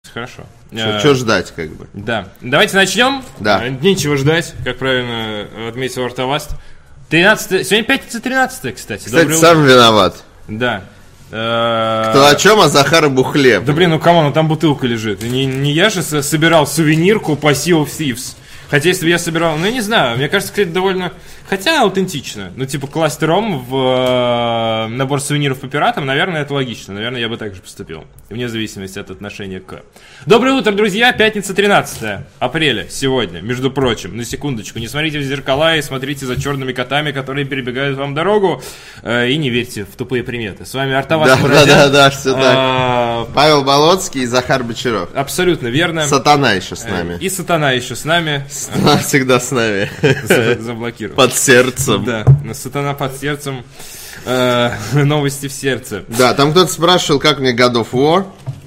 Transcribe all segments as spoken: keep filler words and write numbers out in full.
Хорошо. Что ждать, как бы. Да. Давайте начнем. Да. Нечего ждать, как правильно отметил Артаваст. тринадцатое Сегодня пятница тринадцатое, кстати. Кстати, сам виноват. Да. Кто о чем, а Захар Бухлеб. Да блин, ну камон, ну там бутылка лежит. Не, не я же собирал сувенирку по Sea of Thieves. Хотя если бы я собирал, ну я не знаю, мне кажется, кстати, довольно, хотя аутентично. Ну типа класть ром в э, набор сувениров по пиратам, наверное, это логично. Наверное, я бы так же поступил, вне зависимости от отношения к... Доброе утро, друзья, пятница тринадцатое апреля сегодня, между прочим, на секундочку. Не смотрите в зеркала и смотрите за черными котами, которые перебегают вам дорогу. Э, и не верьте в тупые приметы. С вами Артавас Мурадян. Да, да, да, все а, так. Павел Болоцкий и Захар Бочаров. Абсолютно верно. Сатана еще с нами. И Сатана еще с нами. Сатана всегда с нами. Заблокировал. Под сердцем. Да, Сатана под сердцем. Э, новости в сердце. Да, там кто-то спрашивал, как мне God of War.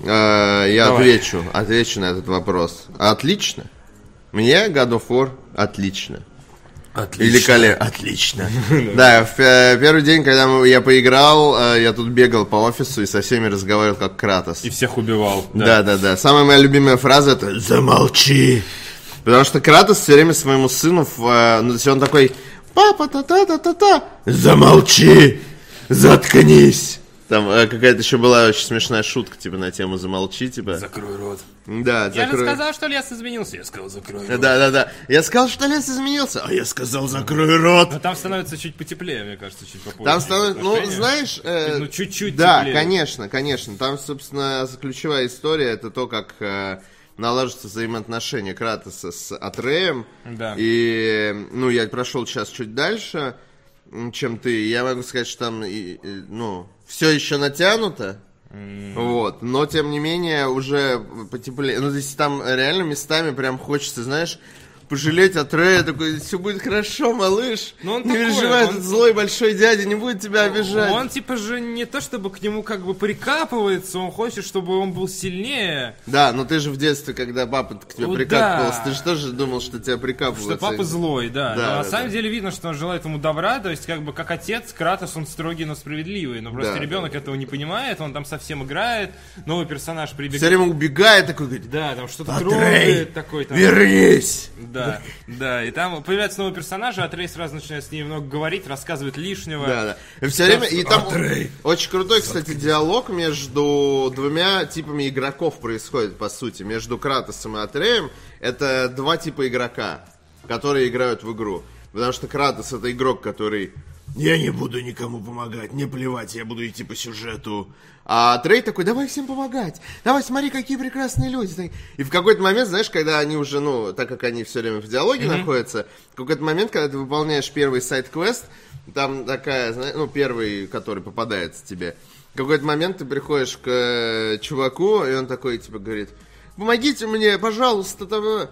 Э, я Давай. отвечу, отвечу на этот вопрос. Отлично. Мне God of War отлично. Отлично. Великолепно. Отлично. Да, в первый день, когда я поиграл, я тут бегал по офису и со всеми разговаривал как Кратос. И всех убивал. Да, да, да. Самая моя любимая фраза — это «Замолчи». Потому что Кратос все время своему сыну, э, ну, то есть он такой: «Папа, та-та-та-та-та, замолчи, заткнись». Там э, какая-то еще была очень смешная шутка, типа, на тему «замолчи», типа. Закрой рот. Да, я закрой... же сказал, что лес изменился. Я сказал, закрой рот. Да-да-да. Я сказал, что лес изменился, а я сказал, закрой рот. Но там становится чуть потеплее, мне кажется, чуть попозже. Там становится, ну, знаешь... Э, ну, чуть-чуть да, теплее. конечно, конечно. Там, собственно, ключевая история — это то, как... Э, налаживаются взаимоотношения Кратоса с Атреем. Да. И, ну, я прошел сейчас чуть дальше, чем ты. Я могу сказать, что там, и, и, ну, все еще натянуто. Mm. Вот. Но, тем не менее, уже потеплее. Ну, здесь там реально местами прям хочется, знаешь, пожалеть Атрея, такой: все будет хорошо, малыш. Но он не такой, переживай, он... этот злой большой дядя не будет тебя обижать. Он типа же не то чтобы к нему как бы прикапывается, он хочет, чтобы он был сильнее. Да, но ты же в детстве, когда папа к тебе ну, прикапывался, да. ты же тоже думал, что тебя прикапывают. Что папа злой, да. да но да, на да, самом да. деле видно, что он желает ему добра, то есть как бы как отец, Кратос, он строгий, но справедливый. Но просто да, ребенок да. этого не понимает, он там совсем играет, новый персонаж прибегает. Все время убегает, такой говорит: да, там что-то Атрей, трогает, такой там. Вернись! Да, да, и там появляется новый персонаж, а Атрей сразу начинает с ней много говорить, рассказывает лишнего. Да, да. И все время, и там Атрей. Очень крутой, кстати, диалог между двумя типами игроков происходит, по сути. Между Кратосом и Атреем. Это два типа игрока, которые играют в игру. Потому что Кратос — это игрок, который: я не буду никому помогать, не плевать, я буду идти по сюжету. А Атрей такой: давай всем помогать, давай, смотри, какие прекрасные люди. И в какой-то момент, знаешь, когда они уже, ну, так как они все время в диалоге mm-hmm. находятся, в какой-то момент, когда ты выполняешь первый сайд-квест, там такая, знаешь, ну, первый, который попадается тебе, в какой-то момент ты приходишь к э, чуваку, и он такой, типа, говорит: помогите мне, пожалуйста, там...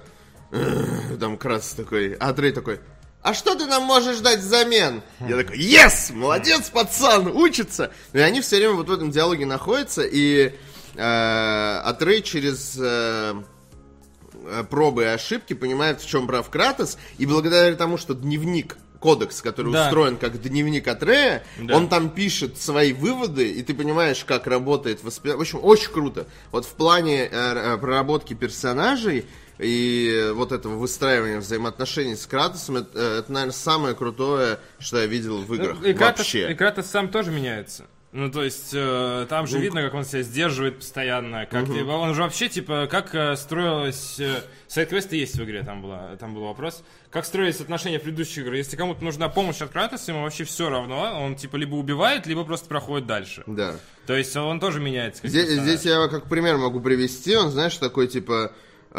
Там Кратос такой, а Атрей такой: а что ты нам можешь дать взамен? Я такой: yes! Молодец, пацан, учится! И они все время вот в этом диалоге находятся, и э, Атрей через э, пробы и ошибки понимает, в чем прав Кратос, и благодаря тому, что дневник, кодекс, который да. устроен как дневник Атрея, да. он там пишет свои выводы, и ты понимаешь, как работает воспитание. В общем, очень круто. Вот в плане э, проработки персонажей и вот этого выстраивания взаимоотношений с Кратосом, это, это, наверное, самое крутое, что я видел в играх. Ну, и Кратос, вообще. И Кратос сам тоже меняется. Ну, то есть, э, там же ну, видно, как он себя сдерживает постоянно. Как угу. типа, он же вообще, типа, как э, строилась... Э, сайд-квесты есть в игре, там, была, там был вопрос. Как строились отношения в предыдущей игре? Если кому-то нужна помощь от Кратоса, ему вообще все равно. Он, типа, либо убивает, либо просто проходит дальше. Да. То есть, он тоже меняется. Здесь, здесь я как пример могу привести. Он, знаешь, такой, типа...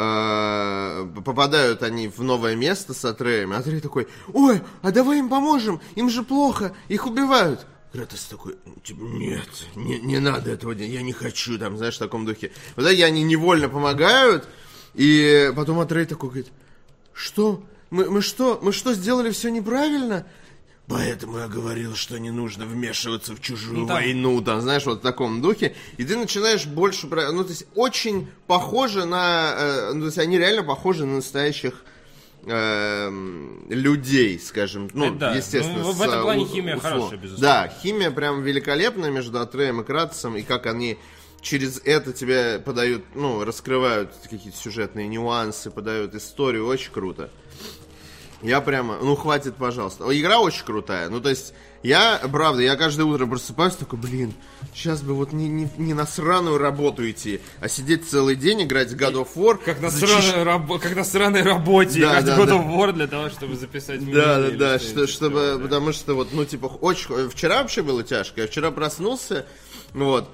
попадают они в новое место с Атреем, а Атрей такой: ой, а давай им поможем, им же плохо, их убивают. Кратос такой: типа, нет, не, не надо этого, я не хочу, там, знаешь, в таком духе. Вот и они невольно помогают, и потом Атрей такой говорит: что? Мы, мы что? Мы что, сделали все неправильно? Поэтому я говорил, что не нужно вмешиваться в чужую ну, войну, там, знаешь, вот в таком духе. И ты начинаешь больше... Ну, то есть, очень похоже на... Э, ну, то есть, они реально похожи на настоящих э, людей, скажем. Ну, да. естественно. Ну, в этом плане химия услов. Хорошая, безусловно. Да, химия прям великолепная между Атреем и Кратосом, и как они через это тебе подают, ну, раскрывают какие-то сюжетные нюансы, подают историю, очень круто. Я прямо, ну хватит, пожалуйста. Игра очень крутая, ну то есть, я, правда, я каждое утро просыпаюсь, такой, блин, сейчас бы вот не, не, не на сраную работу идти, а сидеть целый день, играть в God of War. Как на, зачищ... сраной, рабо... как на сраной работе, да, играть да, в God of War для того, чтобы записать видео. Да, да, да, что, чтобы, да. Потому что вот, ну типа, очень... Вчера вообще было тяжко, я вчера проснулся, вот,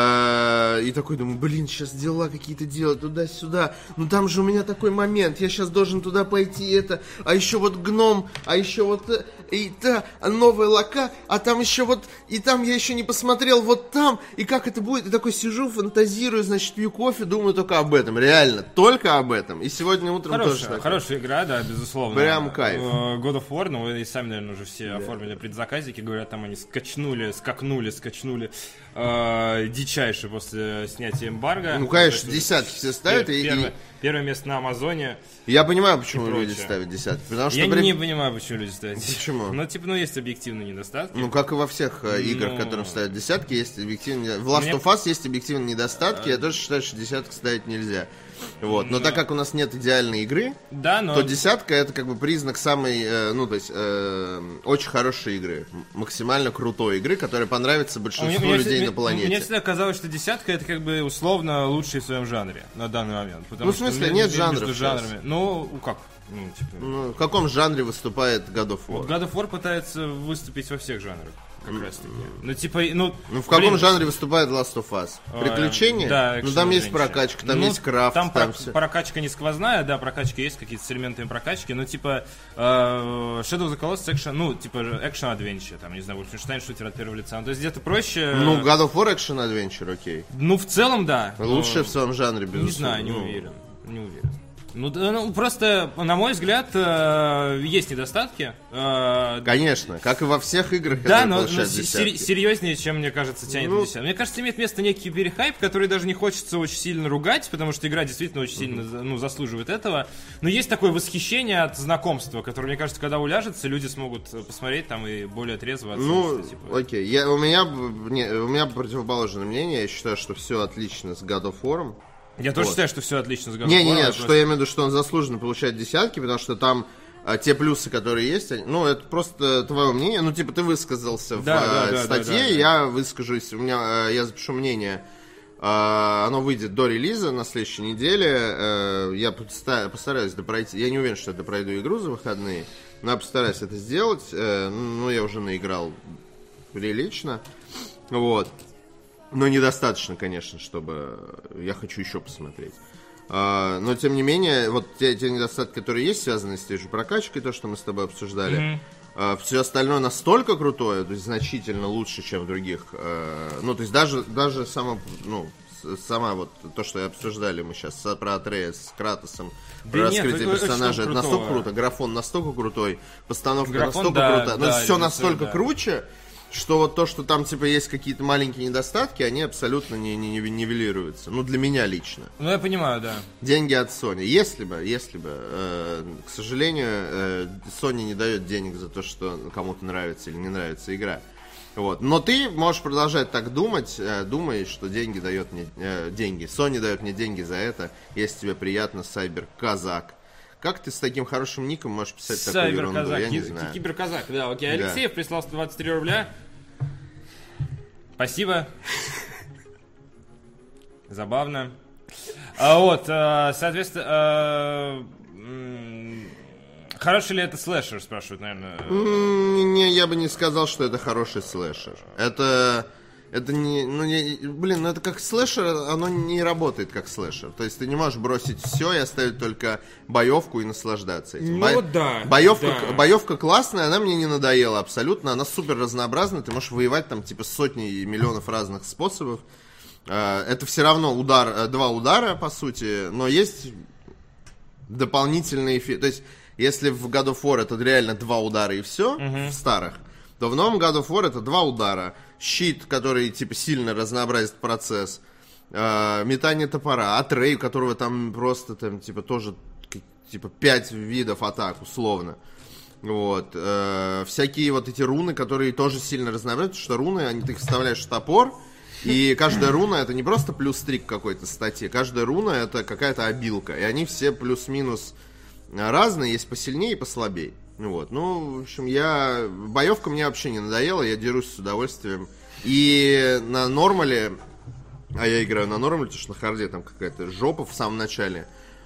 и такой думаю, блин, сейчас дела какие-то делать туда-сюда. Ну там же у меня такой момент, я сейчас должен туда пойти, это, а еще вот гном, а еще вот и та новая лока, а там еще вот, и там я еще не посмотрел вот там, и как это будет. И такой сижу, фантазирую, значит, пью кофе, думаю только об этом, реально, только об этом. И сегодня утром хорошая, тоже так. Хорошая игра, да, безусловно. Прям кайф. God of War, ну и сами, наверное, уже все да. оформили предзаказики, говорят, там они скачнули, скакнули, скачнули. Э, дичайше после снятия эмбарго. Ну, конечно, есть, десятки все ставят. Пер, и, первое, и... первое место на Амазоне. Я понимаю, почему люди ставят десятки. Потому что Я при... не понимаю, почему люди ставят десятки. Почему? Ну, типа, ну, есть объективные недостатки. Ну, как и во всех ну... играх, которым ставят десятки, есть объективные... В Last Мне... of Us есть объективные недостатки. А... Я тоже считаю, что десятки ставить нельзя. Вот. Но, но так как у нас нет идеальной игры, да, но... то десятка это как бы признак самой, э, ну то есть э, очень хорошей игры, максимально крутой игры, которая понравится большинству мне, людей мне, на планете. Мне всегда казалось, что десятка это как бы условно лучший в своем жанре на данный момент. Ну в смысле что нет жанров жанрами. Ну как? Ну, типа... ну, в каком жанре выступает God of War? Вот God of War пытается выступить во всех жанрах. Как раз таки. Ну, типа, ну... Ну, в каком блин... жанре выступает Last of Us? Приключения? Да, ну, там есть прокачка, там ну, есть крафт, там, там про- все. Прокачка не сквозная, да, прокачка есть, какие-то с элементами прокачки, но, типа, э, Shadow of the Colossus экшен, ну, типа, экшен-адвенчер, там, не знаю, Wolfenstein шутер от первого лица, ну, то есть где-то проще... Ну, God of War экшен-адвенчер, окей. Ну, в целом, да. Лучшее но... в своем жанре, безусловно. Не знаю, не ну... уверен, не уверен. Ну, ну, просто, на мой взгляд, э, есть недостатки. Э, Конечно, как и во всех играх. Да, но, но сер- серьезнее, чем, мне кажется, тянет ну, десятки. Мне кажется, имеет место некий перехайп, который даже не хочется очень сильно ругать, потому что игра действительно очень сильно uh-huh. ну, заслуживает этого. Но есть такое восхищение от знакомства, которое, мне кажется, когда уляжется, люди смогут посмотреть там и более трезво оценить. Ну, что, типа... окей. Я, у, меня, не, у меня противоположное мнение. Я считаю, что все отлично с God of War. Я тоже вот. считаю, что все отлично с God of War. Не-не-не, что просто... я имею в виду, что он заслуженно получает десятки, потому что там а, те плюсы, которые есть, они, ну, это просто твое мнение. Ну, типа, ты высказался в да, а, да, статье, да, да, да. я выскажусь, у меня, а, я запишу мнение. А, оно выйдет до релиза на следующей неделе. А, я поста- постараюсь допройти. Я не уверен, что я допройду игру за выходные, но я постараюсь это сделать. А, ну, я уже наиграл прилично. Вот. Но недостаточно, конечно, чтобы... Я хочу еще посмотреть. А, но, тем не менее, вот те, те недостатки, которые есть, связаны с той же прокачкой, то, что мы с тобой обсуждали, mm-hmm. а, все остальное настолько крутое, то есть значительно лучше, чем в других. А, ну, то есть даже, даже само, ну, сама вот то, что обсуждали мы сейчас про Атрея с Кратосом, про да раскрытие нет, персонажа, это настолько круто. Графон настолько крутой, постановка Графон, настолько да, крутая. Да, но все настолько да. круче, что вот то, что там, типа, есть какие-то маленькие недостатки, они абсолютно не, не, не нивелируются. Ну, для меня лично. Ну, я понимаю, да. Деньги от Sony. Если бы, если бы, э, к сожалению, э, Sony не дает денег за то, что кому-то нравится или не нравится игра. Вот. Но ты можешь продолжать так думать, э, думаешь, что деньги дает мне, э, деньги. Sony дает мне деньги за это, если тебе приятно, Сайбер Казак. Как ты с таким хорошим ником можешь писать такую ерунду? Сайбер-казак, я не знаю. Киберказак, да, окей. Алексеев да. прислал сто двадцать три рубля. Спасибо. Забавно. А вот, соответственно, хороший ли это слэшер, спрашивают, наверное. Не, я бы не сказал, что это хороший слэшер. Это... Это не, ну не, блин, ну это как слэшер, оно не работает как слэшер. То есть ты не можешь бросить все и оставить только боевку и наслаждаться этим. Ну Бо... да. Боевка, да. боевка классная, она мне не надоела абсолютно, она супер разнообразная, ты можешь воевать там типа сотни миллионов разных способов. Это все равно удар, два удара по сути, но есть дополнительные эффекты. То есть если в God of War это реально два удара и все, uh-huh. в старых, то в новом God of War это два удара. Щит, который, типа, сильно разнообразит процесс. Э, метание топора. Атрей, у которого там просто, там, типа, тоже, типа, пять видов атак, условно. Вот. Э, всякие вот эти руны, которые тоже сильно разнообразят, потому что руны, они, ты их вставляешь в топор, И каждая руна это не просто плюс три к какой-то статье, каждая руна это какая-то обилка. И они все плюс-минус разные, есть посильнее и послабее. Вот. Ну, в общем, я... Боевка мне вообще не надоела, я дерусь с удовольствием. И на нормале... А я играю на нормале, потому что на харде там какая-то жопа в самом начале.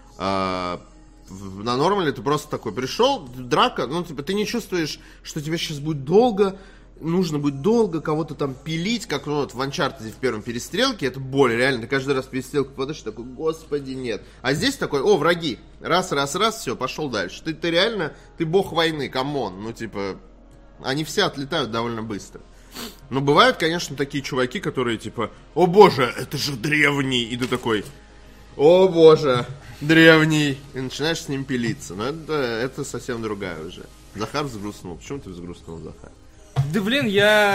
А, в, на нормале ты просто такой пришел, драка, ну, типа, ты не чувствуешь, что тебе сейчас будет долго, нужно будет долго кого-то там пилить, как ну, вот в Uncharted в первом перестрелке, это боль, реально, ты каждый раз в перестрелку попадаешь, такой, господи, нет. А здесь такой, о, враги, раз, раз, раз, все, пошел дальше. Ты, ты реально, ты бог войны, камон, ну, типа, они все отлетают довольно быстро. Но бывают, конечно, такие чуваки, которые типа, о боже, это же древний, и ты такой, о боже, древний, и начинаешь с ним пилиться. Но это, это совсем другая уже. Захар взгрустнул. Почему ты взгрустнул, Захар? Да блин,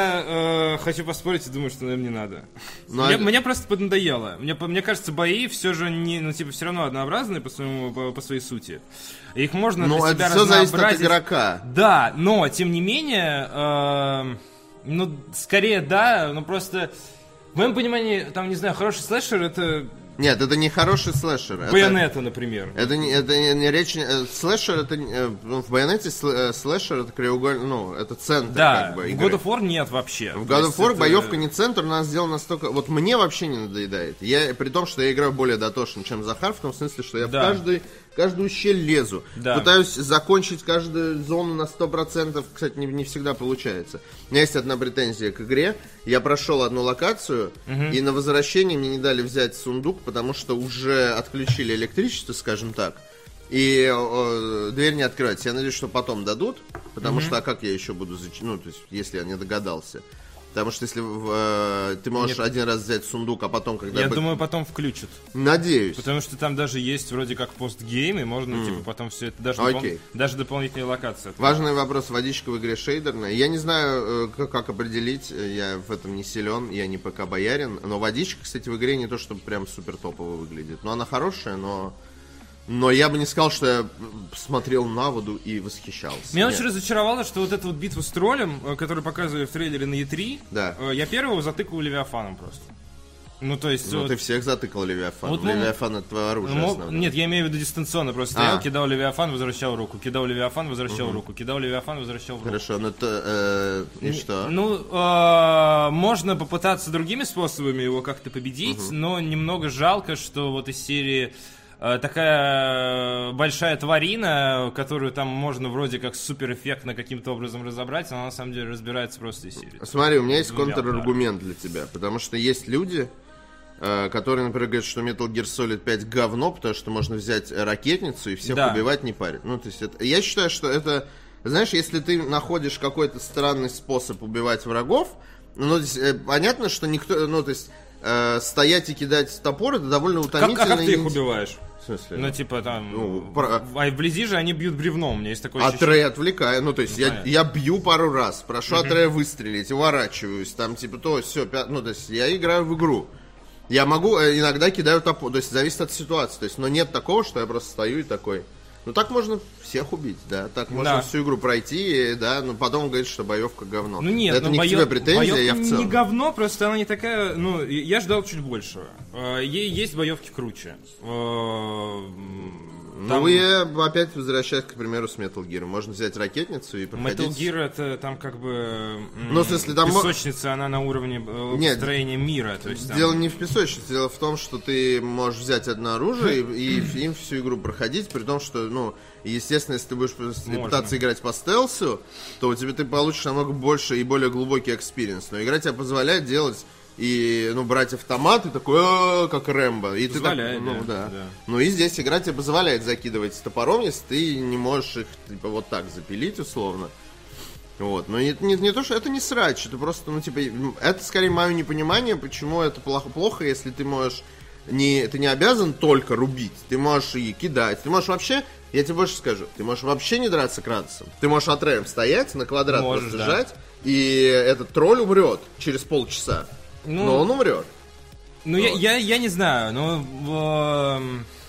я э, хочу поспорить и думаю, что, наверное, не надо. Ну, мне, а... мне просто поднадоело. Мне, мне кажется, бои все же не, ну, типа, все равно однообразные по своему, по, по своей сути. Их можно ну, для себя это все зависит от разнообразить. игрока. Да, но, тем не менее, э, ну, скорее да, но просто, в моем понимании, там, не знаю, хороший слэшер это... Нет, это не хороший слэшер. Байонета, это, например. Это не, это не, не речь... Слэшер, это... Ну, в Байонете слэшер, это краеугольный... Ну, это центр, да, как бы, в игры. God of War нет вообще. В God of War это... боевка не центр, она сделана настолько... Вот мне вообще не надоедает. Я, при том, что я играю более дотошно, чем Захар, в том смысле, что я да. в каждый... каждую щель лезу. Да. Пытаюсь закончить каждую зону на сто процентов. Кстати, не, не всегда получается. У меня есть одна претензия к игре. Я прошел одну локацию, угу. и на возвращение мне не дали взять сундук, потому что уже отключили электричество, скажем так. И э, дверь не открывается. Я надеюсь, что потом дадут. Потому угу. что, а как я еще буду... Зач... Ну, то есть, если я не догадался. Потому что если э, ты можешь Нет. один раз взять сундук, а потом, когда... Я бы... думаю, потом включат. Надеюсь. Потому что там даже есть вроде как постгейм, и можно, mm. типа, потом все это... Даже, допол... даже дополнительные локации. Открыть. Важный вопрос, водичка в игре шейдерная. Я не знаю, э, как, как определить, я в этом не силен, я не ПК-боярин, но водичка, кстати, в игре не то, чтобы прям супер топово выглядит. Но она хорошая, но... Но я бы не сказал, что я смотрел на воду и восхищался. Меня Нет. очень разочаровало, что вот эту вот битву с троллем, которую показывали в трейлере на и три, да. я первого затыкал Левиафаном просто. Ну, то есть... Ну, вот... ты всех затыкал Левиафаном. Вот, Левиафан — это твое оружие ну, основное. Нет, я имею в виду дистанционно. Просто стоял, а. кидал Левиафан, возвращал руку. Кидал Левиафан, возвращал угу. руку. Кидал Левиафан, возвращал руку. Хорошо, ну то... Э, и Н- что? Ну, э, можно попытаться другими способами его как-то победить, угу. но немного жалко, что вот из серии... такая большая тварина, которую там можно вроде как суперэффектно каким-то образом разобрать, она на самом деле разбирается просто из серии. Смотри, у меня есть контраргумент для тебя, потому что есть люди, которые, например, говорят, что Metal Gear Solid пять говно, потому что можно взять ракетницу и всех да. убивать, не парить. Ну, то есть это... Я считаю, что это... Знаешь, если ты находишь какой-то странный способ убивать врагов, ну, то есть, понятно, что никто... Ну, то есть... стоять и кидать топор, это довольно утомительно. Как, а как ты их убиваешь? В смысле? Ну, типа, там... Ну, про... А вблизи же они бьют бревном, у меня есть такое ощущение. Атрея отвлекаю, ну, то есть, ну, я, я бью пару раз, прошу uh-huh. Атрея выстрелить, уворачиваюсь, там, типа, то, все, пя... ну, то есть, я играю в игру. Я могу, иногда кидаю топор, то есть, зависит от ситуации, то есть, но нет такого, что я просто стою и такой... Ну, так можно всех убить, да, так можно да. всю игру пройти, да, но потом говорить, что боевка говно. Ну нет, это ну, не боев... к тебе претензия, я в целом. Не говно, просто она не такая, ну, я ждал чуть большего. Ей есть боевки круче. Там... Ну, я опять возвращаюсь, к примеру, с Metal Gear. Можно взять ракетницу и проходить... Metal Gear это там как бы... Ну, в смысле, там... Песочница, она на уровне Нет, строения мира. То есть, там... Дело не в песочнице, дело в том, что ты можешь взять одно оружие и, и им всю игру проходить, при том, что, ну, естественно, если ты будешь Можно. пытаться играть по стелсу, то у тебя ты получишь намного больше и более глубокий экспириенс. Но игра тебе позволяет делать... И, ну, брать автомат, и такой, как Рэмбо. И позволяет, ты так, ну, да, да. да. Ну, и здесь игра тебе позволяет закидывать топором, если ты не можешь их, типа, вот так запилить, условно. Вот. Но не, не, не то, что это не срач, это просто, ну, типа, это скорее мое непонимание, почему это плохо, плохо, если ты можешь, не, ты не обязан только рубить, ты можешь и кидать, ты можешь вообще, я тебе больше скажу, ты можешь вообще не драться Кратосом, ты можешь Атреем стоять, на квадрат можешь, просто да. жать, и этот тролль умрет через полчаса. Ну, но он умрет. Ну, вот. я, я, я не знаю, но... Э,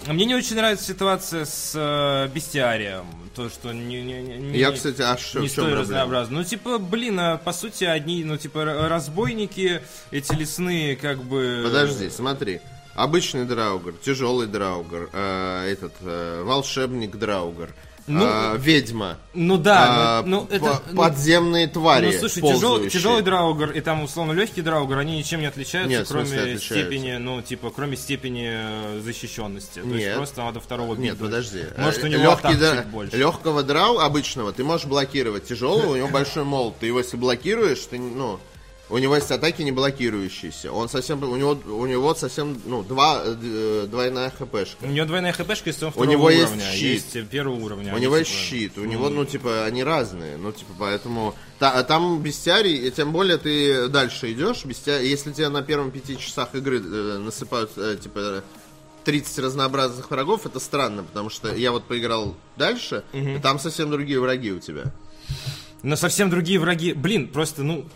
Мне не очень нравится ситуация с э, бестиарием. То, что не, не, не, Я, кстати, а что, не в чем столь проблема? разнообразно. Ну, типа, блин, а, по сути, одни, ну, типа, р- разбойники, эти лесные, как бы... Подожди, смотри. Обычный драугр, тяжелый драугр, э, этот э, волшебник драугр, Ну, э, ведьма. Ну да, а, ну, ну, это... по- подземные твари. Ну, слушай, тяжелый, ползающие. тяжелый драугр и там условно легкий драугр, они ничем не отличаются, Нет, в смысле, кроме отличаются. степени, ну, типа, кроме степени э, защищенности. То есть Нет. просто надо второго Нет, бита. подожди. Может, у него Легкий атак дра- чуть больше. Легкого драу обычного ты можешь блокировать. Тяжелого, у него большой молот. Ты его если блокируешь, ты, ну, у него есть атаки не блокирующиеся. Он совсем, у него, у него совсем, ну, два, э, двойная хпшка. У него двойная хпшка, если он У второго него есть уровня, щит. есть первого уровня. У они, него есть типа, щит, у него, ну, типа, они разные, ну, типа, поэтому... Та, а там бестиарий, и тем более ты дальше идешь, бестиарий, если тебе на первом пяти часах игры э, насыпают, э, типа, тридцать разнообразных врагов, это странно, потому что я вот поиграл дальше, и там совсем другие враги у тебя. Но совсем другие враги. Блин, просто, ну...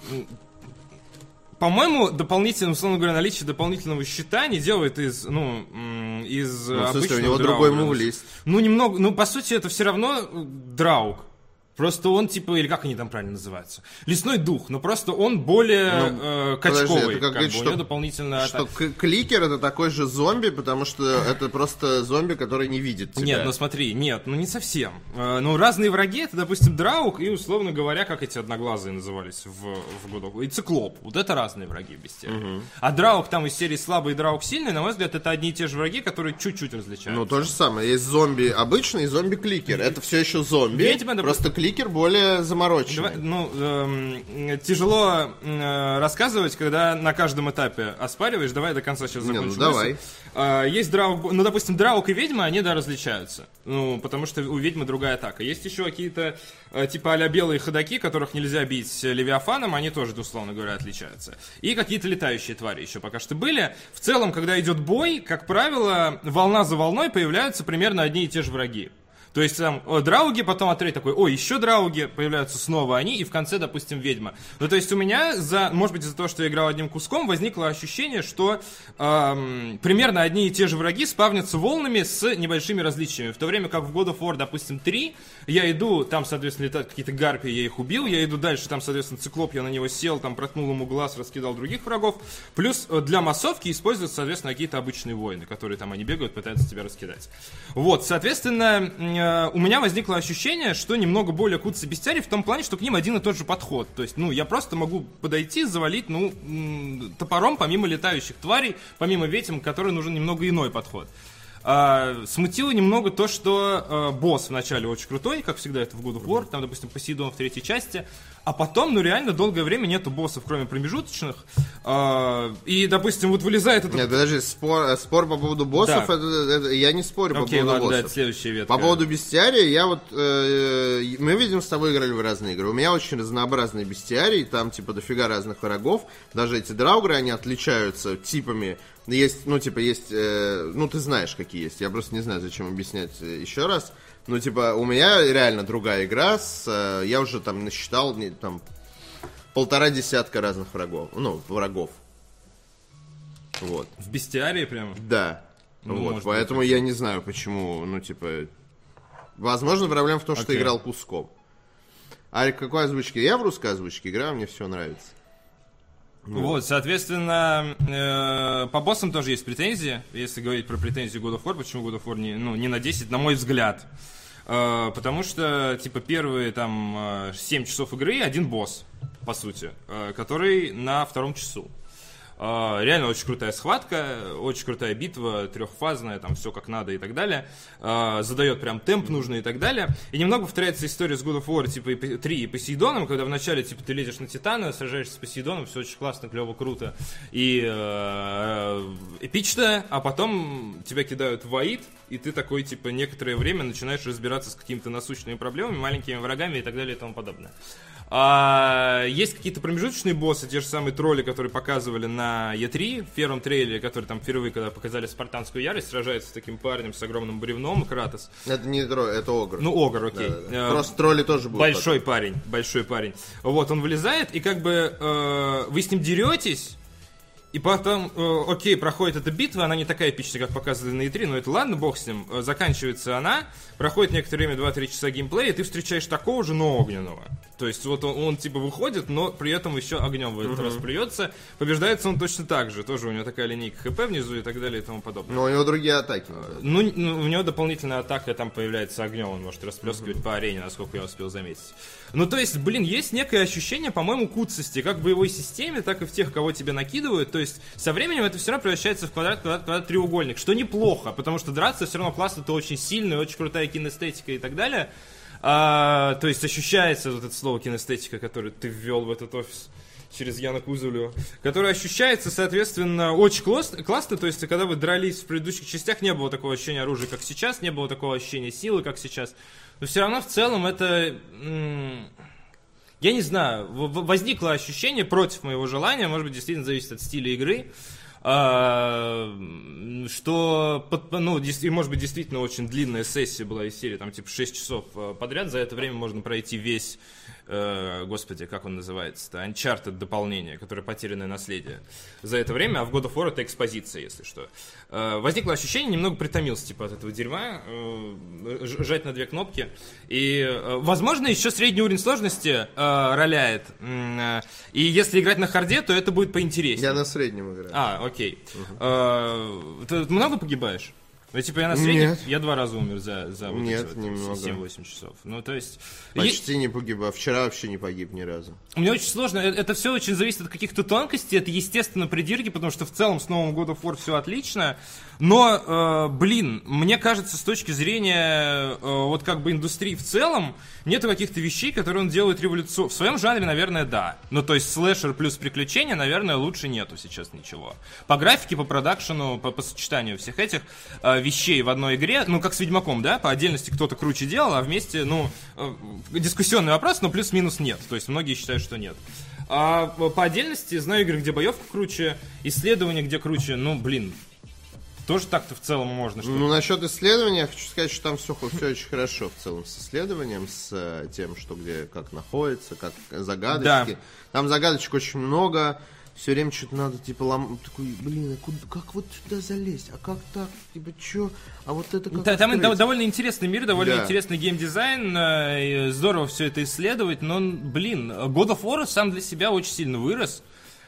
По-моему, дополнительно, условно говоря, наличие дополнительного щита не делает из, ну, м, из Ну, в смысле, обычного у него другой драугра. мувлист. Ну, немного, ну, по сути, это все равно драуг. Просто он, типа, или как они там правильно называются? Лесной дух, но просто он более Ну, э, подожди, качковый. это как как говорить, бы, у что- него дополнительно... Что к- кликер это такой же зомби, потому что это просто зомби, который не видит тебя. Нет, ну смотри, нет, ну не совсем. Э, ну, разные враги, это, допустим, Драуг и, условно говоря, как эти одноглазые назывались в, в God of War, и Циклоп. Вот это разные враги в бестиарии. Угу. А Драуг там из серии слабый и Драуг сильный, на мой взгляд, это одни и те же враги, которые чуть-чуть различаются. Ну, то же самое. Есть зомби обычный и зомби-кликер. Это все еще зомби, Ведьма, допустим- просто кликер более замороченный. Давай, ну, эм, тяжело э, рассказывать, когда на каждом этапе оспариваешь. Давай до конца сейчас Не, ну, закончим. давай. мысль. Э, есть драуг, ну, допустим, Драуг и Ведьма, они, да, различаются. Ну, потому что у Ведьмы другая атака. Есть еще какие-то, э, типа а-ля белые ходаки, которых нельзя бить Левиафаном, они тоже, условно говоря, отличаются. И какие-то летающие твари еще пока что были. В целом, когда идет бой, как правило, волна за волной появляются примерно одни и те же враги. То есть там о, драуги, потом отряд такой, ой, еще драуги, появляются снова они, и в конце, допустим, ведьма. Ну, то есть у меня, за, может быть, из-за того, что я играл одним куском, возникло ощущение, что эм, примерно одни и те же враги спавнятся волнами с небольшими различиями. В то время как в God of War, допустим, три, я иду, там, соответственно, летают какие-то гарпии, я их убил, я иду дальше, там, соответственно, циклоп, я на него сел, там, проткнул ему глаз, раскидал других врагов. Плюс э, для массовки используются, соответственно, какие-то обычные воины, которые там, они бегают, пытаются тебя раскидать. Вот, соответственно... у меня возникло ощущение, что немного более куцы бестиарий в том плане, что к ним один и тот же подход. То есть, ну, я просто могу подойти, завалить, ну, м- топором, помимо летающих тварей, помимо ведьм, которой нужен немного иной подход. А, смутило немного то, что а, босс вначале очень крутой, как всегда это в God of War, там, допустим, Посейдон в третьей части, а потом, ну, реально, долгое время нету боссов, кроме промежуточных, а, и, допустим, вот вылезает этот... Нет, подожди, спор, спор по поводу боссов, Да. это, это- я не спорю Окей, по поводу ладно, да, боссов. это следующая ветка. По поводу бестиария, я вот, э, мы, видим, с тобой играли в разные игры. У меня очень разнообразный бестиарий, там, типа, дофига разных врагов. Даже эти драугры, они отличаются типами. Есть, ну, типа, есть, э, ну, ты знаешь, какие есть. Я просто не знаю, зачем объяснять э, еще раз. Ну, типа, у меня реально другая игра, с, э, я уже там насчитал, не, там, полтора десятка разных врагов. Ну, врагов. Вот. В бестиарии прям? Да. Ну, вот, может поэтому быть, я не знаю, почему, ну, типа... Возможно, проблема в том, что ты Окей. играл куском. А какой озвучки? Я в русской озвучке играю, мне все нравится. Вот, соответственно, э, по боссам тоже есть претензии. Если говорить про претензии God of War, почему God of War не, ну, не на десять, на мой взгляд. Э, потому что, типа, первые там э, семь часов игры один босс, по сути, э, который на втором часу. Uh, реально очень крутая схватка, очень крутая битва, трехфазная, там все как надо и так далее. Uh, задает прям темп нужный и так далее. И немного повторяется история с God of War типа три и Посейдоном, когда вначале типа ты лезешь на Титана, сражаешься с Посейдоном, все очень классно, клево, круто и uh, эпично, а потом тебя кидают в Аид, и ты такой типа некоторое время начинаешь разбираться с какими-то насущными проблемами, маленькими врагами и так далее и тому подобное. А, есть какие-то промежуточные боссы, те же самые тролли, которые показывали на и три в первом трейлере, который там впервые, когда показали спартанскую ярость, сражается с таким парнем с огромным бревном, Кратос. Это не тролль, это огр. Ну, огр, окей. Да, да, да. Э, Просто тролли тоже будут. Большой потом. парень, большой парень. Вот, он вылезает, и как бы э, вы с ним деретесь, И потом, э, окей, проходит эта битва, она не такая эпичная, как показывали на и три, но это ладно, бог с ним. Э, заканчивается она, проходит некоторое время, два-три часа геймплея, и ты встречаешь такого же, но огненного. То есть вот он, он типа выходит, но при этом еще огнем в этот uh-huh. раз плюется. Побеждается он точно так же. Тоже у него такая линейка ХП внизу и так далее и тому подобное. Но у него другие атаки. Ну, ну, у него дополнительная атака там появляется огнем, он может расплескивать uh-huh. по арене, насколько я успел заметить. Ну, то есть, блин, есть некое ощущение, по-моему, куцости, как в боевой системе, так и в тех, кого тебе накидывают. То есть, со временем это все равно превращается в квадрат, квадрат, квадрат, треугольник, что неплохо, потому что драться все равно классно, это очень сильно, очень крутая кинестетика и так далее. А, то есть, ощущается вот это слово кинестетика, которое ты ввел в этот офис через Яна Кузулю, которое ощущается, соответственно, очень классно, классно, то есть, когда вы дрались в предыдущих частях, не было такого ощущения оружия, как сейчас, не было такого ощущения силы, как сейчас. Но все равно в целом это, я не знаю, возникло ощущение против моего желания, может быть, действительно зависит от стиля игры, что, ну, и может быть, действительно очень длинная сессия была из серии, там, типа, шесть часов подряд, за это время можно пройти весь, господи, как он называется-то, Uncharted дополнение, которое потерянное наследие, за это время, а в God of War это экспозиция, если что. Возникло ощущение, немного притомился, типа, от этого дерьма, жать на две кнопки, и, возможно, еще средний уровень сложности роляет, и если играть на харде, то это будет поинтереснее. Я на среднем играю. А, окей. Uh-huh. Ты много погибаешь? Ну, типа, я на среднем, я два раза умер за, за вот Нет, эти немного. вот семь-восемь часов. Ну, то есть... Почти е... не погибаю. Вчера вообще не погиб ни разу. Мне очень сложно. Это все очень зависит от каких-то тонкостей. Это, естественно, придирки, потому что в целом с новым God of War все отлично. Но, э, блин, мне кажется, с точки зрения э, вот как бы индустрии в целом, нету каких-то вещей, которые он делает революционно. В своем жанре, наверное, да. Ну, то есть слэшер плюс приключения, наверное, лучше нету сейчас ничего. По графике, по продакшену, по, по сочетанию всех этих э, вещей в одной игре, ну, как с Ведьмаком, да, по отдельности кто-то круче делал, а вместе, ну, э, дискуссионный вопрос, но плюс-минус нет. То есть многие считают, что нет. А по отдельности знаю игры, где боевка круче, исследования, где круче, ну, блин, тоже так-то в целом можно. Что... Ну, насчет исследования, я хочу сказать, что там все, все очень хорошо в целом с исследованием, с тем, что где, как находится, как загадочки. Да. Там загадочек очень много, все время что-то надо, типа, лом... такой, блин, а куда, как вот сюда залезть, а как так, типа, что, а вот это как... Да, там довольно интересный мир, довольно да. интересный геймдизайн, здорово все это исследовать, но, блин, God of War сам для себя очень сильно вырос.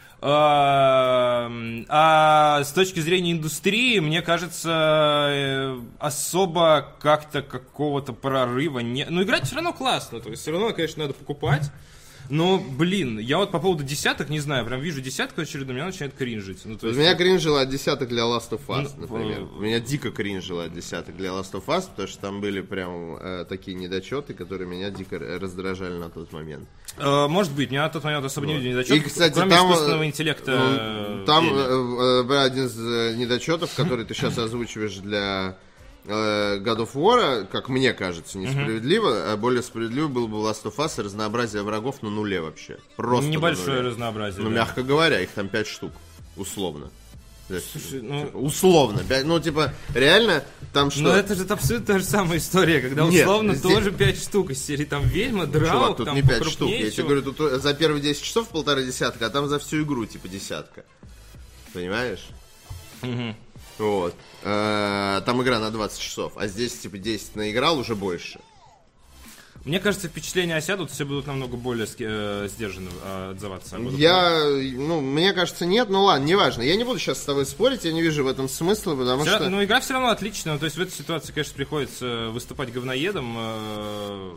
А, а с точки зрения индустрии, мне кажется, особо как-то какого-то прорыва не... Ну, играть все равно классно, то есть все равно, конечно, надо покупать. Но, блин, я вот по поводу десяток, не знаю, прям вижу десятку очередную, меня начинает кринжить. Ну, то есть... Меня кринжило от десяток для Last of Us, ну, например. В... Меня дико кринжило от десяток для Last of Us, потому что там были прям э, такие недочеты, которые меня дико раздражали на тот момент. Э, может быть, меня на тот момент особо не видели недочеты, и, кстати, кроме там, искусственного интеллекта. Ну, там э, э, один из недочетов, который ты сейчас озвучиваешь для... God of War, как мне кажется, несправедливо, uh-huh. а более справедливо было бы Last of Us и разнообразие врагов на нуле вообще. Просто небольшое разнообразие. Ну, да. мягко говоря, их там пять штук, условно. Слушай, ну... Условно. пять, ну, типа, реально, там что... Ну, это же абсолютно та же самая история, когда Нет, условно здесь... тоже пять штук из серии, там ведьма, драук, Чувак, тут там не пять штук, я тебе говорю, тут за первые десять часов полтора десятка, а там за всю игру, типа, десятка. Понимаешь? Угу. Вот. Там игра на двадцать часов, а здесь, типа, десять наиграл, уже больше. Мне кажется, впечатления осядут, все будут намного более э, сдержанно э, отзываться. Я, ну, мне кажется, нет, ну ладно, неважно. Я не буду сейчас с тобой спорить, я не вижу в этом смысла, потому все, что... Ну, игра все равно отличная, то есть в этой ситуации, конечно, приходится выступать говноедом. Э,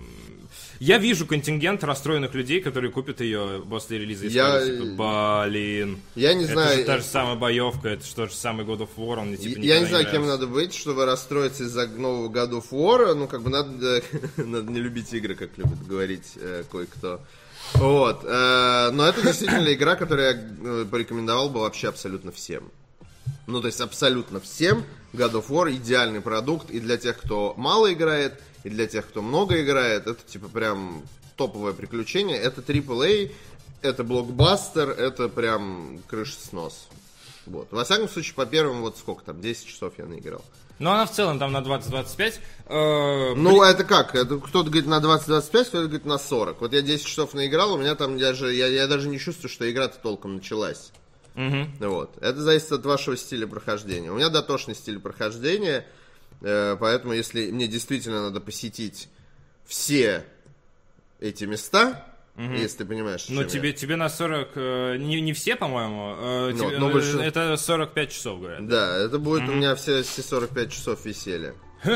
Я вижу контингент расстроенных людей, которые купят ее после релиза и я... скажут, типа, блин, я не это знаю... же та же самая боевка, это же тот же самый God of War, он типа Я не знаю, не кем надо быть, чтобы расстроиться из-за нового God of War, ну, как бы надо, надо не любить игры, как любит говорить э, кое-кто. Вот, э, но это действительно игра, которую я порекомендовал бы вообще абсолютно всем. Ну, то есть абсолютно всем. God of War идеальный продукт и для тех, кто мало играет, и для тех, кто много играет. Это типа прям топовое приключение. Это трипл эй, это блокбастер, это прям крышеснос. Вот. Во всяком случае, по первым, вот сколько там, десять часов я наиграл. Ну, она в целом там на двадцать-двадцать пять. Э, ну, это как? Это кто-то говорит на двадцать-двадцать пять, кто-то говорит на сорок. Вот я десять часов наиграл, у меня там даже, я, я даже не чувствую, что игра-то толком началась. Mm-hmm. Вот. Это зависит от вашего стиля прохождения. У меня дотошный стиль прохождения, э, поэтому если мне действительно надо посетить все эти места, mm-hmm. если ты понимаешь, Ну, тебе, тебе на сорок... Э, не, не все, по-моему. Э, но, тебе, но больше... Это сорок пять часов, говорят. Да, это будет mm-hmm. у меня все, все сорок пять часов веселья.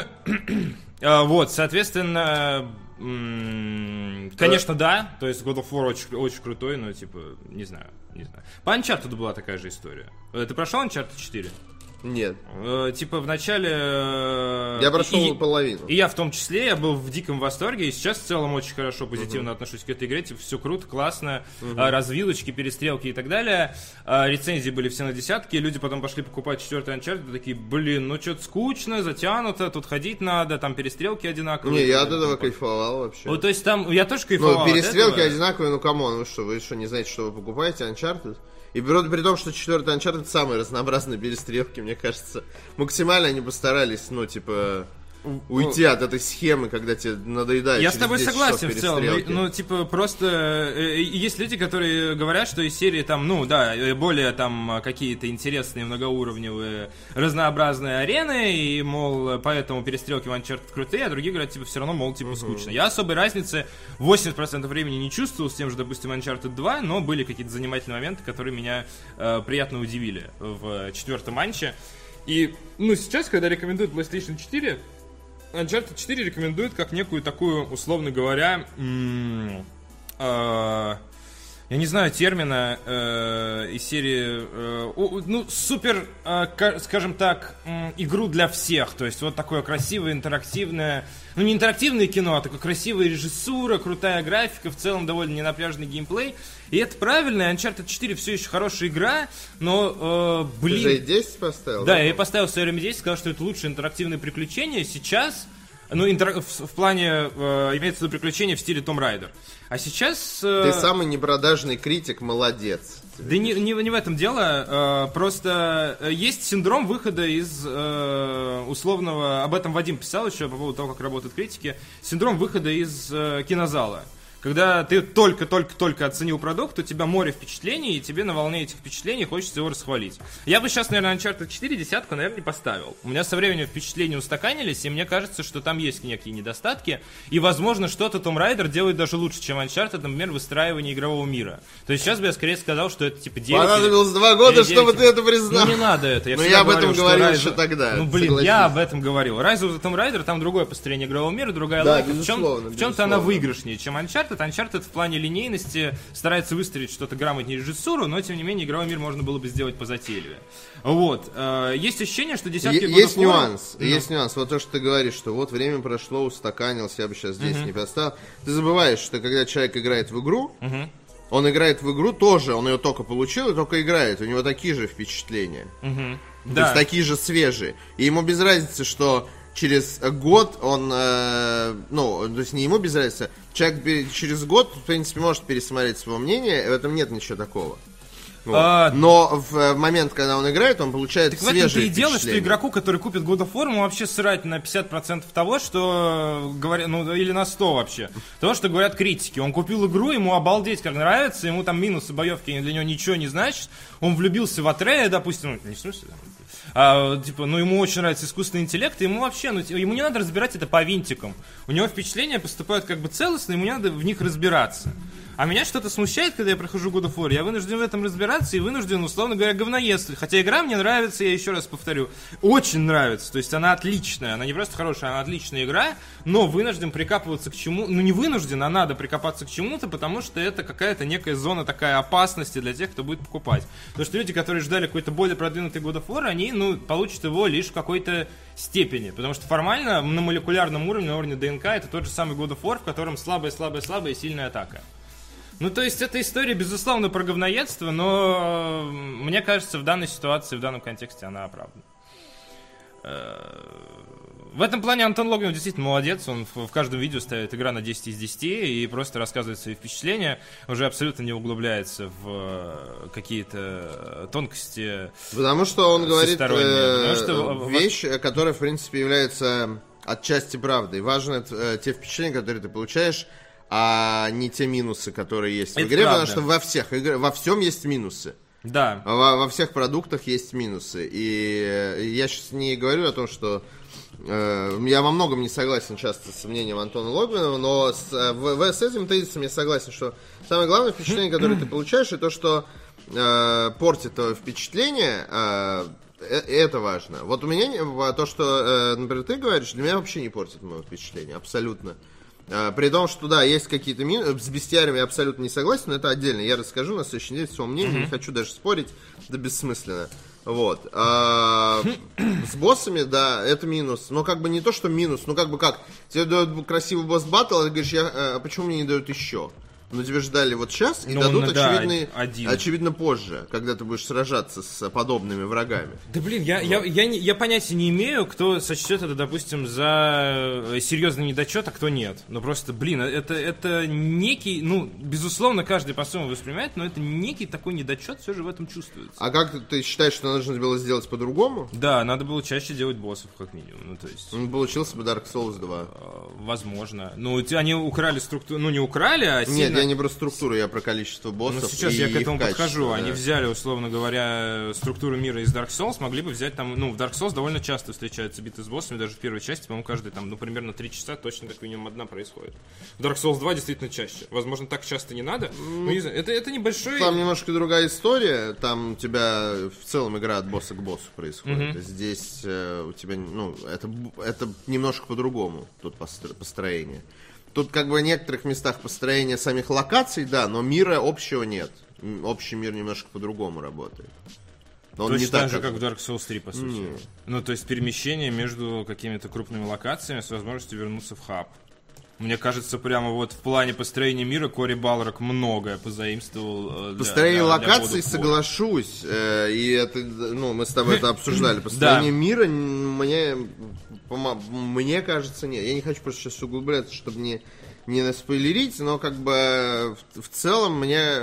Вот, соответственно, конечно, да. То есть God of War очень, очень крутой, но, типа, не знаю, не знаю. По Uncharted была такая же история. Ты прошел Uncharted четыре? Нет. Э, типа в начале... Я прошел и, половину. И я в том числе, я был в диком восторге, и сейчас в целом очень хорошо, позитивно uh-huh. отношусь к этой игре. Типа все круто, классно, uh-huh. развилочки, перестрелки и так далее. Рецензии были все на десятки, люди потом пошли покупать четвертый Uncharted, и такие, блин, ну что-то скучно, затянуто, тут ходить надо, там перестрелки одинаковые. Не, я от этого кайфовал вообще. Ну, то есть там, я тоже кайфовал. Ну, перестрелки одинаковые, ну камон, ну что, вы что, не знаете, что вы покупаете Uncharted? И при, при том, что четвертый Uncharted самые разнообразные перестрелки, мне кажется. Максимально они постарались, ну, типа, уйти ну, от этой схемы, когда тебе надоедает. Я с тобой согласен в целом. Ну, ну, типа, просто э, есть люди, которые говорят, что из серии там, ну, да, более там какие-то интересные, многоуровневые, разнообразные арены, и, мол, поэтому перестрелки в Uncharted крутые, а другие говорят, типа, все равно, мол, типа, скучно. Uh-huh. Я особой разницы восемьдесят процентов времени не чувствовал с тем же, допустим, Uncharted два, но были какие-то занимательные моменты, которые меня э, приятно удивили в четвертом анче. И, ну, сейчас, когда рекомендуют PlayStation четыре, Uncharted четыре рекомендует как некую такую, условно говоря, м- э- я не знаю термина э- из серии, э- о- ну, супер, э- к- скажем так, м- игру для всех. То есть вот такое красивое, интерактивное, ну не интерактивное кино, а такое красивая режиссура, крутая графика, в целом довольно ненапряжный геймплей. И это правильно, Uncharted четыре все еще хорошая игра, но, э, блин... Ты же десять поставил? Да, да, я поставил в свое время десять, сказал, что это лучшее интерактивное приключение. Сейчас, ну, интер... в, в плане, э, имеется в виду приключения в стиле Tomb Raider. А сейчас... Э... Ты самый непродажный критик, молодец. Да не, не, не в этом дело, э, просто есть синдром выхода из э, условного... Об этом Вадим писал еще по поводу того, как работают критики. Синдром выхода из э, кинозала. Когда ты только-только-только оценил продукт, у тебя море впечатлений, и тебе на волне этих впечатлений хочется его расхвалить. Я бы сейчас, наверное, Uncharted четыре десятку, наверное, не поставил. У меня со временем впечатления устаканились, и мне кажется, что там есть некие недостатки, и, возможно, что-то Tomb Raider делает даже лучше, чем Uncharted, например, выстраивание игрового мира. То есть сейчас бы я скорее сказал, что это типа девять... Понадобилось два года, чтобы ты это признал. Ну не надо это. Я Но я об этом говорил Rise... еще тогда. Ну блин, согласись. Я об этом говорил. Rise of the Tomb Raider, там другое построение игрового мира, другая да, логика. В, чем, в чем-то она выигрышнее, чем Uncharted. Uncharted в плане линейности старается выстроить что-то грамотнее режиссуру, но тем не менее игровой мир можно было бы сделать позатейливее. Вот. Есть ощущение, что десятки годов... Есть нюанс. Ну. Есть нюанс. Вот то, что ты говоришь, что вот время прошло, устаканился, я бы сейчас здесь uh-huh. не поставил. Ты забываешь, что когда человек играет в игру, uh-huh. он играет в игру тоже, он ее только получил и только играет. У него такие же впечатления. Uh-huh. То да. есть такие же свежие. И ему без разницы, что через год он, э, ну, то есть не ему без разницы, человек через год, в принципе, может пересмотреть свое мнение, в этом нет ничего такого. Вот. А... Но в момент, когда он играет, он получает так свежие впечатления. Так в этом-то и дело, что игроку, который купит God of War, ему вообще срать на пятьдесят процентов того, что говорят, ну, или на сто вообще, того, что говорят критики. Он купил игру, ему обалдеть как нравится, ему там минусы боевки для него ничего не значит, он влюбился в Атрея, допустим, ну, не в смысле, а, типа, ну, ему очень нравится искусственный интеллект, и ему вообще, ну, ему не надо разбирать это по винтикам. У него впечатления поступают как бы целостно, ему не надо в них разбираться. А меня что-то смущает, когда я прохожу God of War. Я вынужден в этом разбираться и вынужден, условно говоря, говноедствовать. Хотя игра мне нравится, я еще раз повторю, очень нравится. То есть она отличная, она не просто хорошая, она отличная игра, но вынужден прикапываться к чему... Ну не вынужден, а надо прикопаться к чему-то, потому что это какая-то некая зона такая опасности для тех, кто будет покупать. Потому что люди, которые ждали какой-то более продвинутый God of War, они, ну, получат его лишь в какой-то степени. Потому что формально на молекулярном уровне, на уровне ДНК, это тот же самый God of War, в котором слабая-слабая-слабая и сильная атака. Ну, то есть, эта история, безусловно, про говноедство, но мне кажется, в данной ситуации, в данном контексте она оправдана. В этом плане Антон Логвинов действительно молодец, он в каждом видео ставит игра на десять из десяти и просто рассказывает свои впечатления, уже абсолютно не углубляется в какие-то тонкости. Потому что он говорит э, что вещь, которая, в принципе, является отчасти правдой. Важно э, те впечатления, которые ты получаешь, а не те минусы, которые есть в это игре, правда. Потому что во всех играх, во всем есть минусы. Да. Во, во всех продуктах есть минусы. И я сейчас не говорю о том, что э, я во многом не согласен часто с мнением Антона Логвинова, но с, в, с этим тезисом я согласен, что самое главное впечатление, которое ты получаешь, это то, что э, портит твое впечатление. Э, это важно. Вот у меня то, что, э, например, ты говоришь, для меня вообще не портит мое впечатление. Абсолютно. При том, что, да, есть какие-то минусы, с бестиарием я абсолютно не согласен, но это отдельно. Я расскажу на следующей неделе свое мнение, mm-hmm. не хочу даже спорить, это бессмысленно. Вот. А, с боссами, да, это минус. Но как бы не то, что минус, ну как бы как. Тебе дают красивый босс-баттл, а ты говоришь, я, а почему мне не дают еще? Ну тебе ждали вот сейчас и ну, дадут, ну, очевидно, да, очевидно, позже, когда ты будешь сражаться с подобными врагами. Да блин, я, вот. я, я, я, я понятия не имею, кто сочтет это, допустим, за серьезный недочет, а кто нет. Но просто, блин, это, это некий, ну, безусловно, каждый по-своему воспринимает, но это некий такой недочет все же в этом чувствуется. А как ты, ты считаешь, что нужно было сделать по-другому? Да, надо было чаще делать боссов, как минимум. Ну, то есть... Ну, получился бы Dark Souls два. Возможно. Ну, они украли структуру, ну, не украли, а сильно... Нет, я не про структуру, я про количество боссов. Ну, сейчас и я к этому качество, подхожу. да. Они взяли, условно говоря, структуру мира из Dark Souls, могли бы взять там, ну, в Dark Souls довольно часто встречаются битвы с боссами, даже в первой части, по-моему, каждый там, ну, примерно три часа точно как минимум одна происходит. В Dark Souls два действительно чаще. Возможно, так часто не надо, но не знаю, это, это небольшой... Там немножко другая история, там у тебя в целом игра от босса к боссу происходит. Mm-hmm. Здесь э, у тебя, ну, это, это немножко по-другому, тут построение. Тут как бы в некоторых местах построения самих локаций, да, но мира общего нет. Общий мир немножко по-другому работает. Но он точно не так, так же, как... как в Dark Souls три, по сути. Нет. Ну, то есть перемещение между какими-то крупными локациями с возможностью вернуться в хаб. Мне кажется, прямо вот в плане построения мира Кори Балрог многое позаимствовал. Построение локаций, соглашусь. Э, и это, ну, мы с тобой это обсуждали. Построение мира мне, мне кажется, нет. Я не хочу просто сейчас углубляться, чтобы не, не наспойлерить, но как бы в, в целом мне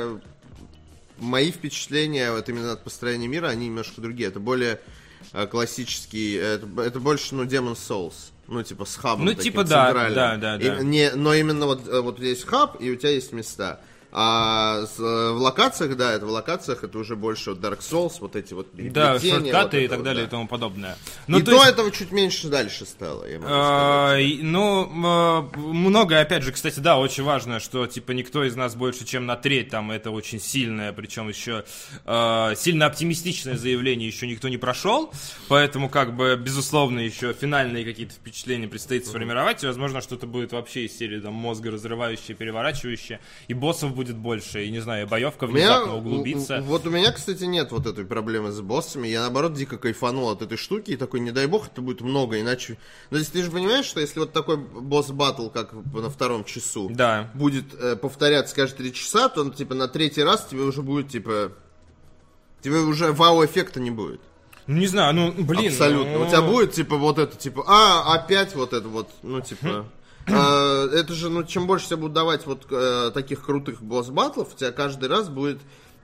мои впечатления вот именно от построения мира, они немножко другие. Это более э, классический, это, это больше, ну, Demon's Souls. Ну, типа, с хабом ну, таким типа, да, центральным. Да, да, да. И, не, но именно вот, вот у тебя есть хаб, и у тебя есть места. А с, в локациях, да, это в локациях это уже больше вот Dark Souls, вот эти вот да, шорткаты вот и так вот, далее, да. И тому подобное. Но, и то есть... этого чуть меньше дальше стало, я могу сказать. Ну, много, опять же, кстати, да, очень важно, что, типа, никто из нас больше, чем на треть, там, это очень сильное, причем еще сильно оптимистичное заявление еще никто не прошел, поэтому, как бы, безусловно, еще финальные какие-то впечатления предстоит сформировать, и, возможно, что-то будет вообще из серии, там, мозга разрывающее, переворачивающее, и боссов будет больше, и, не знаю, боевка внезапно углубится. Вот у меня, кстати, нет вот этой проблемы с боссами. Я, наоборот, дико кайфанул от этой штуки, и такой, не дай бог, это будет много, иначе... Но здесь ты же понимаешь, что если вот такой босс-баттл, как на втором часу, да. будет э, повторяться каждые три часа, то, типа, на третий раз тебе уже будет, типа... Тебе уже вау-эффекта не будет. Ну, не знаю, ну, блин... Абсолютно. Ну... У тебя будет, типа, вот это, типа, а, опять вот это вот, ну, типа... Uh, это же, ну, чем больше тебе будут давать вот uh, таких крутых босс-баттлов, у тебя каждый раз будет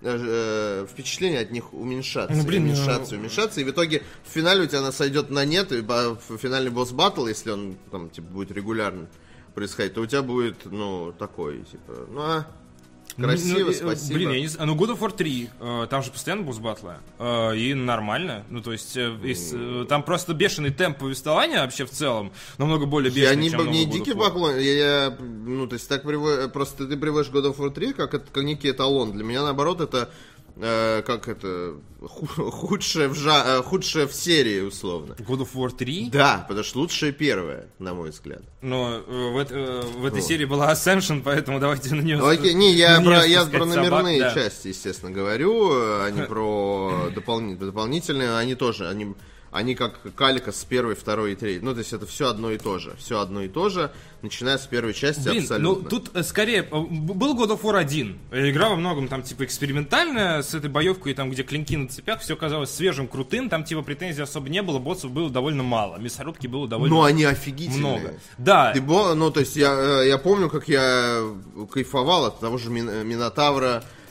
uh, впечатление от них уменьшаться, ну, блин, уменьшаться, ну... уменьшаться, и в итоге в финале у тебя она сойдет на нет, и финальный босс-баттл, если он там, типа, будет регулярно происходить, то у тебя будет, ну, такой, типа, ну, а... Красиво, ну, спасибо. Блин, я не знаю. Ну, God of War три, э, там же постоянно босс-баттлы. Э, и нормально. Ну, то есть, э, э, там просто бешеный темп повествования вообще в целом. Намного более бешеный, я не, чем не дикий поклон. Я, я, ну, то есть, так приводишь, просто ты приводишь God of War три как, как некий эталон. Для меня, наоборот, это э, как это, худшее в, жа, худшее в серии, условно. God of War три? Да, потому что лучшее первое, на мой взгляд. Но э, в, э, в этой вот. серии была Ascension, поэтому давайте на нее... Окей, не, я про, я про номерные собак, да. части, естественно, говорю, а не про допол- дополнительные, они тоже, они... Они как калька с первой, второй и третьей. Ну, то есть это все одно и то же. Все одно и то же, начиная с первой части. Блин, абсолютно. Ну, тут скорее... Был God of War один. Игра во многом там, типа, экспериментальная, с этой боевкой, там, где клинки на цепях, все казалось свежим, крутым. Там, типа, претензий особо не было, боссов было довольно мало. Мясорубки было довольно много. Ну, они офигительные. Много. Да. Ты, ну, то есть я, я помню, как я кайфовал от того же Минотавра,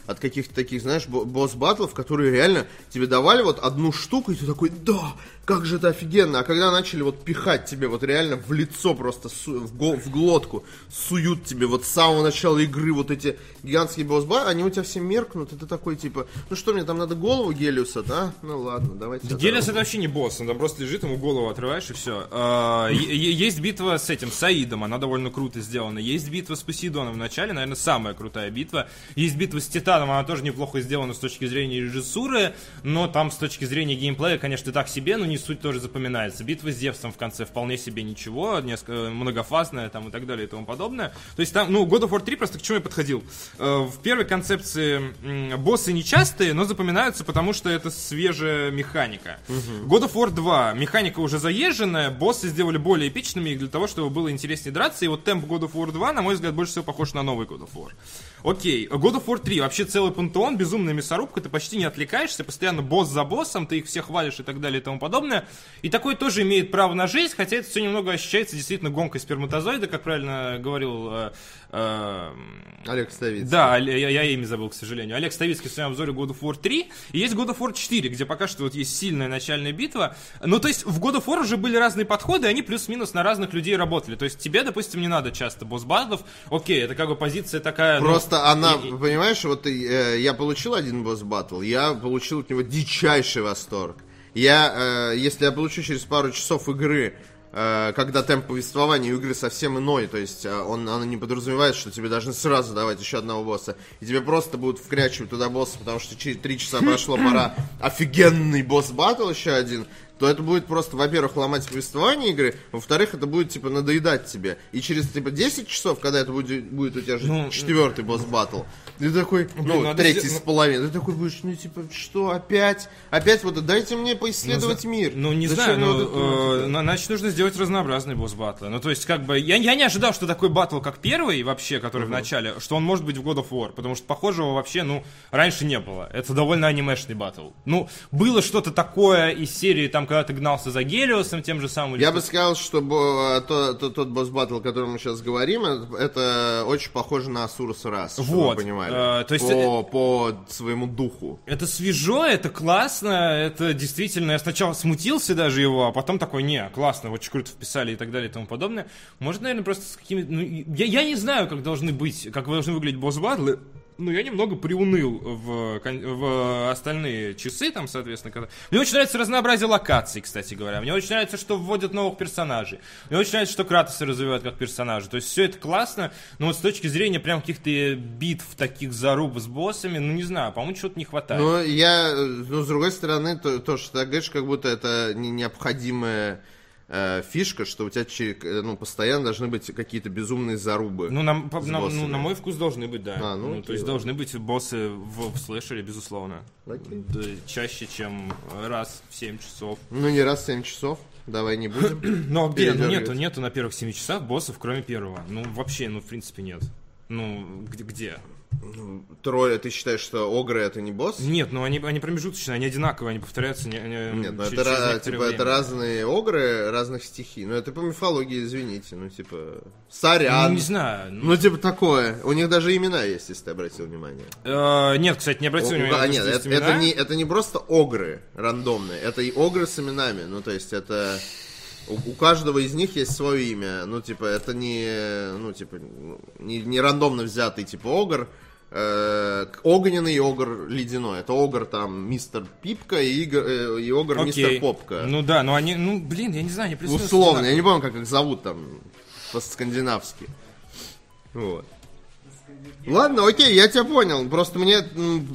от каких-то таких, знаешь, босс-баттлов, которые реально тебе давали вот одну штуку, и ты такой, да, как же это офигенно. А когда начали вот пихать тебе вот реально в лицо просто, в, го, в глотку, суют тебе вот с самого начала игры вот эти гигантские босс-баттлы, они у тебя все меркнут, и ты такой, типа, ну что, мне там надо голову Гелиуса, да? Ну ладно, давайте. Гелиус это вообще не босс, он там просто лежит, ему голову отрываешь и все. Есть битва с этим, с Аидом, она довольно круто сделана. Есть битва с Посейдоном в начале, наверное, самая крутая битва. Есть битва с Титаном, она тоже неплохо сделана с точки зрения режиссуры, но там с точки зрения геймплея, конечно, так себе, но не суть тоже запоминается. Битва с Зевсом в конце вполне себе ничего, несколько многофазная там и так далее и тому подобное. То есть там, ну, God of War три просто к чему я подходил. В первой концепции боссы нечастые, но запоминаются, потому что это свежая механика. Uh-huh. God of War два, механика уже заезженная, боссы сделали более эпичными для того, чтобы было интереснее драться, и вот темп God of War два, на мой взгляд, больше всего похож на новый God of War. Окей, God of War три, вообще целый пантеон, безумная мясорубка, ты почти не отвлекаешься, постоянно босс за боссом, ты их всех хвалишь и так далее и тому подобное. И такой тоже имеет право на жизнь, хотя это все немного ощущается действительно гонкой сперматозоида, как правильно говорил э, э, Олег Ставицкий. Да, я, я имя забыл, к сожалению. Олег Ставицкий в своем обзоре God of War три, и есть God of War четыре, где пока что вот есть сильная начальная битва. Ну, то есть в God of War уже были разные подходы, и они плюс-минус на разных людей работали. То есть тебе, допустим, не надо часто босс-баттлов, окей, это как бы позиция такая... Просто ну, она, и, понимаешь, вот э, я получил один босс-баттл, я получил от него дичайший восторг. Я, э, если я получу через пару часов игры, э, когда темп повествования у игры совсем иной, то есть э, он, она не подразумевает, что тебе должны сразу давать еще одного босса, и тебе просто будут вкрячивать туда босса, потому что через три часа прошло, пора офигенный босс-баттл еще один, то это будет просто, во-первых, ломать повествование игры, во-вторых, это будет, типа, надоедать тебе. И через, типа, десять часов, когда это будет, будет у тебя же ну, четвертый босс-баттл, ты такой, блин, ну, третий с половиной, ты такой будешь, ну, типа, что, опять? Опять вот, дайте мне поисследовать ну, мир. Ну, не Зачем знаю, ну, вот это, э, ну, значит, нужно сделать разнообразный босс-баттлы. Ну, то есть, как бы, я, я не ожидал, что такой баттл, как первый, вообще, который uh-huh. в начале, что он может быть в God of War, потому что похожего вообще, ну, раньше не было. Это довольно анимешный баттл. Ну, было что-то такое из серии, там, когда ты гнался за Гелиосом тем же самым. Я бы сказал, что бо, то, то, тот босс-баттл, о котором мы сейчас говорим, это, это очень похоже на Асурус Рас, вот. чтобы вы понимали. А, то есть по, по своему духу. Это свежо, это классно, это действительно... Я сначала смутился даже его, а потом такой, не, классно, очень круто вписали и так далее и тому подобное. Может, наверное, просто с какими-то... Ну, я, я не знаю, как должны быть, как должны выглядеть босс-баттлы. Ну, я немного приуныл в, в остальные часы, там, соответственно. Когда... Мне очень нравится разнообразие локаций, кстати говоря. Мне очень нравится, что вводят новых персонажей. Мне очень нравится, что Кратоса развивают как персонажа. То есть все это классно, но вот с точки зрения прям каких-то битв, таких заруб с боссами, ну, не знаю, по-моему, чего-то не хватает. Ну, я, ну, с другой стороны, то, то что ты говоришь, как будто это необходимое... фишка, что у тебя ну, постоянно должны быть какие-то безумные зарубы. Ну, на, на, ну, на мой вкус должны быть, да. А, ну, ну, то есть должны быть боссы в, в слэшере, безусловно. Окей. Да, чаще, чем раз в семь часов. Ну, не раз в семь часов. Давай не будем. Но где? Ну, нету, нету на первых семи часах боссов, кроме первого. Ну, вообще, ну, в принципе, нет. Ну, где? где? Трое, ты считаешь, что огры это не босс? Нет, ну они, они промежуточные, они одинаковые, они повторяются не, не, Нет, ну через, это, через типа, время. это разные огры разных стихий. Ну это по мифологии, извините. Ну типа, сорян. Ну не знаю. Ну, ну типа такое. У них даже имена есть, если ты обратил внимание. Э, нет, кстати, не обратил внимания. А, нет, это, это, не, это не просто огры рандомные, это и огры с именами. Ну то есть это... У, у каждого из них есть свое имя. Ну, типа, это не, ну, типа, не, не рандомно взятый, типа, огр. Э, огненный и огр ледяной. Это огр, там, мистер Пипка и, э, и огр Окей. мистер Попка. Ну да, но они, ну, блин, я не знаю, они плюс-минус условно, я не помню, как их зовут там, по-скандинавски. Вот. Ладно, окей, я тебя понял. Просто мне...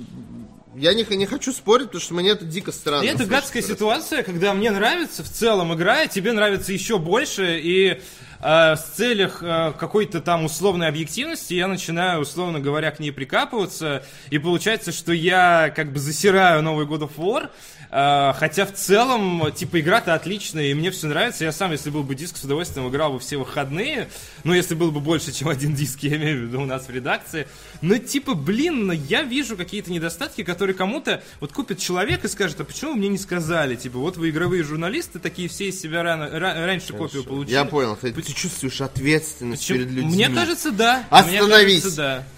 Я не, не хочу спорить, потому что мне это дико странно. И это гадская ситуация, когда мне нравится в целом игра, и тебе нравится еще больше, и э, в целях э, какой-то там условной объективности я начинаю, условно говоря, к ней прикапываться, и получается, что я как бы засираю новый God of War, э, хотя в целом, типа, игра-то отличная, и мне все нравится. Я сам, если был бы диск, с удовольствием играл бы все выходные, ну, если был бы больше, чем один диск, я имею в виду у нас в редакции. Но, типа, блин, я вижу какие-то недостатки, которые кому-то вот купит человек и скажет, а почему вы мне не сказали? Типа, вот вы игровые журналисты, такие все из себя рано, ра- раньше Хорошо. Копию получили. Я понял, ты, ты чувствуешь ответственность Почему? перед людьми. Мне кажется, да. Остановись. Мне кажется, да.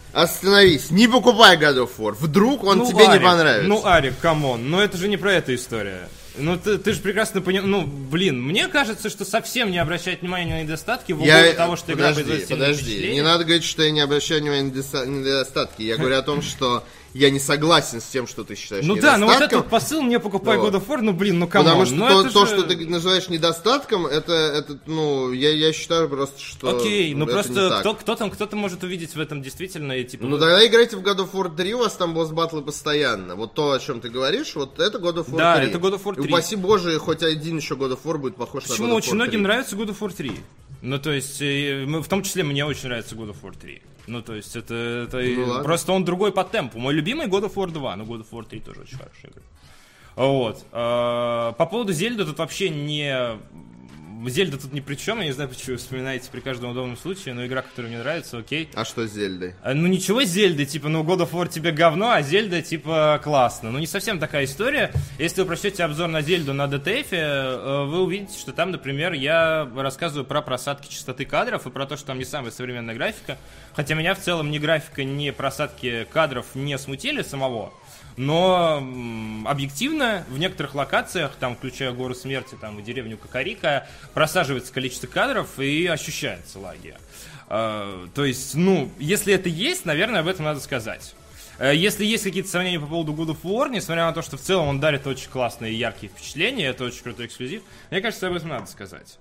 Остановись, не покупай God of War. Вдруг он ну, тебе Арик, не понравится. Ну, Арик, камон, но это же не про эту историю. Ну, ты, ты же прекрасно понимаешь, ну, блин, мне кажется, что совсем не обращать внимания на недостатки в угоду того, что игра производит сильное Подожди, впечатление. не надо говорить, что я не обращаю внимания на недостатки. Я говорю о том, что я не согласен с тем, что ты считаешь ну недостатком. Ну да, но вот этот посыл «не покупай вот. God of War», ну, блин, ну, камон. Потому что ну, то, это то же... что ты называешь недостатком, это, это ну, я, я считаю просто, что Окей, ну это просто кто, кто там, кто-то может увидеть в этом действительно и типа... Ну тогда играйте в God of War три, у вас там босс-баттлы постоянно. Вот то, о чем ты говоришь, вот это God of War да, три. Да, это God of War три. И упаси боже, хоть один еще God of War будет похож Почему? на God of War Очень многим три. нравится God of War три. Ну, то есть, в том числе мне очень нравится God of War три. Ну, то есть, это, это ну, просто он другой по темпу. Мой любимый God of War два, но God of War три тоже очень хорошая игра. Вот. По поводу Зельды тут вообще не... Зельда тут ни при чем, я не знаю, почему вы вспоминаете при каждом удобном случае, но игра, которая мне нравится, окей. А что с Зельдой? Ну ничего с Зельдой, типа, ну God of War тебе говно, а Зельда, типа, классно. Ну не совсем такая история. Если вы прочтете обзор на Зельду на ди ти эф, вы увидите, что там, например, я рассказываю про просадки частоты кадров и про то, что там не самая современная графика. Хотя меня в целом ни графика, ни просадки кадров не смутили самого. Но м, объективно в некоторых локациях, там, включая Гору Смерти там, и деревню Кокорика, просаживается количество кадров и ощущается лаги. Э, то есть, ну, если это есть, наверное, об этом надо сказать. Э, если есть какие-то сомнения по поводу God of War, несмотря на то, что в целом он дарит очень классные и яркие впечатления, это очень крутой эксклюзив, мне кажется, об этом надо сказать.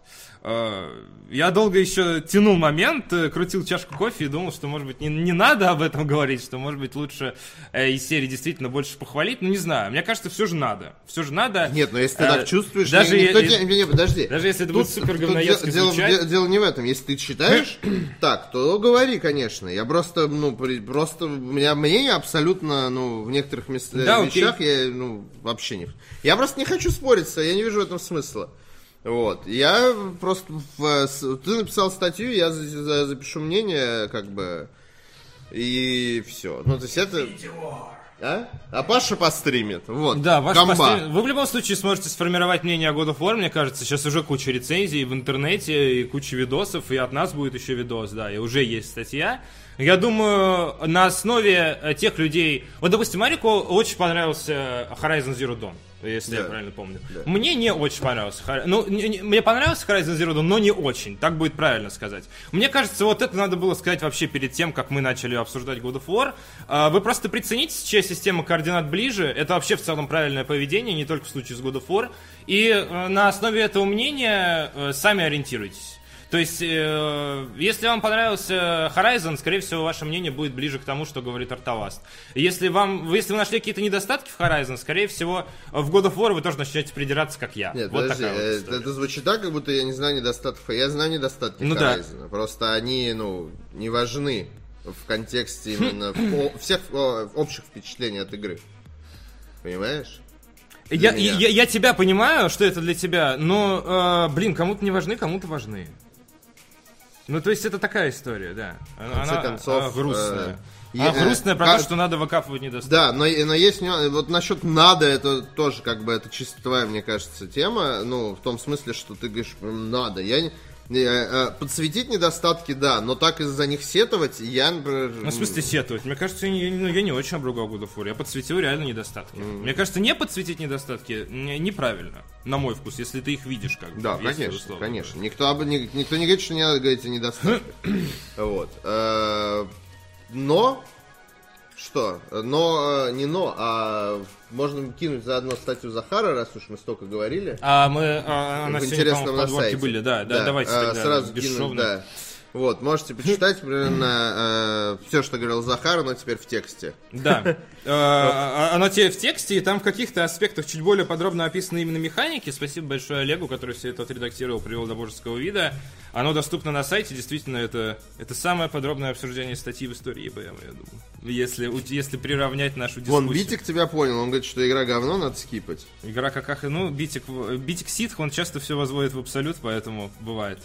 Я долго еще тянул момент, крутил чашку кофе и думал, что, может быть, не, не надо об этом говорить, что, может быть, лучше э, из серии действительно больше похвалить. Ну, не знаю, мне кажется, все же надо. Все же надо. Нет, но если ты э, так чувствуешь, даже никто е- тебе... Не, подожди. Даже если это тут, будет супер говноедски дело, звучать. Дело, дело не в этом. Если ты считаешь так, то говори, конечно. Я просто, ну, просто у меня мнение абсолютно, ну, в некоторых мест, да, вещах окей. я, ну, вообще не... Я просто не хочу спориться, я не вижу в этом смысла. Вот, я просто, в, ты написал статью, я запишу мнение, как бы, и все. Ну, то есть это... А? А Паша постримит, вот, да, Паша постримит. Вы в любом случае сможете сформировать мнение о God of War, мне кажется, сейчас уже куча рецензий в интернете, и куча видосов, и от нас будет еще видос, да, и уже есть статья. Я думаю, на основе тех людей... Вот, допустим, Марику очень понравился Horizon Zero Dawn, если да. я правильно помню. Да. Мне не очень понравился. Ну, не, не, мне понравился Horizon Zero Dawn, но не очень. Так будет правильно сказать. Мне кажется, вот это надо было сказать вообще перед тем, как мы начали обсуждать God of War. Вы просто приценитесь, чья система координат ближе. Это вообще в целом правильное поведение, не только в случае с God of War. И на основе этого мнения сами ориентируйтесь. То есть, э, если вам понравился Horizon, скорее всего, ваше мнение будет ближе к тому, что говорит Артаваст. Если, вам, если вы нашли какие-то недостатки в Horizon, скорее всего, в God of War вы тоже начнете придираться, как я. Нет, вот подожди, такая вот это, это звучит так, как будто я не знаю недостатков. Я знаю недостатки ну, Horizon. Да. Просто они, ну, не важны в контексте именно о, всех о, общих впечатлений от игры. Понимаешь? Я, я, я тебя понимаю, что это для тебя, но, э, блин, кому-то не важны, кому-то важны. Ну, то есть, это такая история, да. В конце она, концов... Она грустная. Э, она э, грустная про как... то, что надо выкапывать недостатки. Да, но, но есть... Вот насчет «надо», это тоже, как бы, это чисто твоя, мне кажется, тема. Ну, в том смысле, что ты говоришь «надо». Я не... Подсветить недостатки, да, но так из-за них сетовать я, например... Ну, в смысле сетовать? Мне кажется, я не, ну, я не очень обругал God of War. Я подсветил реально недостатки. Mm. Мне кажется, не подсветить недостатки неправильно, на мой вкус, если ты их видишь, как бы. Да, конечно, конечно. Никто, никто не говорит, что не надо говорить о недостатках. Вот. Но... Что? Но, не но, а можно кинуть заодно статью Захара, раз уж мы столько говорили. А мы, а, она в сегодня, интересном на подборке сайте. были, да, да, да, давайте а, тогда сразу бесшовно. кинуть, да. Вот, можете почитать примерно э, все, что говорил Захар, но теперь в тексте. Да. Оно тебе в тексте, и там в каких-то аспектах чуть более подробно описаны именно механики. Спасибо большое Олегу, который все это отредактировал, привел до божеского вида. Оно доступно на сайте, действительно, это, это самое подробное обсуждение статьи в истории и бэ эм, я думаю. Если, если приравнять нашу дискуссию. Вон, Битик тебя понял, он говорит, что игра говно, надо скипать. Игра каках, ну, Битик, Битик ситх, он часто все возводит в абсолют, поэтому бывает.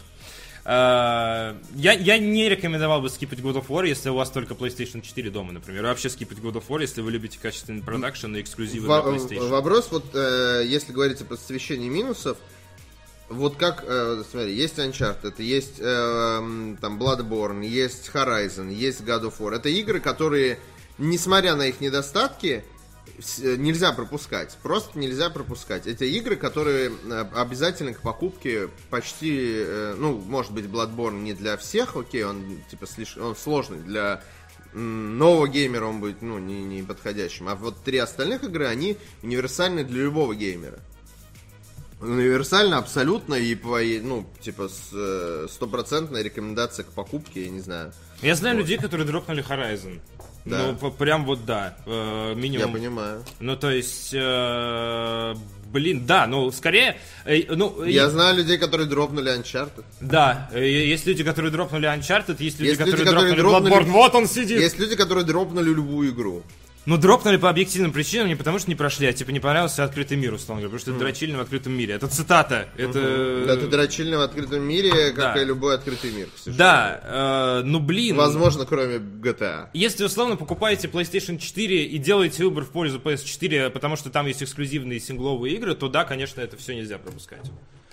Uh, я, я не рекомендовал бы скипать God of War, если у вас только PlayStation четыре дома, например. И вообще скипать God of War, если вы любите качественный продакшн и эксклюзивы Во- для PlayStation. Вопрос, вот, э, если говорить о подсвещении минусов, вот как, э, смотри, есть Uncharted, есть э, там Bloodborne, есть Horizon, есть God of War. Это игры, которые, несмотря на их недостатки, нельзя пропускать. Просто нельзя пропускать. Это игры, которые обязательно к покупке почти... Ну, может быть, Bloodborne не для всех, окей, он типа слишком... Он сложный. Для нового геймера он будет, ну, не, не подходящим. А вот три остальных игры, они универсальны для любого геймера. Универсально, абсолютно, и по, ну, типа, стопроцентная рекомендация к покупке, я не знаю. Я знаю вот. людей, которые дропнули Horizon. Да. Ну, прям вот да, э, минимум. Я понимаю. Ну, то есть, э, блин, да, ну, скорее... Э, ну, Я э, знаю людей, которые дропнули Uncharted. Да, э, есть люди, которые дропнули Uncharted, есть люди, Есть которые, люди, которые дропнули дропнули- Bloodborne, вот он сидит! Есть люди, которые дропнули любую игру. Ну, дропнули по объективным причинам, не потому что не прошли, а типа не понравился открытый мир, условно говоря, потому что это дрочильня в открытом мире. Это цитата. Это... Это дрочильня в открытом мире, как Да. и любой открытый мир, к сожалению. Да, э, ну, блин. Возможно, кроме джи ти эй. Если, условно, покупаете PlayStation четыре и делаете выбор в пользу пи эс четыре, потому что там есть эксклюзивные сингловые игры, то да, конечно, это все нельзя пропускать.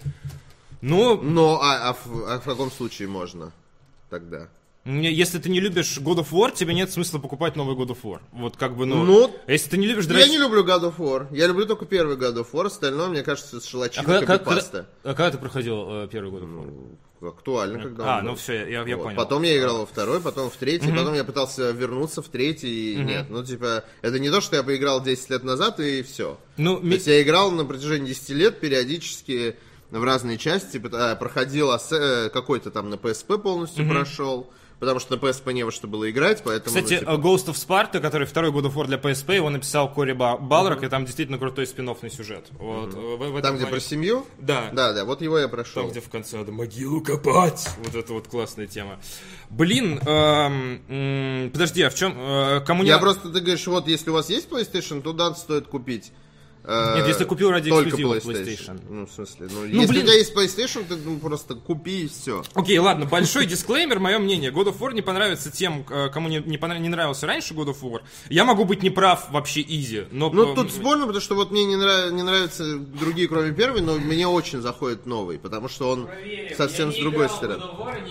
Ну, Но, а, а в, а в каком случае можно тогда? мне- если ты не любишь God of War, тебе нет смысла покупать новый God of War. Вот как бы, ну... Ну, если ты не любишь Я драч... не люблю God of War. Я люблю только первый God of War. Остальное, мне кажется, это А шелочина, когда, когда- копипаста. а когда ты проходил э, первый God of War? Актуально, когда А, он ну был. все, я, я Вот. понял. Потом я играл во второй, потом в третий, потом я пытался вернуться в третий, и нет. Ну, типа, это не то, что я поиграл десять лет назад, и все. Ну, То ми- есть я играл на протяжении десяти лет периодически в разные части, пыта- проходил ассе- какой-то там на пи эс пи полностью прошел, потому что на пи эс пи не во что было играть, поэтому... ну, Кстати, типа, Ghost of Sparta, который второй God of War для пи эс пи, его написал Кори Ба- Балрак, и там действительно крутой спин-оффный сюжет. Вот, в- в этом там, где плане- про семью? Да. Да, да, вот его я прошел. Там, где в конце надо могилу копать. Вот это вот классная тема. Блин, эм, м, подожди, а в чем... э, кому не... Я просто, ты говоришь, вот если у вас есть PlayStation, то да, стоит купить. э, Нет, если купил ради только эксклюзива PlayStation. PlayStation. Ну, в смысле, ну, Ну, если блин. у тебя есть PlayStation, ты ну, просто купи и все. Окей, ладно, большой дисклеймер, мое мнение. God of War не понравится тем, э, кому не, не, понрав- не нравился раньше God of War. Я могу быть неправ вообще изи, но... Ну, э, тут спорно, потому что вот мне не, нрав- не нравятся другие, кроме первой, но мне очень заходит новый, потому что он совсем с другой стороны.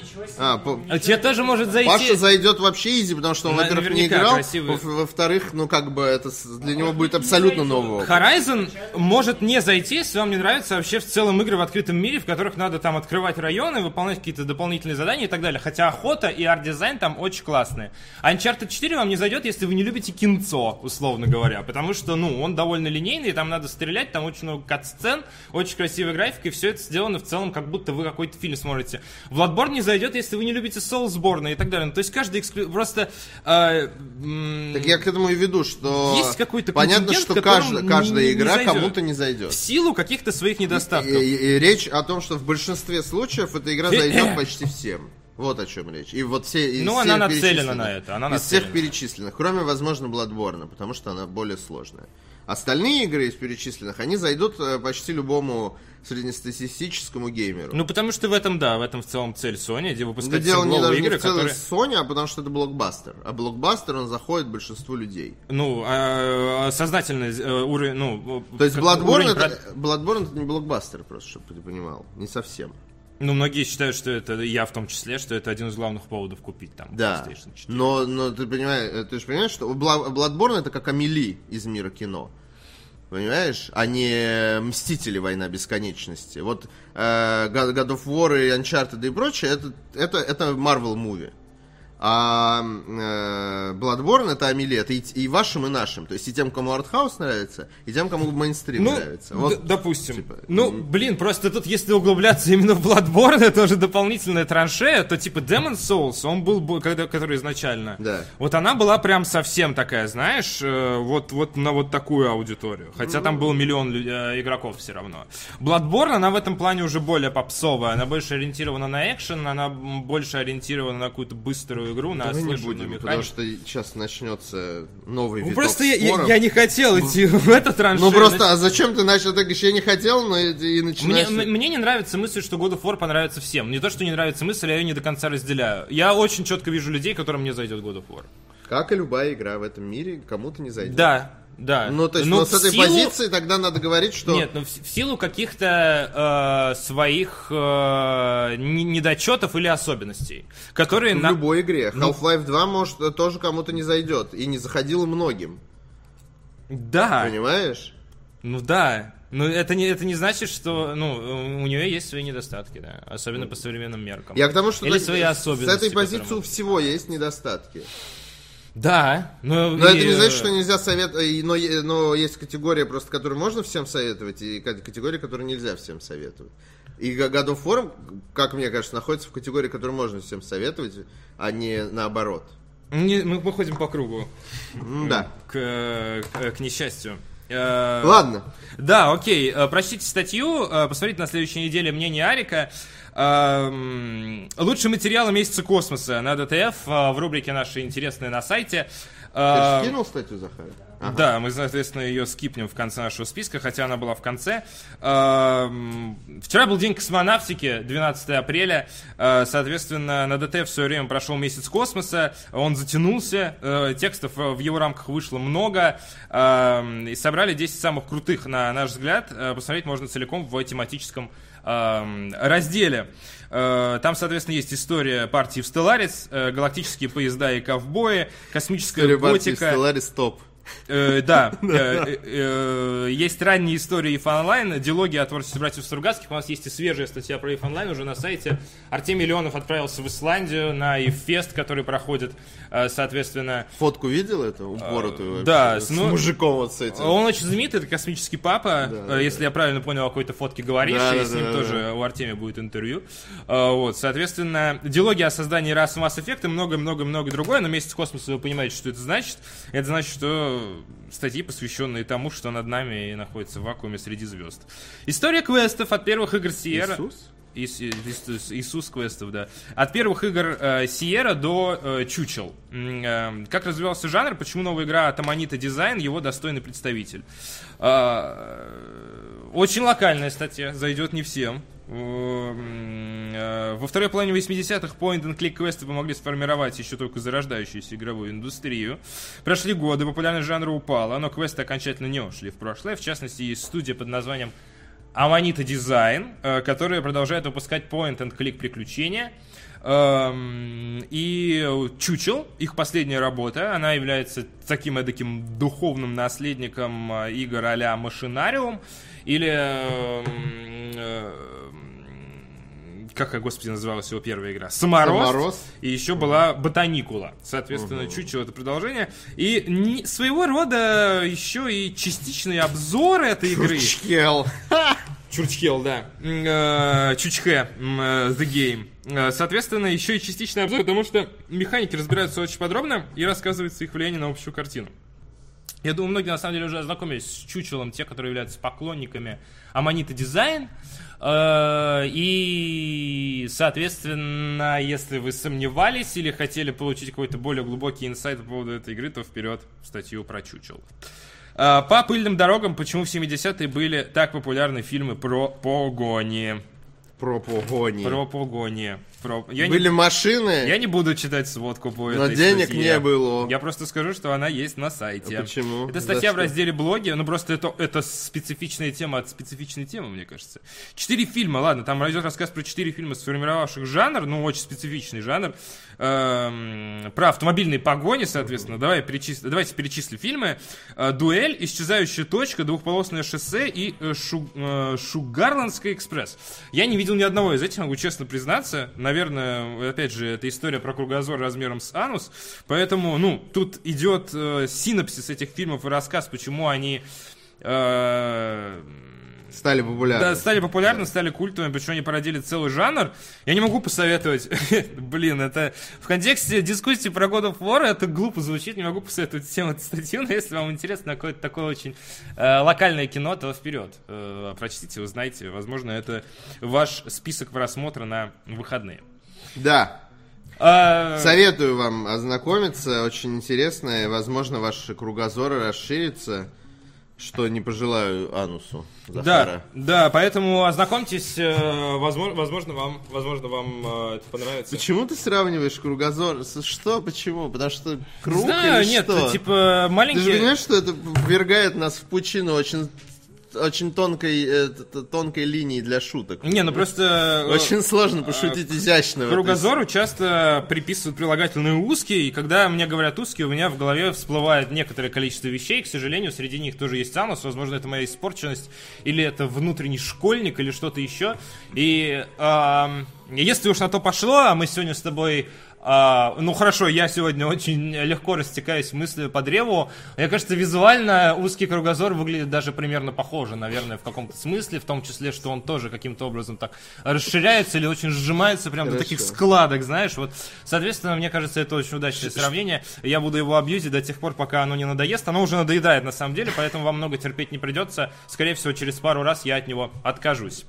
А, по- А тебе тоже может зайти... Паша зайдет вообще изи, потому что он, На- во-первых, не наверняка играл, красивый. во- во-вторых, ну, как бы, это с- для него будет абсолютно новый опыт. Horizon может не зайти, если вам не нравятся вообще в целом игры в открытом мире, в которых надо там открывать районы, выполнять какие-то дополнительные задания и так далее. Хотя охота и арт-дизайн там очень классные. Uncharted четыре вам не зайдет, если вы не любите кинцо, условно говоря. Потому что, ну, он довольно линейный, там надо стрелять, там очень много кат-сцен, очень красивая графика, и все это сделано в целом, как будто вы какой-то фильм смотрите. Bloodborne не зайдет, если вы не любите Soulsborne и так далее. Ну, то есть каждый эксклю... просто... э, м, Так я к этому и веду, что Есть какой-то понятно, контингент, что которому каждая, не- каждая не игра зайдет. кому-то не зайдет. в силу каких-то своих недостатков. И, и- и речь о том, что в большинстве случаев эта игра зайдет почти всем. Вот о чем речь. И вот все из Ну, всех она нацелена перечисленных- на это, она из всех нацелена. перечисленных, кроме, возможно, Bloodborne, потому что она более сложная. Остальные игры из перечисленных, они зайдут э, почти любому среднестатистическому геймеру. Ну, потому что в этом, да, в этом в целом цель Sony, где Но выпускать дело не даже сингловые не игры, в целом которые... Sony, а потому что это блокбастер. А блокбастер, он заходит большинству людей. Ну, а, сознательный э, уровень, ну... То есть как- Bloodborne уровень это, прод- Bloodborne это не блокбастер, просто, чтобы ты понимал. Не совсем. Ну, многие считают, что это, я в том числе, что это один из главных поводов купить там Да, PlayStation четыре. но, но ты понимаешь, ты же понимаешь, что Бла- Bloodborne это как Амели из мира кино. Понимаешь? А не Мстители, Война бесконечности. Вот э, God God of War и Uncharted и прочее, это, это, это Marvel movie. А э, Bloodborne это Амели, это и, и вашим, и нашим. То есть и тем, кому артхаус нравится, и тем, кому мейнстрим Ну, нравится. д- Вот, допустим. типа, ну, блин, просто тут, если углубляться именно в Bloodborne, это уже дополнительная траншея, то типа Demon's Souls, он был, бо- когда, который изначально. Да. Вот она была прям совсем такая, знаешь, э, вот, вот на вот такую аудиторию. Хотя там был миллион лю- э, игроков все равно. Bloodborne, она в этом плане уже более попсовая, она больше ориентирована на экшен, она м, больше ориентирована на какую-то быструю игру, на давай не слэшерную будем, механику. потому что сейчас начнется новый Ну, виток просто я, я- споров. я не хотел идти в этот траншею. Ну просто, а зачем ты начал? Ты говоришь, я не хотел, но и, и Мне, начинаешь... м- мне не нравится мысль, что God of War понравится всем. Не то, что не нравится мысль, я ее не до конца разделяю. Я очень четко вижу людей, которым не зайдет God of War. Как и любая игра в этом мире, кому-то не зайдет. Да, Да. Ну, то есть, но но с этой силу... позиции тогда надо говорить, что... Нет, ну в, в силу каких-то э, своих э, недочетов или особенностей, которые... В на... любой игре. Ну... Half-Life два, может, тоже кому-то не зайдет. И не заходило многим. Да. Понимаешь? Ну да. Но это не, это не значит, что ну, у нее есть свои недостатки, да. Особенно по современным меркам. Я к тому, что... Или свои особенности. С этой позиции у всего есть недостатки. Да, но... Но и... это не значит, что нельзя советовать, но, но есть категория просто, которую можно всем советовать, и категория, которую нельзя всем советовать. И God of War, как мне кажется, находится в категории, которую можно всем советовать, а не наоборот. Не, мы выходим по кругу. Да. К, к, к несчастью. Ладно. Да, окей. Прочтите статью, посмотрите на следующей неделе мнение Арика. Лучший материал месяца космоса на ди ти эф в рубрике нашей интересные на сайте. Ты же скинул статью, Захар? Ага. Да, мы, соответственно, ее скипнем в конце нашего списка, хотя она была в конце. Вчера был день космонавтики, двенадцатое апреля. Соответственно, на ди ти эф в свое время прошел месяц космоса. Он затянулся. Текстов в его рамках вышло много. И собрали десять самых крутых, на наш взгляд. Посмотреть можно целиком в тематическом разделе. Там, соответственно, есть история партии в Stellaris, галактические поезда и ковбои, космическая история готика. Stellaris топ. Э, да, э, э, есть ранние истории иф Онлайн, диалоги о творчестве братьев Стругацких. У нас есть и свежая статья про иф Онлайн уже на сайте. Артемий Леонов отправился в Исландию на иф-фест, который проходит, соответственно... Фотку видел это? Упоротую? Да. С ну, мужиком вот с этим. Он очень знаменитый, это космический папа. Да, если да. я правильно понял, о какой-то фотке говоришь, да, и да, с ним да, тоже да. у Артемия будет интервью. Вот, соответственно, диалоги о создании расы Mass Effect и много-много-много другое. Но месяц космоса, вы понимаете, что это значит. Это значит, что статьи, посвященные тому, что над нами находится в вакууме среди звезд. История квестов от первых игр Sierra. Иисус? Ис, Иисус, Иисус квестов, да. От первых игр э, Sierra до э, чучел. Э, как развивался жанр, почему новая игра от Amanita Design, его достойный представитель. Э, очень локальная статья, зайдет не всем. Во второй половине восьмидесятых point-and-click квесты помогли сформировать еще только зарождающуюся игровую индустрию. Прошли годы, популярность жанра упала, но квесты окончательно не ушли в прошлое. В частности, есть студия под названием Amanita Design, которая продолжает выпускать point-and-click приключения. И Чучел, их последняя работа, она является таким эдаким духовным наследником игр а-ля Машинариум или... Как, господи, называлась его первая игра? Саморост. Саморост. И еще была Ботаникула. Соответственно, угу. Чучело — это продолжение. И не, своего рода еще и частичный обзор этой игры. Чурчхел. Чурчхел, да. Чучхе, The Game. Соответственно, еще и частичный обзор, потому что механики разбираются очень подробно и рассказывается их влияние на общую картину. Я думаю, многие на самом деле уже ознакомились с Чучелом, те, которые являются поклонниками Amanita Design. И, соответственно, если вы сомневались или хотели получить какой-то более глубокий инсайт по поводу этой игры, то вперед в статью про Чучел. По пыльным дорогам, почему в семидесятые были так популярны фильмы про погони? Про погони. Про погони. Про... Я Были не... машины. Я не буду читать сводку по но этой денег статье. не было. Я просто скажу, что она есть на сайте. А почему? Это статья в разделе блоги, ну просто это, это специфичная тема от специфичной темы, мне кажется. Четыре фильма, ладно, там идет рассказ про четыре фильма, сформировавших жанр, ну очень специфичный жанр, эм, про автомобильные погони, соответственно. Mm-hmm. Давай перечислим, давайте перечислим фильмы. «Дуэль», «Исчезающая точка», «Двухполосное шоссе» и Шу, э, «Шугарландский экспресс». Я не видел ни одного из этих, могу честно признаться. Наверное, опять же, это история про кругозор размером с анус. Поэтому, ну, тут идет э, синопсис этих фильмов и рассказ, почему они... Э, Стали популярны. Да, стали популярны, стали культовыми, почему они породили целый жанр. Я не могу посоветовать. Блин, это в контексте дискуссии про God of War это глупо звучит, не могу посоветовать всем эту статью, но если вам интересно какое-то такое очень э, локальное кино, то вперед. Э, прочтите, узнаете. Возможно, это ваш список просмотра на выходные. Да. А... Советую вам ознакомиться, очень интересно, и, возможно, ваши кругозоры расширятся. что не пожелаю анусу Да, Захара. да, поэтому ознакомьтесь, э, возможно, возможно, вам, возможно, вам э, это понравится. Почему ты сравниваешь кругозор? С- Что? Почему? Потому что круг Знаю, или нет, что? типа Ты маленькие... же понимаешь, что это ввергает нас в пучину очень, очень тонкой, э, т- тонкой линии для шуток. Не, ну просто... э, Очень сложно пошутить изящно. в этой Кругозору часто приписывают прилагательные узкий, и когда мне говорят узкий, у меня в голове всплывает некоторое количество вещей, к сожалению, среди них тоже есть анус, возможно, это моя испорченность, или это внутренний школьник, или что-то еще. И эм, если уж на то пошло, а мы сегодня с тобой... А, ну хорошо, я сегодня очень легко растекаюсь мыслью по древу. Мне кажется, визуально узкий кругозор выглядит даже примерно похоже, наверное, в каком-то смысле, в том числе, что он тоже каким-то образом так расширяется или очень сжимается прям Хорошо. до таких складок, знаешь. Вот, соответственно, мне кажется, это очень удачное сравнение. Я буду его абьюзить до тех пор, пока оно не надоест. Оно уже надоедает на самом деле, поэтому вам много терпеть не придется. Скорее всего, через пару раз я от него откажусь.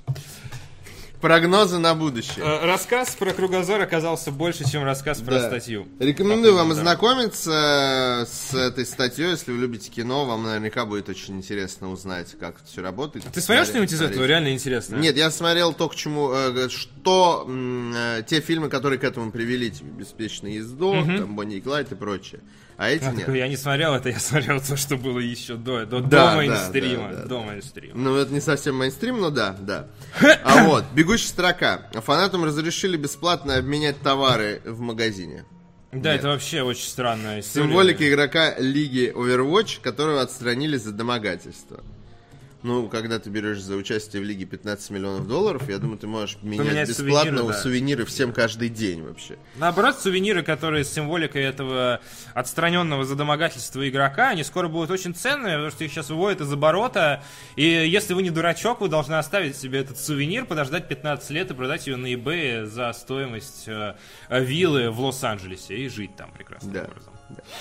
Прогнозы на будущее. Э, Рассказ про кругозор оказался больше, чем рассказ про Да. статью. Рекомендую вам Да. ознакомиться с этой статьей, если вы любите кино, вам наверняка будет очень интересно узнать, как это все работает. Ты смотрел Смотреть, что-нибудь из смотреть. этого? Реально интересно. Нет, я смотрел то, к чему, э, что м, э, те фильмы, которые к этому привели, типа «Беспечный ездок», там «Бонни и Клайд» и прочее. А эти А, нет. такой, я не смотрел это, я смотрел то, что было еще до, до, Да, до да, мейнстрима. да, да. До мейнстрима. Ну, это не совсем мейнстрим, но да, да. А вот, «Бегущая строка». Фанатам разрешили бесплатно обменять товары в магазине. Да, Нет. это вообще очень странная история. Символика игрока лиги Overwatch, которого отстранили за домогательство. Ну, когда ты берешь за участие в лиге пятнадцать миллионов долларов, я думаю, ты можешь менять Поменять бесплатно сувениры, да. сувениры всем каждый день вообще. Наоборот, сувениры, которые с символикой этого отстраненного за домогательство игрока, они скоро будут очень ценные, потому что их сейчас выводят из оборота. И если вы не дурачок, вы должны оставить себе этот сувенир, подождать пятнадцать лет и продать ее на eBay за стоимость э, виллы в Лос-Анджелесе и жить там прекрасным Да. образом.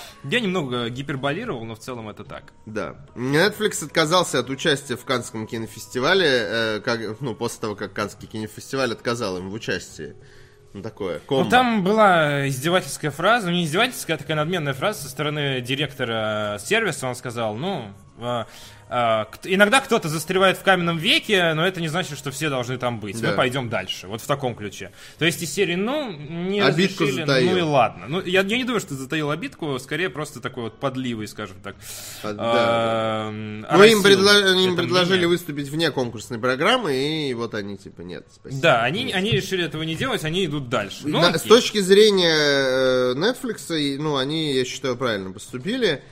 Я немного гиперболировал, но в целом это так. Да. Netflix отказался от участия в Каннском кинофестивале, э, как, ну, после того, как Каннский кинофестиваль отказал им в участии. Ну, такое, комбо. Ну, там была издевательская фраза, ну, не издевательская, а такая надменная фраза со стороны директора сервиса. Он сказал, ну, э, э, к- иногда кто-то застревает в каменном веке, но это не значит, что все должны там быть. Да. Мы пойдем дальше. Вот в таком ключе. То есть из серии, ну, не Обидку разрешили, затаил. ну и ладно. Ну, я, я не думаю, что затаил обидку, скорее просто такой вот подливый, скажем так. Под- да, э, Ну, им, оросил предла- им это предложили мнение. выступить вне конкурсной программы, и вот они, типа, нет, спасибо. Да, они, они решили этого не делать, они идут дальше. Ну, На- окей. с точки зрения э, Netflix, и, ну, они, я считаю, правильно поступили.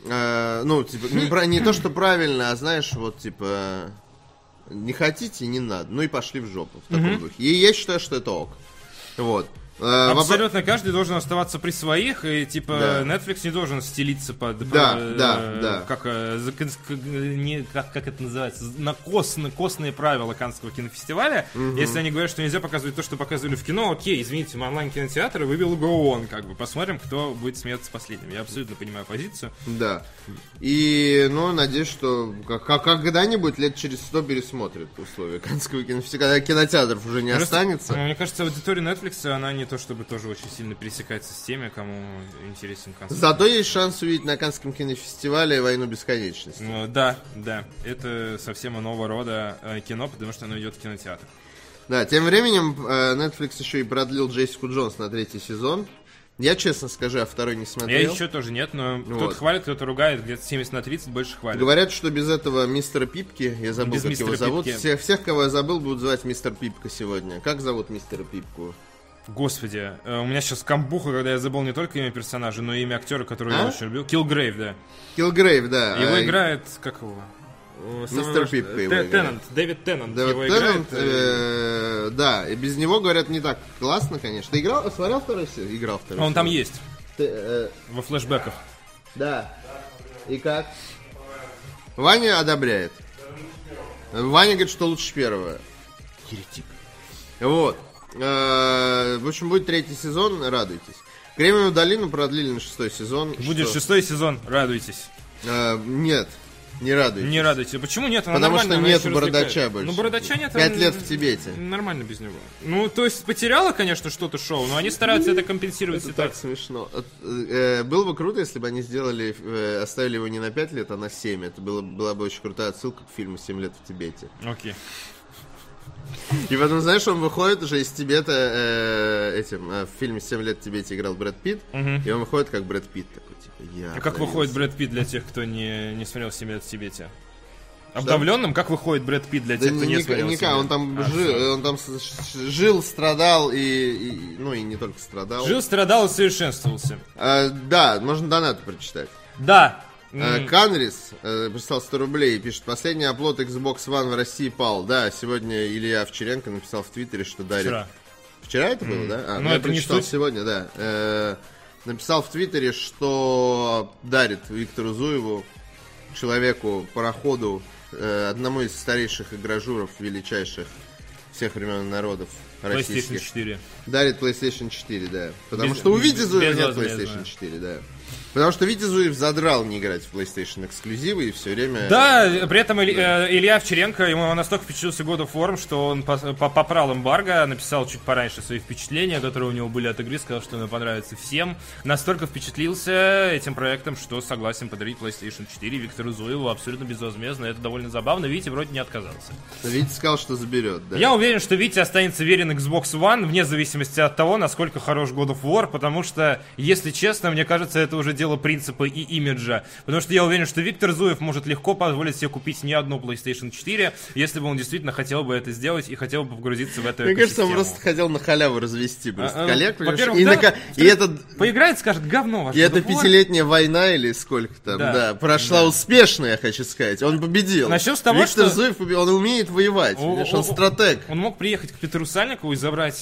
Э, ну, типа, не, про- не то, что правильно, а знаешь, вот, типа, не хотите, не надо. Ну и пошли в жопу в таком духе. И я считаю, что это ок. Вот. Э, вопро- Абсолютно каждый должен оставаться при своих, и типа Да. Netflix не должен стелиться под Да, э, да, э, да. как, э, за- к- к- не, как, как это называется, на косные, костные правила Каннского кинофестиваля. Если они говорят, что нельзя показывать то, что показывали в кино, окей, извините, мы онлайн-кинотеатр, и выбил go on, как бы, посмотрим, кто будет смеяться последним. Я абсолютно понимаю позицию. Да. И, ну, надеюсь, что как, как- когда-нибудь лет через сто пересмотрят условия Каннского кинофестиваля, когда кинотеатров уже не Просто, останется. ну, мне кажется, аудитория Netflix, она не то чтобы тоже очень сильно пересекается с теми, кому интересен Каннский. Зато есть шанс увидеть на Каннском кинофестивале «Войну бесконечности». Ну, да, да, это совсем иного рода э, кино, потому что оно идет в кинотеатр. Да, тем временем э, Netflix еще и продлил Джессику Джонс на третий сезон. Я, честно скажу, а второй не Я смотрел. еще тоже нет, но кто-то Вот. хвалит, кто-то ругает, где-то семьдесят на тридцать больше хвалит. Говорят, что без этого мистера Пипки, я забыл, Без как мистера его зовут. Пипки. Всех, всех, кого я забыл, будут звать мистер Пипка сегодня. Как зовут мистера Пипку? Господи, э, у меня сейчас камбуха, когда я забыл не только имя персонажа, но и имя актера, которого я А? очень любил. Киллгрейв, да. Киллгрейв, да. Его А, играет, как его? О, самый Мистер ваш- Пипка Те- его играет. Теннант, Дэвид Теннант Дэвид его Теннант, играет. э, э, да, и без него, говорят, не так классно, конечно. Ты играл, смотрел второй сезон? Играл второй Он там сезон. есть, Ты, э, во флешбеках. да. И как? Ваня одобряет. Ваня говорит, что лучше первого. Еретик. Вот. Э, В общем, будет третий сезон, радуйтесь. Кремниевую долину продлили на шестой сезон. Будет что- шестой сезон, радуйтесь. Э, Нет. Не радуйтесь. Не радуйтесь. Почему нет? Она Потому что нет бородача развлекает. больше. Ну, бородача нет. Пять он... лет в Тибете. Нормально без него. Ну, то есть, потеряла, конечно, что-то шоу, но они стараются это компенсировать. Это так смешно. Было бы круто, если бы они сделали, оставили его не на пять лет, а на семь. Это было, была бы очень крутая отсылка к фильму «семь лет в Тибете». Окей. И потом, знаешь, он выходит уже из Тибета э, этим, э, в фильме «семь лет в Тибете» играл Брэд Питт, угу. И он выходит как Брэд Питт такой, типа, я... А как выходит Брэд Питт для тех, кто не, не смотрел «семь лет в Тибете»? Обновленным? Как выходит Брэд Питт для тех, да кто не, не смотрел никак, он там, а, жил, он там жил, страдал и, и... Ну, и не только страдал. Жил, страдал и совершенствовался. А, да, можно донаты прочитать. Да. Mm. Канрис э, прислал сто рублей и пишет: последний оплот Xbox One в России пал. Да, сегодня Илья Овчаренко написал в Твиттере, что дарит... Вчера. Вчера это было, mm. да? А, ну, я прочитал сегодня, да. Э, написал в Твиттере, что дарит Виктору Зуеву, человеку, пароходу, э, одному из старейших игражуров, величайших всех времен и народов российских. PlayStation четыре. Дарит PlayStation четыре, да. Потому без, что у Вити Зуева нет PlayStation четыре, да. Потому что Витя Зуев задрал не играть в PlayStation эксклюзивы и все время... Да, при этом Иль, да. Илья Овчаренко, ему настолько впечатлился God of War, что он поправил эмбарго, написал чуть пораньше свои впечатления, которые у него были от игры, сказал, что ему понравится всем. Настолько впечатлился этим проектом, что согласен подарить PlayStation четыре Виктору Зуеву абсолютно безвозмездно. Это довольно забавно. Витя вроде не отказался. Витя сказал, что заберет, да. Я уверен, что Витя останется верен Xbox One, вне зависимости от того, насколько хорош God of War, потому что, если честно, мне кажется, это уже дело принципа и имиджа. Потому что я уверен, что Виктор Зуев может легко позволить себе купить не одну PlayStation четыре, если бы он действительно хотел бы это сделать и хотел бы погрузиться в эту Мне экосистему. кажется, он просто хотел на халяву развести просто а, коллег. Во-первых, и, да, на... и этот... поиграет, скажет, говно ваш. И эта пятилетняя война или сколько там, да, да прошла да. успешно, я хочу сказать. Он победил. Начнем с того, Виктор что... Зуев победил, он умеет воевать, о, видишь, о, он стратег. Он мог приехать к Петру Сальникову и забрать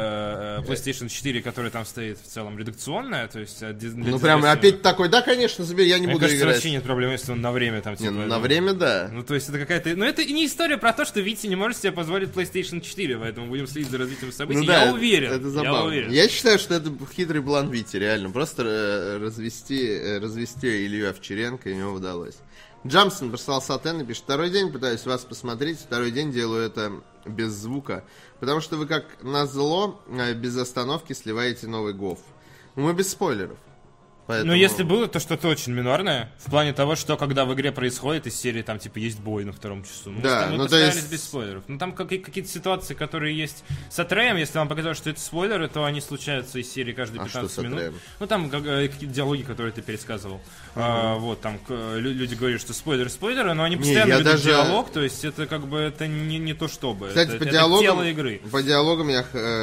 э, PlayStation четыре, которая там стоит в целом редакционная, то есть... Ну прям опять такой, да, конечно, забери, я не Мне буду кажется, играть. вообще нет проблем, если он на время там типа... Не, ну, на время, да. Ну, то есть это какая-то... Но это не история про то, что Витя не может себе позволить PlayStation четыре, поэтому будем следить за развитием событий. Ну, да, я уверен. Это забавно. Я уверен. Я считаю, что это хитрый план Вити, реально. Просто э, развести, э, развести Илью Овчаренко, и ему удалось. Джамсон прислал сатен и пишет: второй день пытаюсь вас посмотреть, второй день делаю это без звука, потому что вы как назло э, без остановки сливаете новый гоф. Мы без спойлеров. Поэтому... Ну, если было, то что-то очень минорное. В плане того, что когда в игре происходит из серии, там, типа, есть бой на втором часу. Мы, да, мы ну, постарались есть... без спойлеров. Ну, там какие- какие-то ситуации, которые есть с Атреем. Если вам показалось, что это спойлеры, то они случаются из серии каждые пятнадцать а минут. Ну, там как, какие-то диалоги, которые ты пересказывал. Uh-huh. А, вот, там к, люди говорят, что спойлеры, спойлеры, но они постоянно не, ведут даже... диалог, то есть это как бы это не, не то чтобы. Кстати, это, по, это диалогам, тело игры. По диалогам я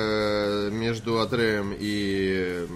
э, между Атреем и...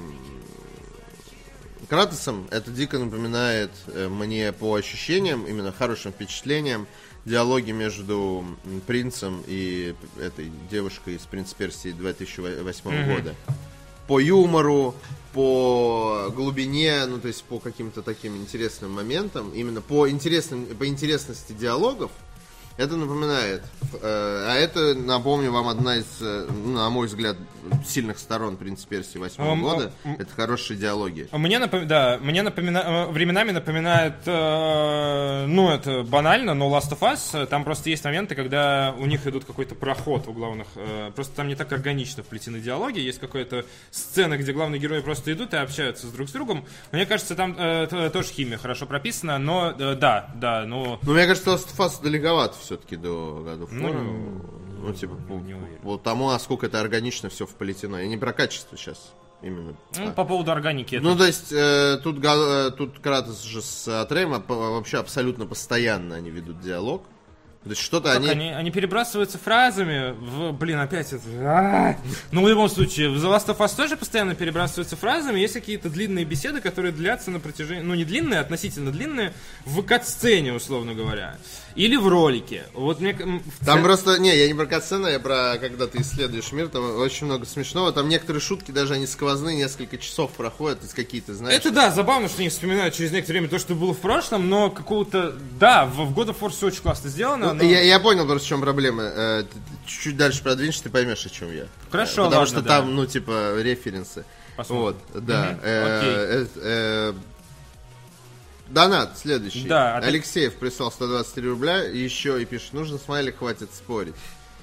Кратосом это дико напоминает э, мне по ощущениям, именно хорошим впечатлениям, диалоги между принцем и этой девушкой из «Принц Персии» две тысячи восьмого mm-hmm. года. По юмору, по глубине, ну то есть по каким-то таким интересным моментам, именно по, интересным, по интересности диалогов, это напоминает. А это, напомню вам, одна из, на мой взгляд, сильных сторон «Принца Персии» восьмого um, года. Um, это хорошие диалоги. Мне, напом... да, мне напомина... временами напоминает, э, ну, это банально, но Last of Us, там просто есть моменты, когда у них идут какой-то проход у главных. Э, просто там не так органично вплетены диалоги. Есть какая-то сцена, где главные герои просто идут и общаются с друг с другом. Мне кажется, там э, тоже химия хорошо прописана, но э, да, да, но... Ну, мне кажется, Last of Us далековато все-таки до God of War. Ну, ну типа, не по, по тому, насколько это органично все вплетено. И не про качество сейчас. Именно. Ну, а. по поводу органики. Ну, то есть, э, тут, э, тут Кратос же с Атреем вообще абсолютно постоянно они ведут диалог. То есть что-то они... они... Они перебрасываются фразами в... Блин, опять это... А-а-а! Ну, в любом случае, в The Last of Us тоже постоянно перебрасываются фразами. Есть какие-то длинные беседы, которые длятся на протяжении... Ну, не длинные, а относительно длинные. В кат-сцене, условно говоря. Или в ролике. Вот мне... Там просто... Не, я не про кат-сцену, я про... Когда ты исследуешь мир, там очень много смешного. Там некоторые шутки, даже они сквозные, несколько часов проходят. Из какие-то, знаешь... Это да, забавно, что они вспоминают через некоторое время то, что было в прошлом, но какого-то... Да, в God of War все очень классно сделано. Но... Я, я понял просто, в чем проблема. Э, чуть-чуть дальше продвинешь, ты поймешь, о чем я. Хорошо, Потому ладно, что да. там, ну, типа, референсы. Посмотрим. Вот, да. Угу. Э, э, э, донат следующий. Да, а ты- Алексеев прислал сто двадцать три рубля, еще и пишет, нужно смайлик, хватит спорить.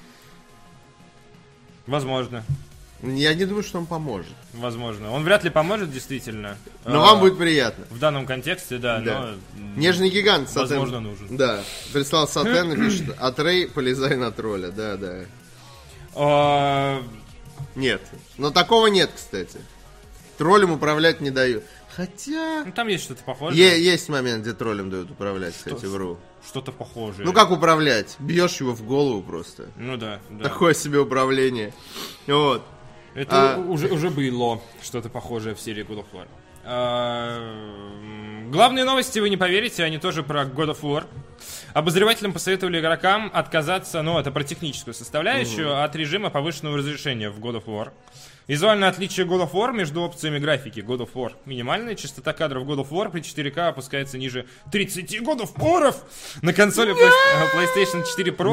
Возможно. Я не думаю, что он поможет. Возможно. Он вряд ли поможет, действительно. Но А, вам будет приятно. В данном контексте, да, Да. но... м, Нежный гигант Сатен. Возможно, нужен. Да. Прислал Сатен и пишет, Атрей, полезай на тролля. Да, да. а, Нет. Но такого нет, кстати. Троллем управлять не дают. Хотя... Ну, там есть что-то похожее. Е- есть момент, где троллем дают управлять, кстати, вру. Что-то похожее. Ну как управлять? Бьешь его в голову просто. Ну да, да. Такое себе управление. Вот. Это А- уже, уже было что-то похожее в серии God of War. А, м, Главные новости вы не поверите, они тоже про God of War. Обозревателям посоветовали игрокам отказаться, ну это про техническую составляющую, от режима повышенного разрешения в God of War. Визуальное отличие God of War между опциями графики God of War минимальная, частота кадров God of War при четыре ка опускается ниже тридцати God of War'ов на консоли Play- PlayStation четыре Pro.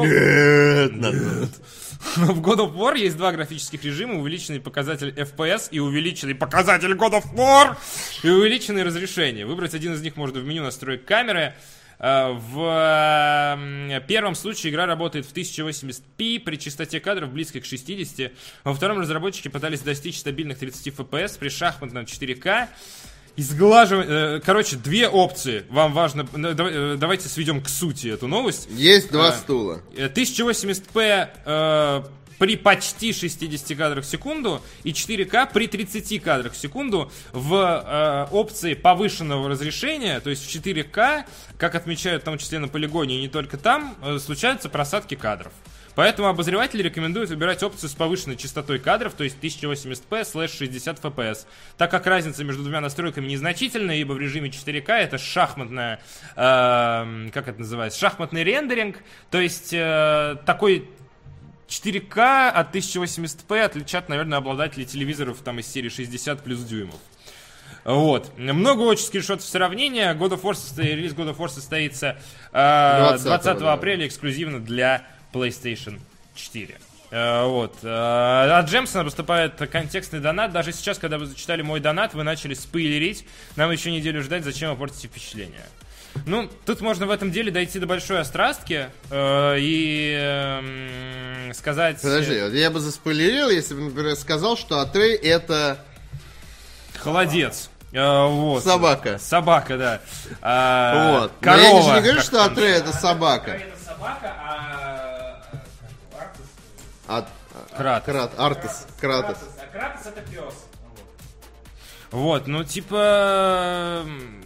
В God of War есть два графических режима, увеличенный показатель эф пи эс и увеличенный показатель God of War и увеличенное разрешение. Выбрать один из них можно в меню настроек камеры. Э, В э, первом случае игра работает в тысяча восемьдесят пи при частоте кадров близкой к шестидесяти. Во втором разработчики пытались достичь стабильных тридцати эф пи эс при шахматном четыре ка. Изглаживание... э, Короче, две опции. Вам важно... э, давай- э, Давайте сведем к сути эту новость. Есть два А, стула. Э, тысяча восемьдесят пи э, при почти шестидесяти кадрах в секунду и четыре ка при тридцати кадрах в секунду в э, опции повышенного разрешения, то есть в четыре ка, как отмечают в том числе на полигоне и не только там, э, случаются просадки кадров. Поэтому обозреватели рекомендуют выбирать опцию с повышенной частотой кадров, то есть тысяча восемьдесят пи слэш шестьдесят эф пи эс. Так как разница между двумя настройками незначительная, ибо в режиме четыре ка это шахматная, э, как это называется, шахматный рендеринг, то есть э, такой четыре ка от тысяча восемьдесят пи отличат, наверное, обладатели телевизоров там из серии шестьдесят плюс дюймов. Вот. Много очень скриншотов сравнения. God of War состо... Релиз God of War состоится э, двадцатого апреля эксклюзивно для PlayStation четыре. Э, вот. Э, от Джемсона поступает контекстный донат. Даже сейчас, когда вы зачитали мой донат, вы начали спойлерить. Нам еще неделю ждать, зачем вы портите впечатление. Ну, тут можно в этом деле дойти до большой острастки э, и э, сказать... Подожди, вот я бы заспойлерил, если бы, например, сказал, что Атрей это... Холодец. Э, вот. Собака. Собака, да. А, Вот. Корова. Но я же не говорю, как что там. Атрей это собака. Это собака, а... А, Кратос. Крат, Артес, Кратос. А Кратос это пес. Вот, ну типа...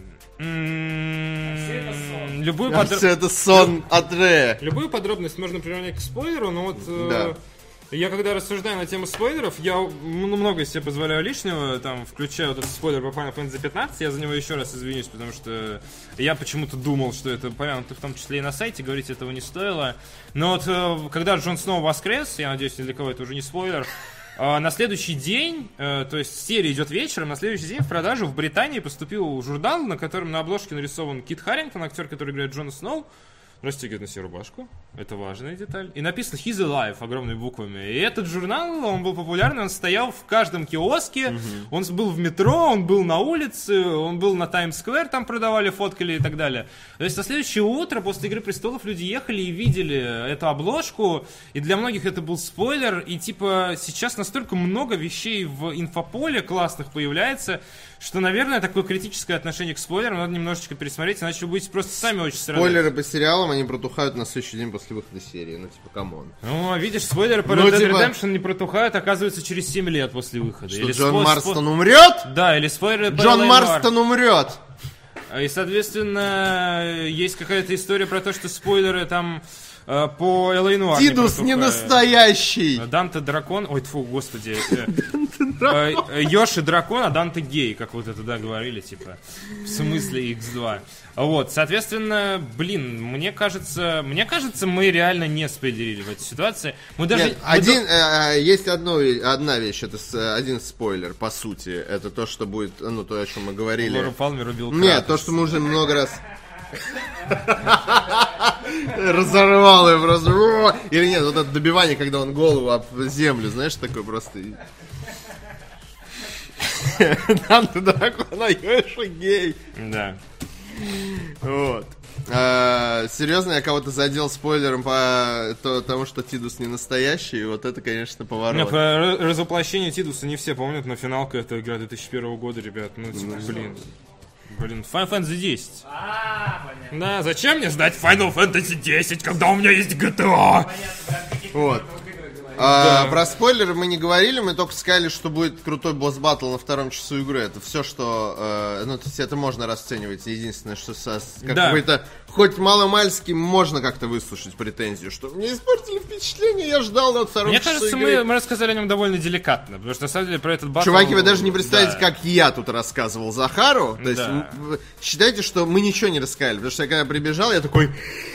м, Любую, А подро- все это сон Атрея. Любую подробность можно приравнять к спойлеру, но вот... э, Да. Я когда рассуждаю на тему спойлеров, я м- много себе позволяю лишнего, там, включая вот этот спойлер по Final Fantasy пятнадцать, я за него еще раз извинюсь, потому что я почему-то думал, что это упомянуто в том числе и на сайте, говорить этого не стоило. Но вот э, когда Джон Сноу воскрес, я надеюсь, ни для кого это уже не спойлер, э, на следующий день, э, то есть серия идет вечером, на следующий день в продажу в Британии поступил журнал, на котором на обложке нарисован Кит Харрингтон, актер, который играет Джона Сноу, расстегивает на себе рубашку. Это важная деталь. И написано «He's alive» огромными буквами. И этот журнал, он был популярный, он стоял в каждом киоске, mm-hmm. он был в метро, он был на улице, он был на Таймс-сквер, там продавали, фоткали и так далее. То есть на следующее утро после «Игры престолов» люди ехали и видели эту обложку, и для многих это был спойлер, и типа сейчас настолько много вещей в инфополе классных появляется, что, наверное, такое критическое отношение к спойлерам надо немножечко пересмотреть, иначе вы будете просто сами очень страдать. Спойлеры по сериалам, они протухают на следующий день после выхода серии. Ну, типа, камон. Ну, видишь, спойлеры по Ну, Red Dead типа- Redemption не протухают, оказывается, через семь лет после выхода. Что, Или Джон спо- Марстон спо- умрет? Да, или спойлеры по Джон Л А. Марстон умрет! И, соответственно, есть какая-то история про то, что спойлеры там э, по Л А. Noir не Тидус не протухают. настоящий! Данте дракон, ой, тьфу, господи, э, э, Йоши дракон, а Данте гей, как вот это, да, говорили, типа, в смысле икс два. Вот, соответственно, блин, мне кажется, мне кажется, мы реально не спойлерили в этой ситуации. Мы даже... Нет, мы один, э, э, есть одно, одна вещь, это с- э, один спойлер, по сути. Это то, что будет, ну, то, о чем мы до- говорили. Лора Палмер убил Нет, Кратоса. то, что мы уже много раз... Разорвал ее просто. О! Или нет, вот это добивание, когда он голову об землю, знаешь, такой просто... Данте дракон, а Йоши гей. Да. Вот. А, серьезно, я кого-то задел спойлером по то, тому, что Тидус не настоящий, и вот это, конечно, поворот. Нет, про разоплощение Тидуса не все помнят, но финалка это игра две тысячи первого года, ребят. Ну, типа, блин. Блин, Final Fantasy десять. А, понятно. Да, зачем мне ждать Final Fantasy десять, когда у меня есть джи ти эй? Вот. А, про спойлеры мы не говорили, мы только сказали, что будет крутой босс-баттл на втором часу игры. Это все, что... Э, ну, то есть это можно расценивать. Единственное, что со, как Да. какой-то... Хоть маломальски можно как-то выслушать претензию, что мне испортили впечатление, я ждал на втором Мне часу кажется, игры. мы, мы рассказали о нем довольно деликатно, потому что на самом деле про этот баттл... Чуваки, вы даже не представляете, Да. как я тут рассказывал Захару. То есть Да. м, считайте, что мы ничего не рассказали. Потому что я когда прибежал, я такой...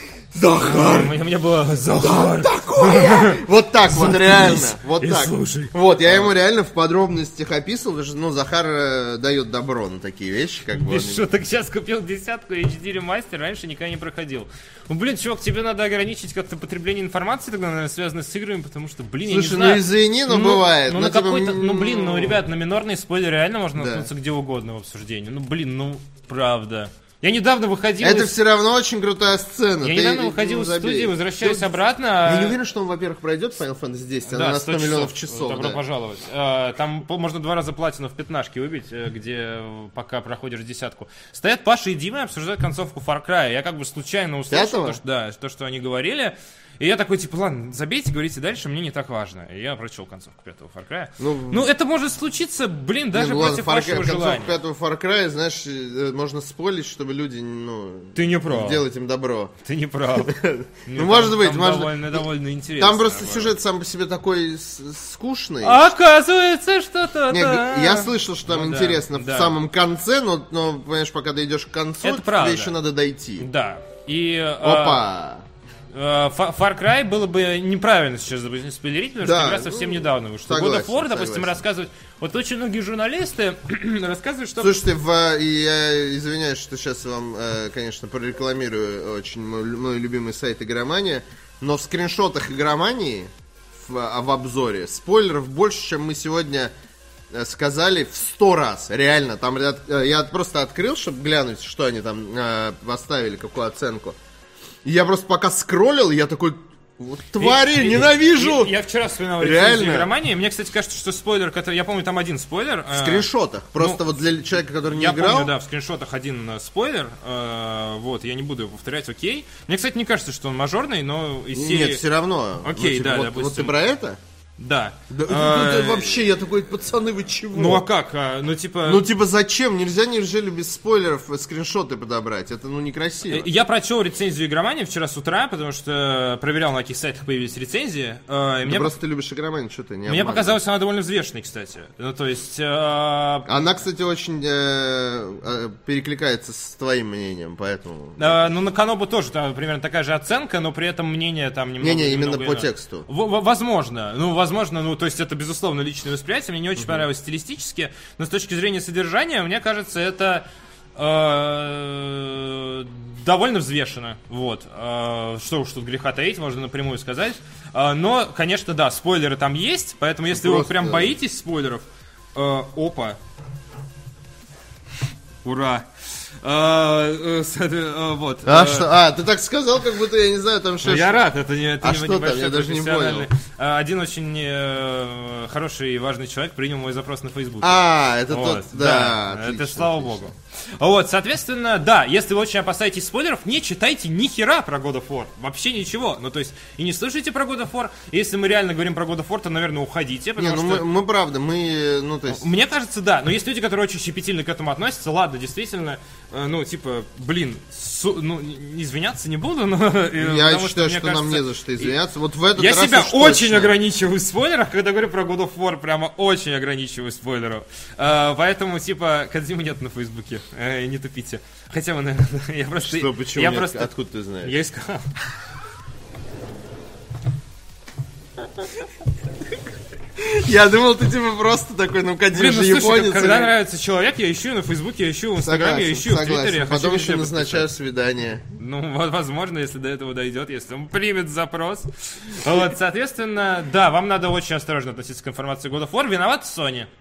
Захар! У меня, у меня было Захар. Такое! Вот так вот, реально. Вот и так. слушай. Вот, я ему реально в подробностях описывал, потому что, ну, Захар э, дает добро на такие вещи, как бы. Без он- шуток, сейчас купил десятку эйч ди ремастер, раньше никогда не проходил. Ну, блин, чувак, тебе надо ограничить как-то потребление информации, тогда, наверное, связанной с играми, потому что, блин, я Слушай, не знаю. ну извини, но Ну, бывает. Ну, Ну, на типа, какой-то, м, ну, блин, ну, ребят, на минорные спойлеры реально можно Да. наткнуться где угодно в обсуждении. Ну, блин, ну, правда. Я недавно выходил Это из... все равно очень крутая сцена. Я Ты, недавно ну, выходил из забей. студии, возвращаюсь Ты- обратно. Я а- не уверен, что он, во-первых, пройдет Final Fantasy десять, она Да, на сто миллионов часов. Добро да. пожаловать. А, Там пол- можно два раза платину в пятнашке выбить, э, где э, пока проходишь десятку. Стоят Паша и Дима и обсуждают концовку Far Cry. Я как бы случайно услышал Пятого? то, что, да, то, что они говорили. И я такой, типа, ладно, забейте, говорите дальше, мне не так важно. И я прочел концовку пятого Far Cry. Ну, Ну, это может случиться, блин, даже Не, ну ладно, против Far Cry- вашего концовку желания. пятого Far Cry, знаешь, э, можно спойлить, чтобы люди, ну... Ты не прав. Делать им добро. Ты не прав. Ну, может быть, может- Довольно, довольно интересно. Там просто сюжет сам по себе такой с- скучный. А оказывается, что-то Не, да. я слышал, что там Ну да, интересно да. в самом конце, но, но, понимаешь, пока дойдешь к концу, Это тебе правда. еще надо дойти. Да. И... э, Опа! Э, Фа- Far Cry было бы неправильно сейчас спойлерить, потому Да, что игра совсем ну, недавно вышла. God согласен, of War, допустим, согласен. рассказывают... Вот очень многие журналисты рассказывают, что... Слушайте, в, и я извиняюсь, что сейчас вам, э, конечно, прорекламирую очень мой, лю- мой любимый сайт Игромания, но в скриншотах Игромании в, а, в обзоре спойлеров больше, чем мы сегодня э, сказали в сто раз. Реально, там я, я просто открыл, чтобы глянуть, что они там э, поставили, какую оценку. И я просто пока скроллил, я такой, вот твари, И- и- ненавижу! и- Я вчера вспоминал Реально? рецензию игромании. Мне, кстати, кажется, что спойлер, который... Я помню, там один спойлер. В скриншотах. Просто ну, вот для человека, который не Я играл. помню, да, в скриншотах один э, спойлер. э, вот, я не буду его повторять, окей. Мне, кстати, не кажется, что он мажорный, но из серии... Нет, все равно. Окей, да, вот, допустим. вот ты про это? Да. Да, Э, это- это вообще, я такой, пацаны, вы чего? Ну а как? А, Ну, типа... Ну, типа, зачем? Нельзя, неужели без спойлеров скриншоты подобрать? Это, ну, некрасиво. Э, Я прочел рецензию игромании вчера с утра, потому что проверял, на каких сайтах появились рецензии. э, и Ты мне, просто ты любишь игроманию, что ты не мне обманывай. показалось, она довольно взвешенной, кстати. Ну, то есть... э, Она, кстати, очень э, э, перекликается с твоим мнением, поэтому... э, ну, на Канобу тоже там примерно такая же оценка, но при этом мнение там немного... Не-не, именно немного по иное. тексту. В- в- возможно. Ну, возможно, ну, то есть это, безусловно, личное восприятие. Мне не очень понравилось стилистически, но с точки зрения содержания, мне кажется, это э, довольно взвешено. Вот. Э, что уж тут греха таить, можно напрямую сказать. Э, но, конечно, да, спойлеры там есть, поэтому если вы Просто- прям боитесь спойлеров, э, опа. Ура. Э, э, с- э, вот. А, Э, что? А, ты так сказал, как будто, я не знаю, там ну, что... я рад, это не это А не что там? небольшой Я даже не профессиональный. понял. А, Один очень э, хороший и важный человек принял мой запрос на Facebook. А, это Вот, тот... Да, это отлично, слава отлично. богу. Вот, соответственно, да, если вы очень опасаетесь спойлеров, не читайте ни хера про God of War. Вообще ничего. Ну, то есть, и не слушайте про God of War. Если мы реально говорим про God of War, то, наверное, уходите, Не, потому ну что... мы, мы правда, мы, ну то есть... Мне кажется, да. Но есть люди, которые очень щепетильно к этому относятся. Ладно, действительно, э, ну, типа, блин, су- ну, не- извиняться не буду, но... э, Я потому считаю, мне что, нам кажется, не за что извиняться. Вот в этот Я раз себя уж очень точно. ограничиваю в спойлерах, когда говорю про God of War, прямо очень ограничиваю спойлеров. Э, поэтому, типа, Кодзимы нет на Фейсбуке, э, не тупите. Хотя вы, наверное, я просто... Что, почему я нет? просто... Откуда ты знаешь? Я искал. Я думал, ты типа просто такой, ну Кадим Блин, ну же слушай, японец. когда или- нравится человек, я ищу на Фейсбуке, я ищу в Инстаграме, я Согласен, ищу в Твиттере, согласен. я хочу Потом еще везде назначаю подписаться. свидание. Ну, во- возможно, если до этого дойдет, если он примет запрос. Вот, соответственно, да, вам надо очень осторожно относиться к информации God of War. Виноват Sony.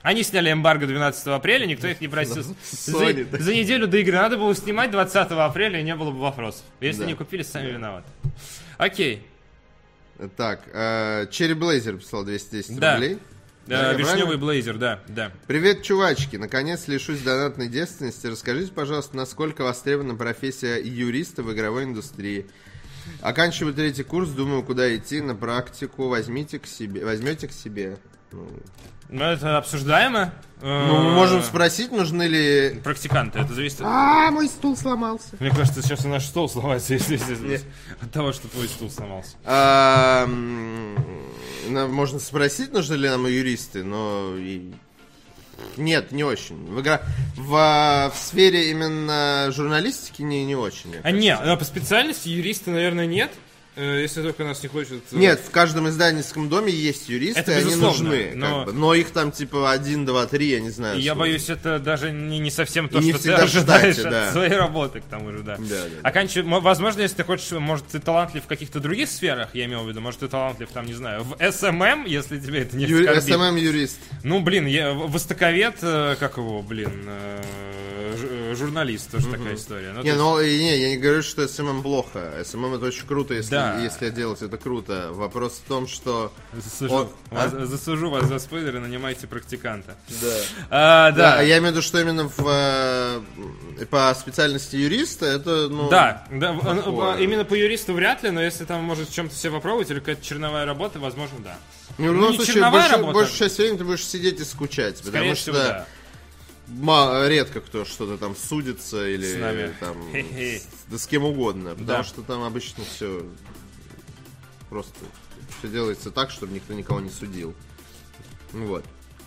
Они сняли эмбарго двенадцатого апреля, никто их не просил. За, Sony, за неделю до игры надо было снимать двадцатого апреля, и не было бы вопросов. Если Да. не купили, сами виноваты. Окей. Так, э, Черри Блейзер писал двести десять Да. рублей. Да, я вишневый правильно? блейзер, да, да. Привет, чувачки! Наконец лишусь донатной девственности. Расскажите, пожалуйста, насколько востребована профессия юриста в игровой индустрии. Оканчиваю третий курс, думаю, куда идти на практику. Возьмите к себе, возьмете к себе. Ну, Ну, это обсуждаемо. ну, Э, можем спросить, нужны ли... Практиканты, это зависит от... А, мой стул сломался. Мне кажется, сейчас и наш стол сломается, если, если- Нет. от того, что твой стул сломался. А, м, нам можно спросить, нужны ли нам юристы, но... и- Нет, не очень. В, игра... в, а, в сфере именно журналистики не, не очень. мне А кажется. нет, а по специальности юриста, наверное, нет. Э, Если только нас не хочет... э, Нет, в каждом издательском доме есть юристы, Это и они безусловно, нужны. как но- бы. Но их там типа один, два, три, я не знаю. И я сколько. боюсь, это даже не, не совсем то, И не что ты всегда в ожидаешь штате, от да. своей работы, к тому же, да. Да, да, да. Оканчив- мо- Возможно, если ты хочешь, может, ты талантлив в каких-то других сферах, я имел в виду, может, ты талантлив, там, не знаю, в эс эм эм, если тебе это не Ю- оскорбит. эс эм эм-юрист. Ну, блин, я, востоковед, э, как его, блин, э, ж- журналист, тоже такая история. Ну, то Не, есть- ну и не, я не говорю, что эс эм эм плохо. эс эм эм это очень круто, если, Да. если делать это круто. Вопрос в том, что... Засужу, он- вас, а? засужу вас за спойлеры, нанимайте практиканта. Да. А, Да, да. а я имею в виду, что именно в, э, по специальности юриста это, ну... Да, да, в- плохое. э, именно по юристу вряд ли, но если там может в чем-то себе попробовать, или какая-то черновая работа, возможно, да. Ну, в Ну, любом не случае, черновая больше- работа. большую часть времени ты будешь сидеть и скучать. Скорее потому всего, что да. ма- редко кто что-то там судится или С нами. там Хе-хе. с, да с кем угодно. Потому Да. что там обычно все просто все делается так, чтобы никто никого не судил. Вот.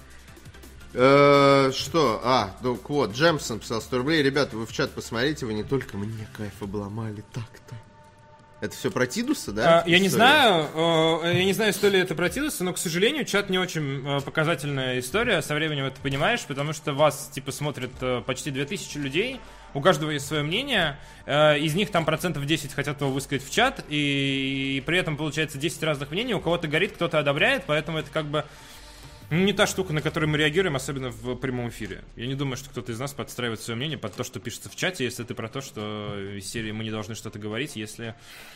Э, Что? А, ну вот, Джемсон писал сто рублей. Ребята, вы в чат посмотрите, вы не только мне кайф обломали так-то. Это все про Тидуса, да? А, я не История? знаю, э, я не знаю, что ли это про Тидуса, но, к сожалению, чат не очень э, показательная история. Со временем это понимаешь, потому что вас, типа, смотрят э, почти две тысячи людей. У каждого есть свое мнение. э, Из них там процентов десять хотят его высказать в чат. И, и при этом получается десять разных мнений. У кого-то горит, кто-то одобряет. Поэтому это как бы ну, не та штука, на которую мы реагируем, особенно в прямом эфире. Я не думаю, что кто-то из нас подстраивает свое мнение под то, что пишется в чате, если ты про то, что из серии мы не должны что-то говорить, если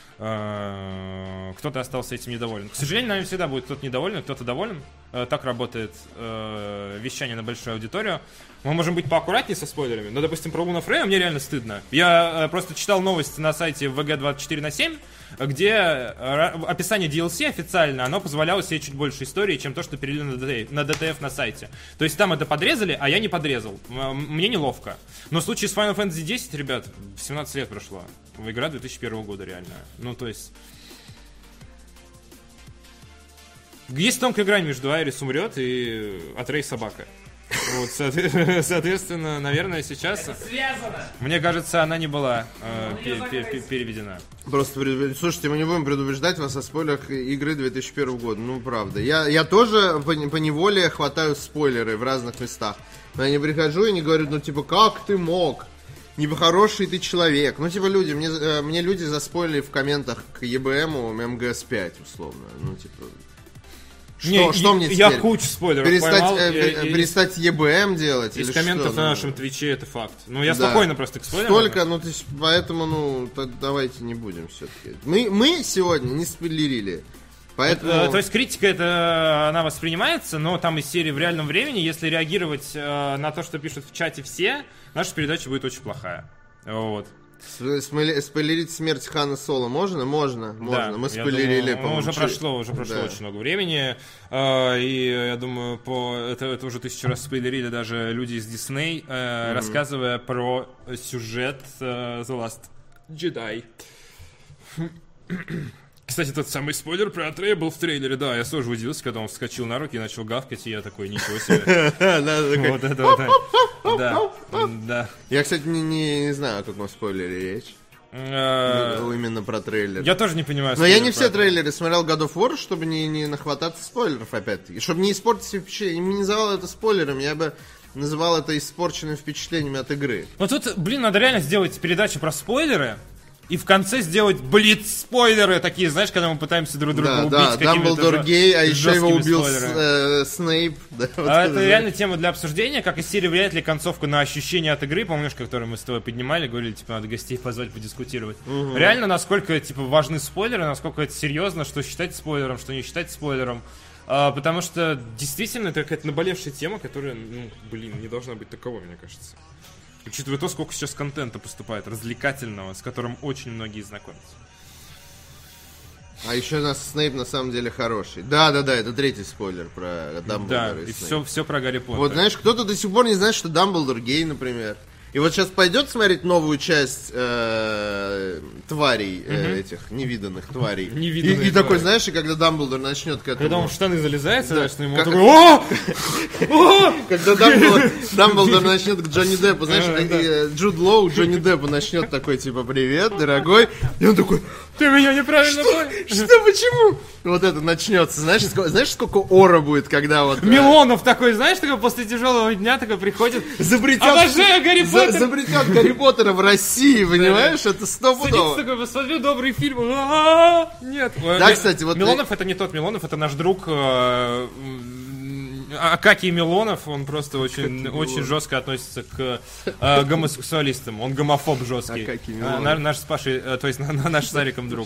э, кто-то остался этим недоволен. К сожалению, нами всегда будет кто-то недоволен, кто-то доволен. Э, так работает э, вещание на большую аудиторию. Мы можем быть поаккуратнее со спойлерами, но, допустим, про Луна Фрея мне реально стыдно. Я э, просто читал новости на сайте ви джи двадцать четыре на семь, где э, описание ди эл си официально, оно позволяло себе чуть больше истории, чем то, что перевели на ди ти эф, на ди ти эф на сайте. То есть там это подрезали, а я не подрезал. М- Мне неловко. Но в случае с Final Fantasy десять, ребят, семнадцать лет прошло. Игра две тысячи первого года реально. Ну, то есть... Есть тонкая грань между Айрис умрет и Атрей собака. Вот, соотве- соответственно, наверное, сейчас... Связано! Мне кажется, она не была э, пе- пе- пе- переведена. Просто, предупр- слушайте, мы не будем предупреждать вас о спойлерах игры две тысячи первого года. Ну, правда. Я, я тоже по, по неволе хватаю спойлеры в разных местах. Но я не прихожу и не говорю, ну, типа, как ты мог? Нехороший ты человек. Ну, типа, люди, мне, э, мне люди заспойлили в комментах к и бэ эму эм гэ эс пять, условно. Ну, типа... Что, Не, что я- мне теперь? Я кучу спойлеров Перестать, поймал. э, и- пер- и- перестать и бэ эм делать? Из или комментов что? на Ну, нашем Твиче это факт. Ну, я да. спокойно просто к спойлерам. Столько, ну, то есть, поэтому, ну, т- давайте не будем все-таки. Мы, мы сегодня не спойлерили. Поэтому... Э, То есть критика это она воспринимается, но там из серии в реальном времени, если реагировать э, на то, что пишут в чате все, наша передача будет очень плохая. Вот. С- смоли- Спойлерить смерть Хана Соло можно? Можно, можно. Да, Мы я спойлерили, думаю, ну, по-моему, уже чуть- прошло, уже прошло Да. очень много времени. э, И я думаю, по это, это уже тысячу раз спойлерили даже люди из Disney, э, рассказывая про сюжет э, The Last Jedi. Кстати, тот самый спойлер про Атрея был в трейлере, да, я тоже удивился, когда он вскочил на руки и начал гавкать, и я такой, ничего себе. Да, такой- Вот это вот. Да, да. Я, кстати, не, не- не знаю, о каком спойлере речь. Э, Ну, Именно про трейлер. Я тоже не понимаю. Но я спойлер не про все это. трейлеры смотрел God of War, чтобы не, не нахвататься спойлеров, опять-таки. Чтобы не испортить себе впечатление. Я бы не называл это спойлером, я бы называл это испорченными впечатлениями от игры. Ну тут, блин, надо реально сделать передачу про спойлеры. и в конце сделать блиц-спойлеры такие, знаешь, когда мы пытаемся друг друга да, убить да, какими-то Дамблдор гей, а еще его убил с, спойлерами. э, Снейп. Да, вот А это, это реально тема для обсуждения, как из серии влияет ли концовка на ощущение от игры, помнишь, которую мы с тобой поднимали, говорили, типа, надо гостей позвать, подискутировать. Угу. Реально, насколько, типа, важны спойлеры, насколько это серьезно, что считать спойлером, что не считать спойлером. А, потому что, действительно, это какая-то наболевшая тема, которая, ну, блин, не должна быть таковой, мне кажется. Учитывая то, сколько сейчас контента поступает, развлекательного, с которым очень многие знакомятся. А еще у нас Снейп на самом деле хороший. Да-да-да, это третий спойлер про Дамблдора. Да, и и все, все про Гарри Поттера. Вот, знаешь, кто-то до сих пор не знает, что Дамблдор гей, например. И вот сейчас пойдет смотреть новую часть э, тварей, э, этих невиданных тварей. Невиданные и, и твари. такой, знаешь, и когда Дамблдор начнет к этому... Когда он в штаны залезает, Да. знаешь, ему Как- такой: «О! О!» Когда Дамблдор, Дамблдор начнет к Джонни Деппу, знаешь, Да, и, да. э, Джуд Лоу Джонни Деппу начнет такой, типа, привет, дорогой. И он такой, Ты меня неправильно понял. что, почему? Вот это начнется. Знаешь, сколько, знаешь, сколько ора будет, когда вот... э, Милонов такой, знаешь, такой после тяжелого дня такой приходит. Забретет, Обожаю Гарри за- Поттер. забретет Гарри Поттера в России, понимаешь? Это Садится стопудово. такой, посмотрю добрый фильм. А-а-а, Нет. Да, кстати, вот- Милонов это не тот Милонов, это наш друг э, м, Акакий Милонов. Он просто очень, очень жестко относится к э, гомосексуалистам. Он гомофоб жесткий. Акакий А, Милонов. на- Наш с Пашей, э, то есть на- на- наш с Сариком друг.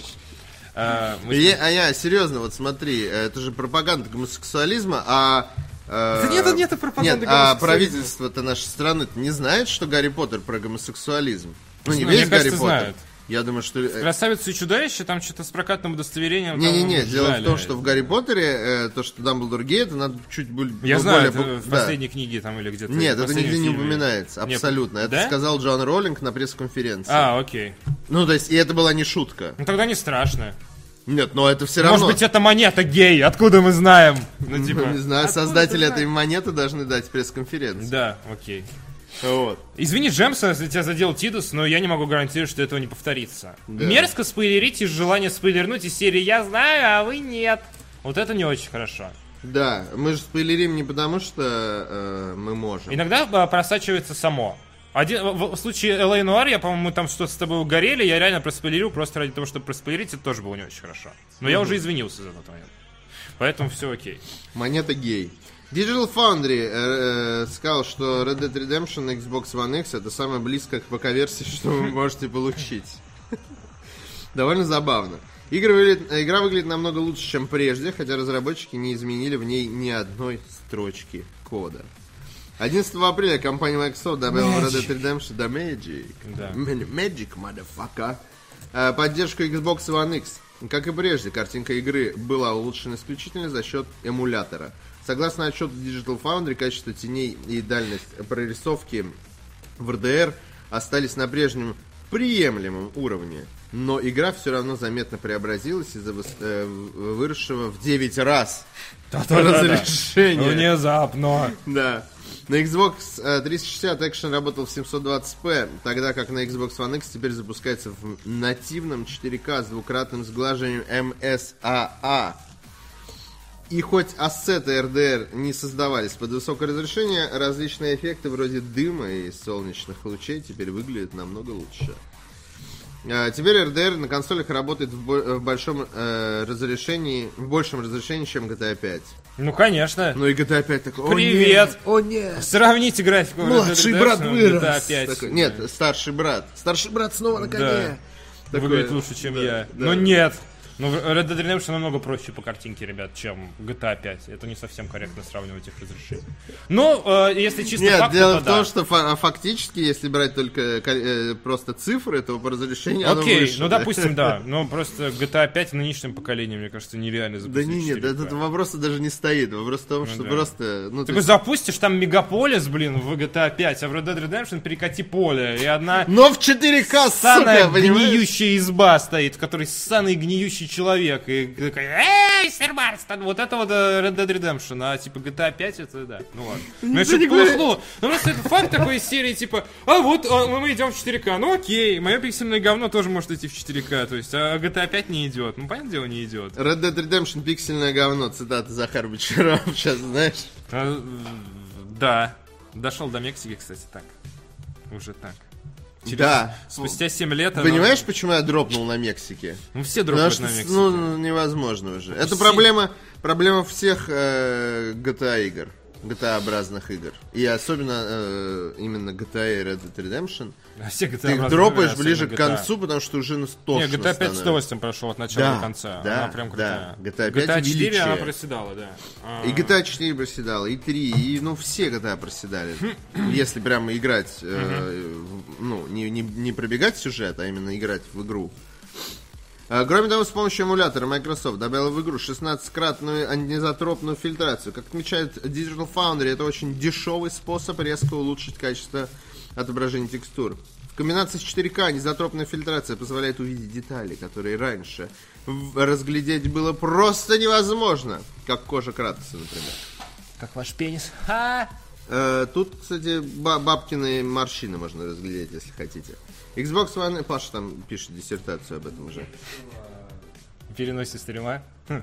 Э, мы с Я- а я, серьезно, вот смотри, это же пропаганда гомосексуализма, а... э, Да нет, нет пропаганды Нет, а гомосексуализма. правительство-то нашей страны не знает, что Гарри Поттер про гомосексуализм. Ну, не Мне весь Гарри кажется, Поттер. знают. Я думаю, что... э, Красавицу и чудовище, там что-то с прокатным удостоверением. Не-не-не, там дело жали. в том, что в Гарри Поттере э, то, что Дамблдор гей, это надо чуть более... Я знаю, это более- в да. последней книге там или где-то. Нет, в это последнем нигде не фильме. упоминается, Нет, абсолютно. Это да? сказал Джон Роллинг на пресс-конференции. А, окей. Ну, то есть, и это была не шутка. Ну тогда не страшно. Нет, но это все равно... Может быть, это монета гей, откуда мы знаем? Ну, Ну, типа. не знаю, откуда создатели ты этой знаешь? монеты должны дать пресс-конференцию. Да, окей. Вот. Извини, Джемса, если тебя задел Тидус, но я не могу гарантировать, что этого не повторится. Да. Мерзко спойлерить из желания спойлернуть из серии «Я знаю, а вы нет». Вот это не очень хорошо. Да, мы же спойлерим не потому, что э, мы можем. Иногда а, просачивается само. Один, в, в случае Эл Эй Нуар, я, по-моему, мы там что-то с тобой угорели, я реально проспойлерил просто ради того, чтобы проспойлерить, это тоже было не очень хорошо. Но я уже извинился за тот момент. Поэтому все окей. Монета гей. Digital Foundry э, э, сказал, что Red Dead Redemption на Xbox One X это самое близкое к ПК-версии, что вы можете получить. Довольно забавно. Игра выглядит, игра выглядит намного лучше, чем прежде, хотя разработчики не изменили в ней ни одной строчки кода. одиннадцатого апреля компания Microsoft добавила в Red Dead Redemption да, Magic. Да. Magic, motherfucker. Э, Поддержку Xbox One X. Как и прежде, картинка игры была улучшена исключительно за счет эмулятора. Согласно отчету Digital Foundry, качество теней и дальность прорисовки в эр дэ эр остались на прежнем приемлемом уровне. Но игра все равно заметно преобразилась из-за выс- э, выросшего в девять раз разрешения. Внезапно. Да. На Xbox э, триста шестьдесят экшен работал в семьсот двадцать пэ, тогда как на Xbox One X теперь запускается в нативном четыре ка с двукратным сглаживанием эм эс а а. И хоть ассеты эр дэ эр не создавались под высокое разрешение, различные эффекты вроде дыма и солнечных лучей теперь выглядят намного лучше. А, Теперь эр дэ эр на консолях работает в, бо- в большом э, разрешении, в большем разрешении, чем джи ти эй пять. Ну, конечно. Ну и джи ти эй пять такой: «О, Привет. нет, О нет! Сравните графику Red Dead Младший брат Redemption, вырос!» джи ти эй пять. Такой, нет, старший брат. Старший брат снова на коне. Да. Такой, Выглядит лучше, чем да, я. да. Но нет. Ну, Red Dead Redemption намного проще по картинке, ребят, чем джи ти эй пять. Это не совсем корректно сравнивать их разрешения. Ну, э, если чисто Нет, факт, дело то в да. том, что фа- фактически, если брать только ко- э, просто цифры, то по разрешению оно Окей, выше. ну да. допустим, да. Но просто джи ти эй пять в нынешнем поколении, мне кажется, нереально Да запустить. не, нет, четыре ка. этот вопрос даже не стоит. Вопрос в том, что да. просто... Ну, Ты то бы есть- запустишь там мегаполис, блин, в джи ти эй пять, а в Red Dead Redemption перекати поле, и одна Но в четыре ка, ссаная сука, понимаешь? гниющая изба стоит, в которой ссаный гниющий человек, и такой: эй, сэр Марстон, вот это вот э, Red Dead Redemption, а типа джи ти эй пять это да, ну ладно. Ну я Да не что-то плохо, ну просто это факт такой из серии, типа, а вот а, мы идем в четыре ка, ну окей, мое пиксельное говно тоже может идти в четыре ка, то есть, а джи ти эй пять не идет, ну понятное дело, не идет. Red Dead Redemption пиксельное говно, цитата Захар Бочаров, сейчас знаешь. А, да, дошел до Мексики, кстати, так, уже так. Через, Да. Спустя семь лет... Понимаешь, оно... почему я дропнул на Мексике? Ну, все дропают на Потому Мексике. что, ну, невозможно уже. Это Все. проблема, проблема всех э, джи ти эй игр. джи ти эй-образных игр. И особенно э, именно джи ти эй и Red Dead Redemption. А все джи ти Ты эй их разные дропаешь игры, ближе к особенно джи ти эй. концу, потому что уже ну, тошно Не, джи ти эй пять с становится. удовольствием прошел от начала Да, до конца. да, Она прям крутая. да. джи ти эй джи ти эй пять четыре она величие. проседала, да. А, И джи ти эй четыре проседала, и три, и ну все джи ти эй проседали. Если прямо играть, э, в- ну, не, не, не пробегать сюжет, а именно играть в игру. А, Кроме того, с помощью эмулятора Microsoft добавила в игру шестнадцатикратную анизотропную фильтрацию. Как отмечает Digital Foundry, это очень дешевый способ резко улучшить качество отображения текстур. В комбинации с четыре ка анизотропная фильтрация позволяет увидеть детали, которые раньше в- разглядеть было просто невозможно. Как кожа Кратоса, например. Как ваш пенис. Ха! Э, Тут, кстати, ба- бабкины морщины можно разглядеть, если хотите. Xbox One... Паша там пишет диссертацию об этом уже. Переносит стрима. Хм.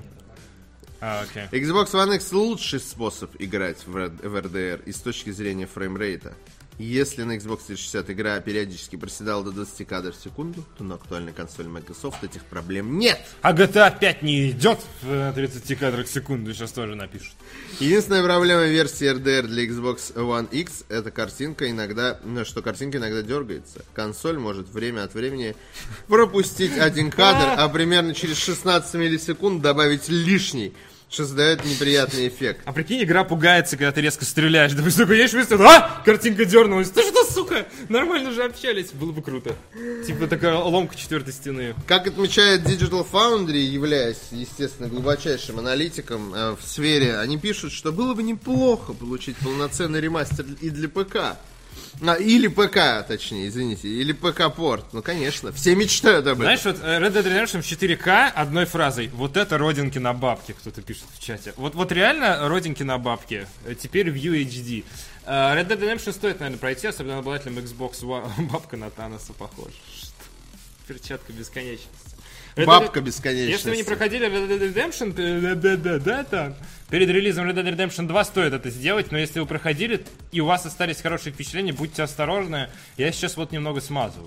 А, окей. Xbox One X лучший способ играть в эр дэ эр и с точки зрения фреймрейта. Если на Xbox триста шестьдесят игра периодически проседала до двадцати кадров в секунду, то на актуальной консоли Microsoft этих проблем нет. А джи ти эй пять не идет в тридцати кадрах в секунду, сейчас тоже напишут. Единственная проблема версии эр дэ эр для Xbox One X — это картинка иногда, ну, что картинка иногда дергается. Консоль может время от времени пропустить один кадр, а примерно через шестнадцать миллисекунд добавить лишний, что создает неприятный эффект. А прикинь, игра пугается, когда ты резко стреляешь. Допустим, такой едешь выстрел, а! Картинка дернулась. Ты что, сука? Нормально же общались. Было бы круто. Типа такая ломка четвертой стены. Как отмечает Digital Foundry, являясь, естественно, глубочайшим аналитиком э, в сфере, они пишут, что было бы неплохо получить полноценный ремастер и для ПК. А, или ПК, точнее, извините, или ПК-порт. Ну, конечно, все мечтают об этом. Знаешь, вот э, Red Dead Redemption в четыре ка одной фразой. Вот это родинки на бабке, кто-то пишет в чате. Вот, вот реально родинки на бабке. Э, Теперь в ю эйч ди. Э, Red Dead Redemption стоит, наверное, пройти, особенно обладателям Xbox One. Бабка на Таноса похожа. Что? Перчатка бесконечности. Red Бабка Dead- бесконечности. Если вы не проходили Red Dead Redemption, э, да, да, да, там, перед релизом Red Dead Redemption два стоит это сделать, но если вы проходили и у вас остались хорошие впечатления, будьте осторожны. Я сейчас вот немного смазываю.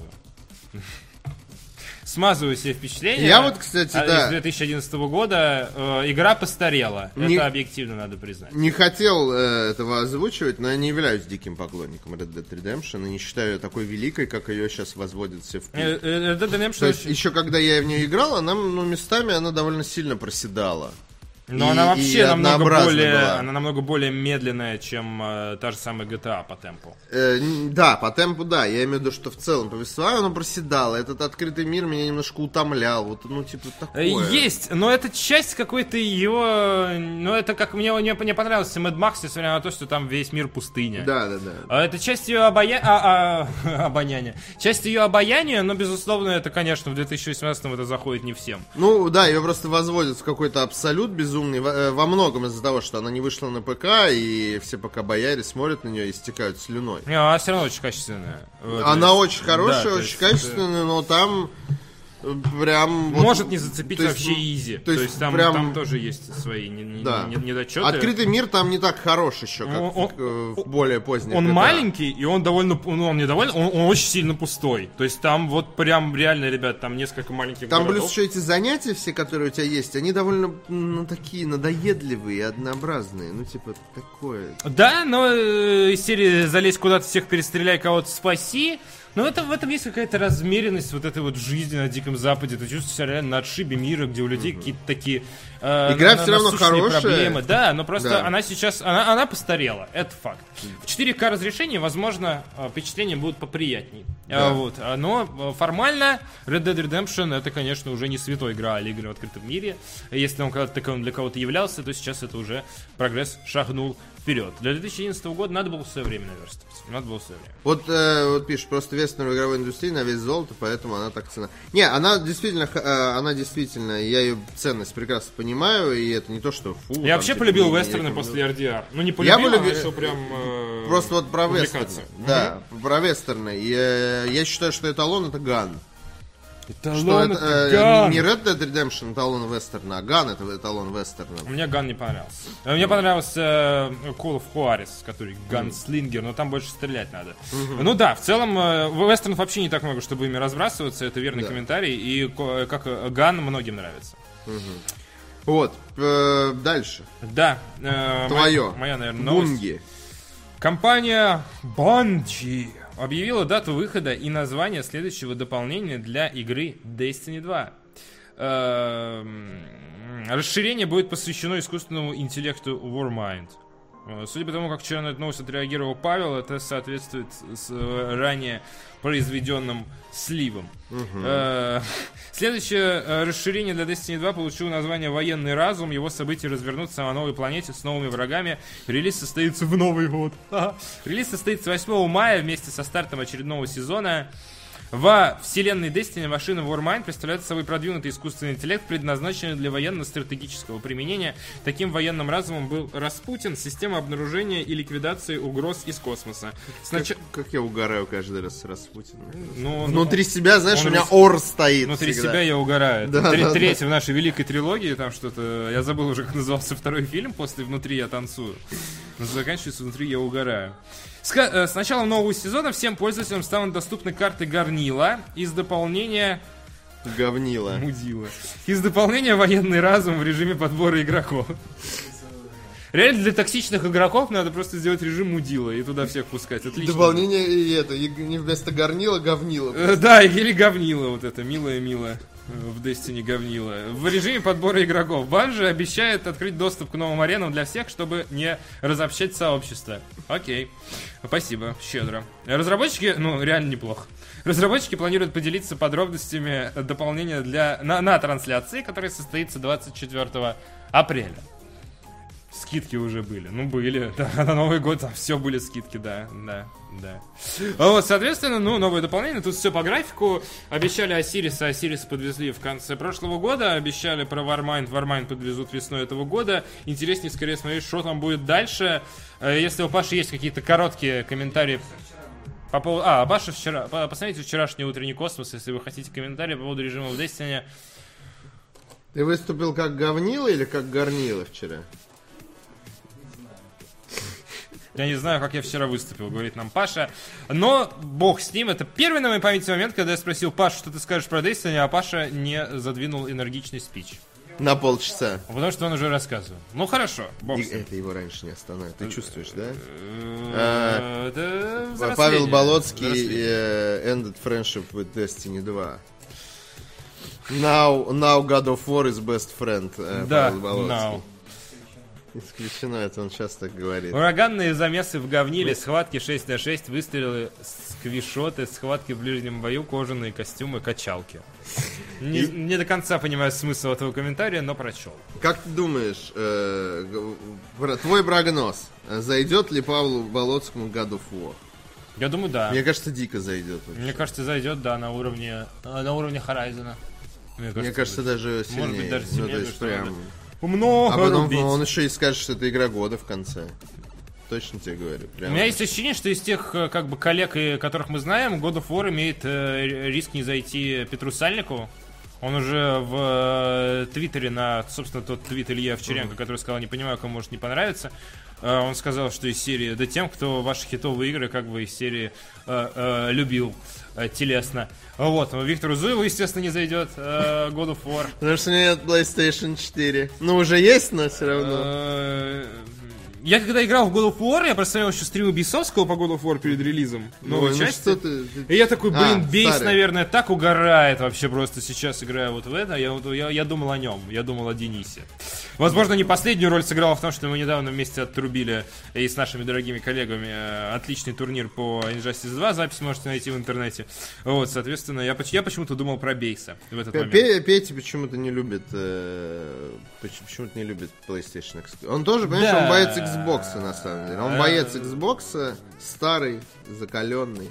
Смазываю себе впечатления. Я вот, кстати, а, да. Из две тысячи одиннадцатого года э, игра постарела. Не- Это объективно надо признать. Не хотел э, этого озвучивать, но я не являюсь диким поклонником Red Dead Redemption и не считаю ее такой великой, как ее сейчас возводят все в путь. Э, э, Red Dead Redemption То есть, очень- еще когда я в нее играл, она, ну, местами она довольно сильно проседала. Но И- она и вообще намного однообразна более, была. она намного более медленная, чем э, та же самая джи ти эй по темпу. Э, н- да, по темпу, да. Я имею в виду, что в целом повествование оно проседало. Этот открытый мир меня немножко утомлял. Вот, ну, типа, Э, такое. Есть, но это часть какой-то ее... Ну, это как мне не, не понравилось в Mad Max, несмотря на то, что там весь мир пустыня. Да, да, да. А это часть ее обая... а, а, обоняния. Часть ее обаяния, но, безусловно, это, конечно, в две тысячи восемнадцатом это заходит не всем. Ну, да, ее просто возводят в какой-то абсолют безумный. Во, э, во многом из-за того, что она не вышла на ПК, и все пока-бояре смотрят на нее и истекают слюной. Не, она все равно очень качественная. Вот, то Она есть- очень хорошая, да, то очень есть качественная, но там э, прям... вот- Может не зацепить то есть, вообще ну, изи. То есть, там, прям... там тоже есть свои не- не- Да. не- недочеты. Открытый мир там не так хорош еще, как Он- он- в, э, в более поздних Он джи ти эй. маленький, и он довольно, ну, он не довольно, он, он очень сильно пустой. То есть там вот прям реально, ребят, там несколько маленьких Там городов. плюс еще эти занятия все, которые у тебя есть, они довольно, ну, такие надоедливые и однообразные. Ну, типа, такое. Да, но э, из серии залезь куда-то, всех перестреляй, кого-то спаси. Но это, в этом есть какая-то размеренность вот этой вот жизни на Диком Западе. Ты чувствуешь себя реально на отшибе мира, где у людей какие-то такие э, Игра на- все равно насущные хорошая. проблемы. Да, но просто Да. она сейчас, она, она постарела, это факт. В четыре ка разрешении, возможно, э, впечатления будут поприятней. Да. А, вот. А, Но э, формально Red Dead Redemption это, конечно, уже не святой Грааль игры в открытом мире. Если он когда-то таковым для кого-то являлся, то сейчас это уже прогресс шагнул вперед. Для две тысячи одиннадцатого года надо было в свое время наверстывать. Надо было в свое время. Вот, э, вот пишешь, просто вестерн в игровой индустрии на вес золота, поэтому она так цена. Не, она действительно, х- э, она действительно, я ее ценность прекрасно понимаю, и это не то, что фу. Я там, вообще типа, полюбил не- не вестерны рекомендую. после эр ди ар. Ну не Я полюбил, а полюбил- начал прям э, Просто вот про вестерны. увлекаться. Да, про вестерны. И, э, я считаю, что эталон — это Ган. Эталон Что это, это э, Ган. не Red Dead Redemption эталон вестерна, а Ган это эталон вестерна. Мне Ган не понравился. Мне понравился э, Call of Juarez, который ганслингер, но там больше стрелять надо. Mm-hmm. Ну да, в целом э, вестернов вообще не так много, чтобы ими разбрасываться, это верный да. комментарий, и э, как э, Ган многим нравится. Mm-hmm. Вот, э, дальше. Да. Э, Твое. Моя, моя, наверное, новость. Бунги. Компания Bungie объявила дату выхода и название следующего дополнения для игры Destiny два. Расширение будет посвящено искусственному интеллекту Warmind. Судя по тому, как вчера на эту новость отреагировал Павел, это соответствует с ранее произведенным сливом. Uh-huh. Следующее расширение для Destiny два получило название «Военный разум». Его события развернутся на новой планете с новыми врагами. Релиз состоится в Новый год. Релиз состоится восьмого мая вместе со стартом очередного сезона. Во вселенной Destiny машина Warmind представляет собой продвинутый искусственный интеллект, предназначенный для военно-стратегического применения. Таким военным разумом был Распутин, система обнаружения и ликвидации угроз из космоса. Снач... Как, как я угораю каждый раз с Распутиным. Ну, внутри ну, себя, знаешь, у меня рас... ор стоит. Внутри всегда. себя я угораю. Да, Тр- да, третий да. в нашей великой трилогии, там что-то... Я забыл уже, как назывался второй фильм, после «Внутри я танцую». Но заканчивается «Внутри я угораю». С, с началом нового сезона всем пользователям станут доступны карты Горнила из дополнения... Говнила. Мудила. Из дополнения «Военный разум» в режиме подбора игроков. Реально для токсичных игроков надо просто сделать режим мудила и туда всех пускать. Отлично. Дополнение и это, и не вместо Горнила, говнила. Э, да, или говнила вот это, милая-милая. В Destiny говнило. В режиме подбора игроков Bungie обещает открыть доступ к новым аренам для всех, чтобы не разобщать сообщество. Окей. Спасибо, щедро. Разработчики, ну, реально неплохо. Разработчики планируют поделиться подробностями дополнения для, на, на трансляции, которая состоится двадцать четвёртого апреля. Скидки уже были. Ну, были. Да, на Новый год там все были скидки, да, да, да. Вот, соответственно, ну, новое дополнение. Тут все по графику. Обещали Осириса, Осириса подвезли в конце прошлого года. Обещали про Warmind, Warmind подвезут весной этого года. Интереснее, скорее, смотреть, что там будет дальше. Если у Паши есть какие-то короткие комментарии по поводу... А, Паша вчера... Посмотрите вчерашний утренний космос, если вы хотите комментарии по поводу режима в Destiny. Ты выступил как говнила или как горнила вчера? Я не знаю, как я вчера выступил, говорит нам Паша. Но бог с ним. Это первый на моей памяти момент, когда я спросил Пашу, что ты скажешь про Destiny, а Паша не задвинул энергичный спич. На полчаса. Потому что он уже рассказывал. Ну хорошо, бог И с ним. это его раньше не останавливает. Ты чувствуешь, да? Это Павел Болоцкий ended friendship with Destiny два. Now, now God of War is best friend. Да, Павел Болоцкий. now. Исключено, это он часто так говорит. Ураганные замесы в говниле, схватки шесть на шесть, выстрелы, сквишоты, схватки в ближнем бою, кожаные костюмы, качалки. Не, И... не до конца понимаю смысл этого комментария, но прочел. Как ты думаешь, э, твой прогноз, зайдет ли Павлу Болоцкому God of War? Я думаю, да. Мне кажется, дико зайдет. Вообще. Мне кажется, зайдет, да, на уровне, на уровне Horizon. Мне кажется, Мне кажется даже сильнее. Может быть, даже сильнее. Ну, то есть прям... Много а потом рубить. Он еще и скажет, что это игра года в конце. Точно тебе говорю. Прям. У меня есть ощущение, что из тех как бы коллег, которых мы знаем, God of War имеет э, риск не зайти Петру Сальникову. Он уже в э, Твиттере на, собственно, тот твит Ильи Овчаренко, uh-huh. который сказал, не понимаю, кому может не понравится. Э, он сказал, что из серии, да тем, кто ваши хитовые игры как бы из серии э, э, любил э, телесно. Вот, Виктору Зуеву, естественно, не зайдет э, God of War. Потому что у меня нет PlayStation четыре. Ну, уже есть, но все равно. Я когда играл в God of War, я представлял еще стримы Бейсовского по God of War перед релизом новой ну, части. Ну, ты, ты... И я такой, блин, а, Бейс, старый. наверное, так угорает вообще просто сейчас, играя вот в это. Я, я, я думал о нем, я думал о Денисе. Возможно, не последнюю роль сыграла в том, что мы недавно вместе отрубили и с нашими дорогими коллегами отличный турнир по Injustice два. Запись можете найти в интернете. Вот, соответственно, я, я почему-то думал про Бейса в этот момент. Петя почему-то не любит э, почему-то не любит PlayStation. Он тоже, понимаешь, да. он боец Xbox, на самом деле. Он боец Xbox, старый, закаленный.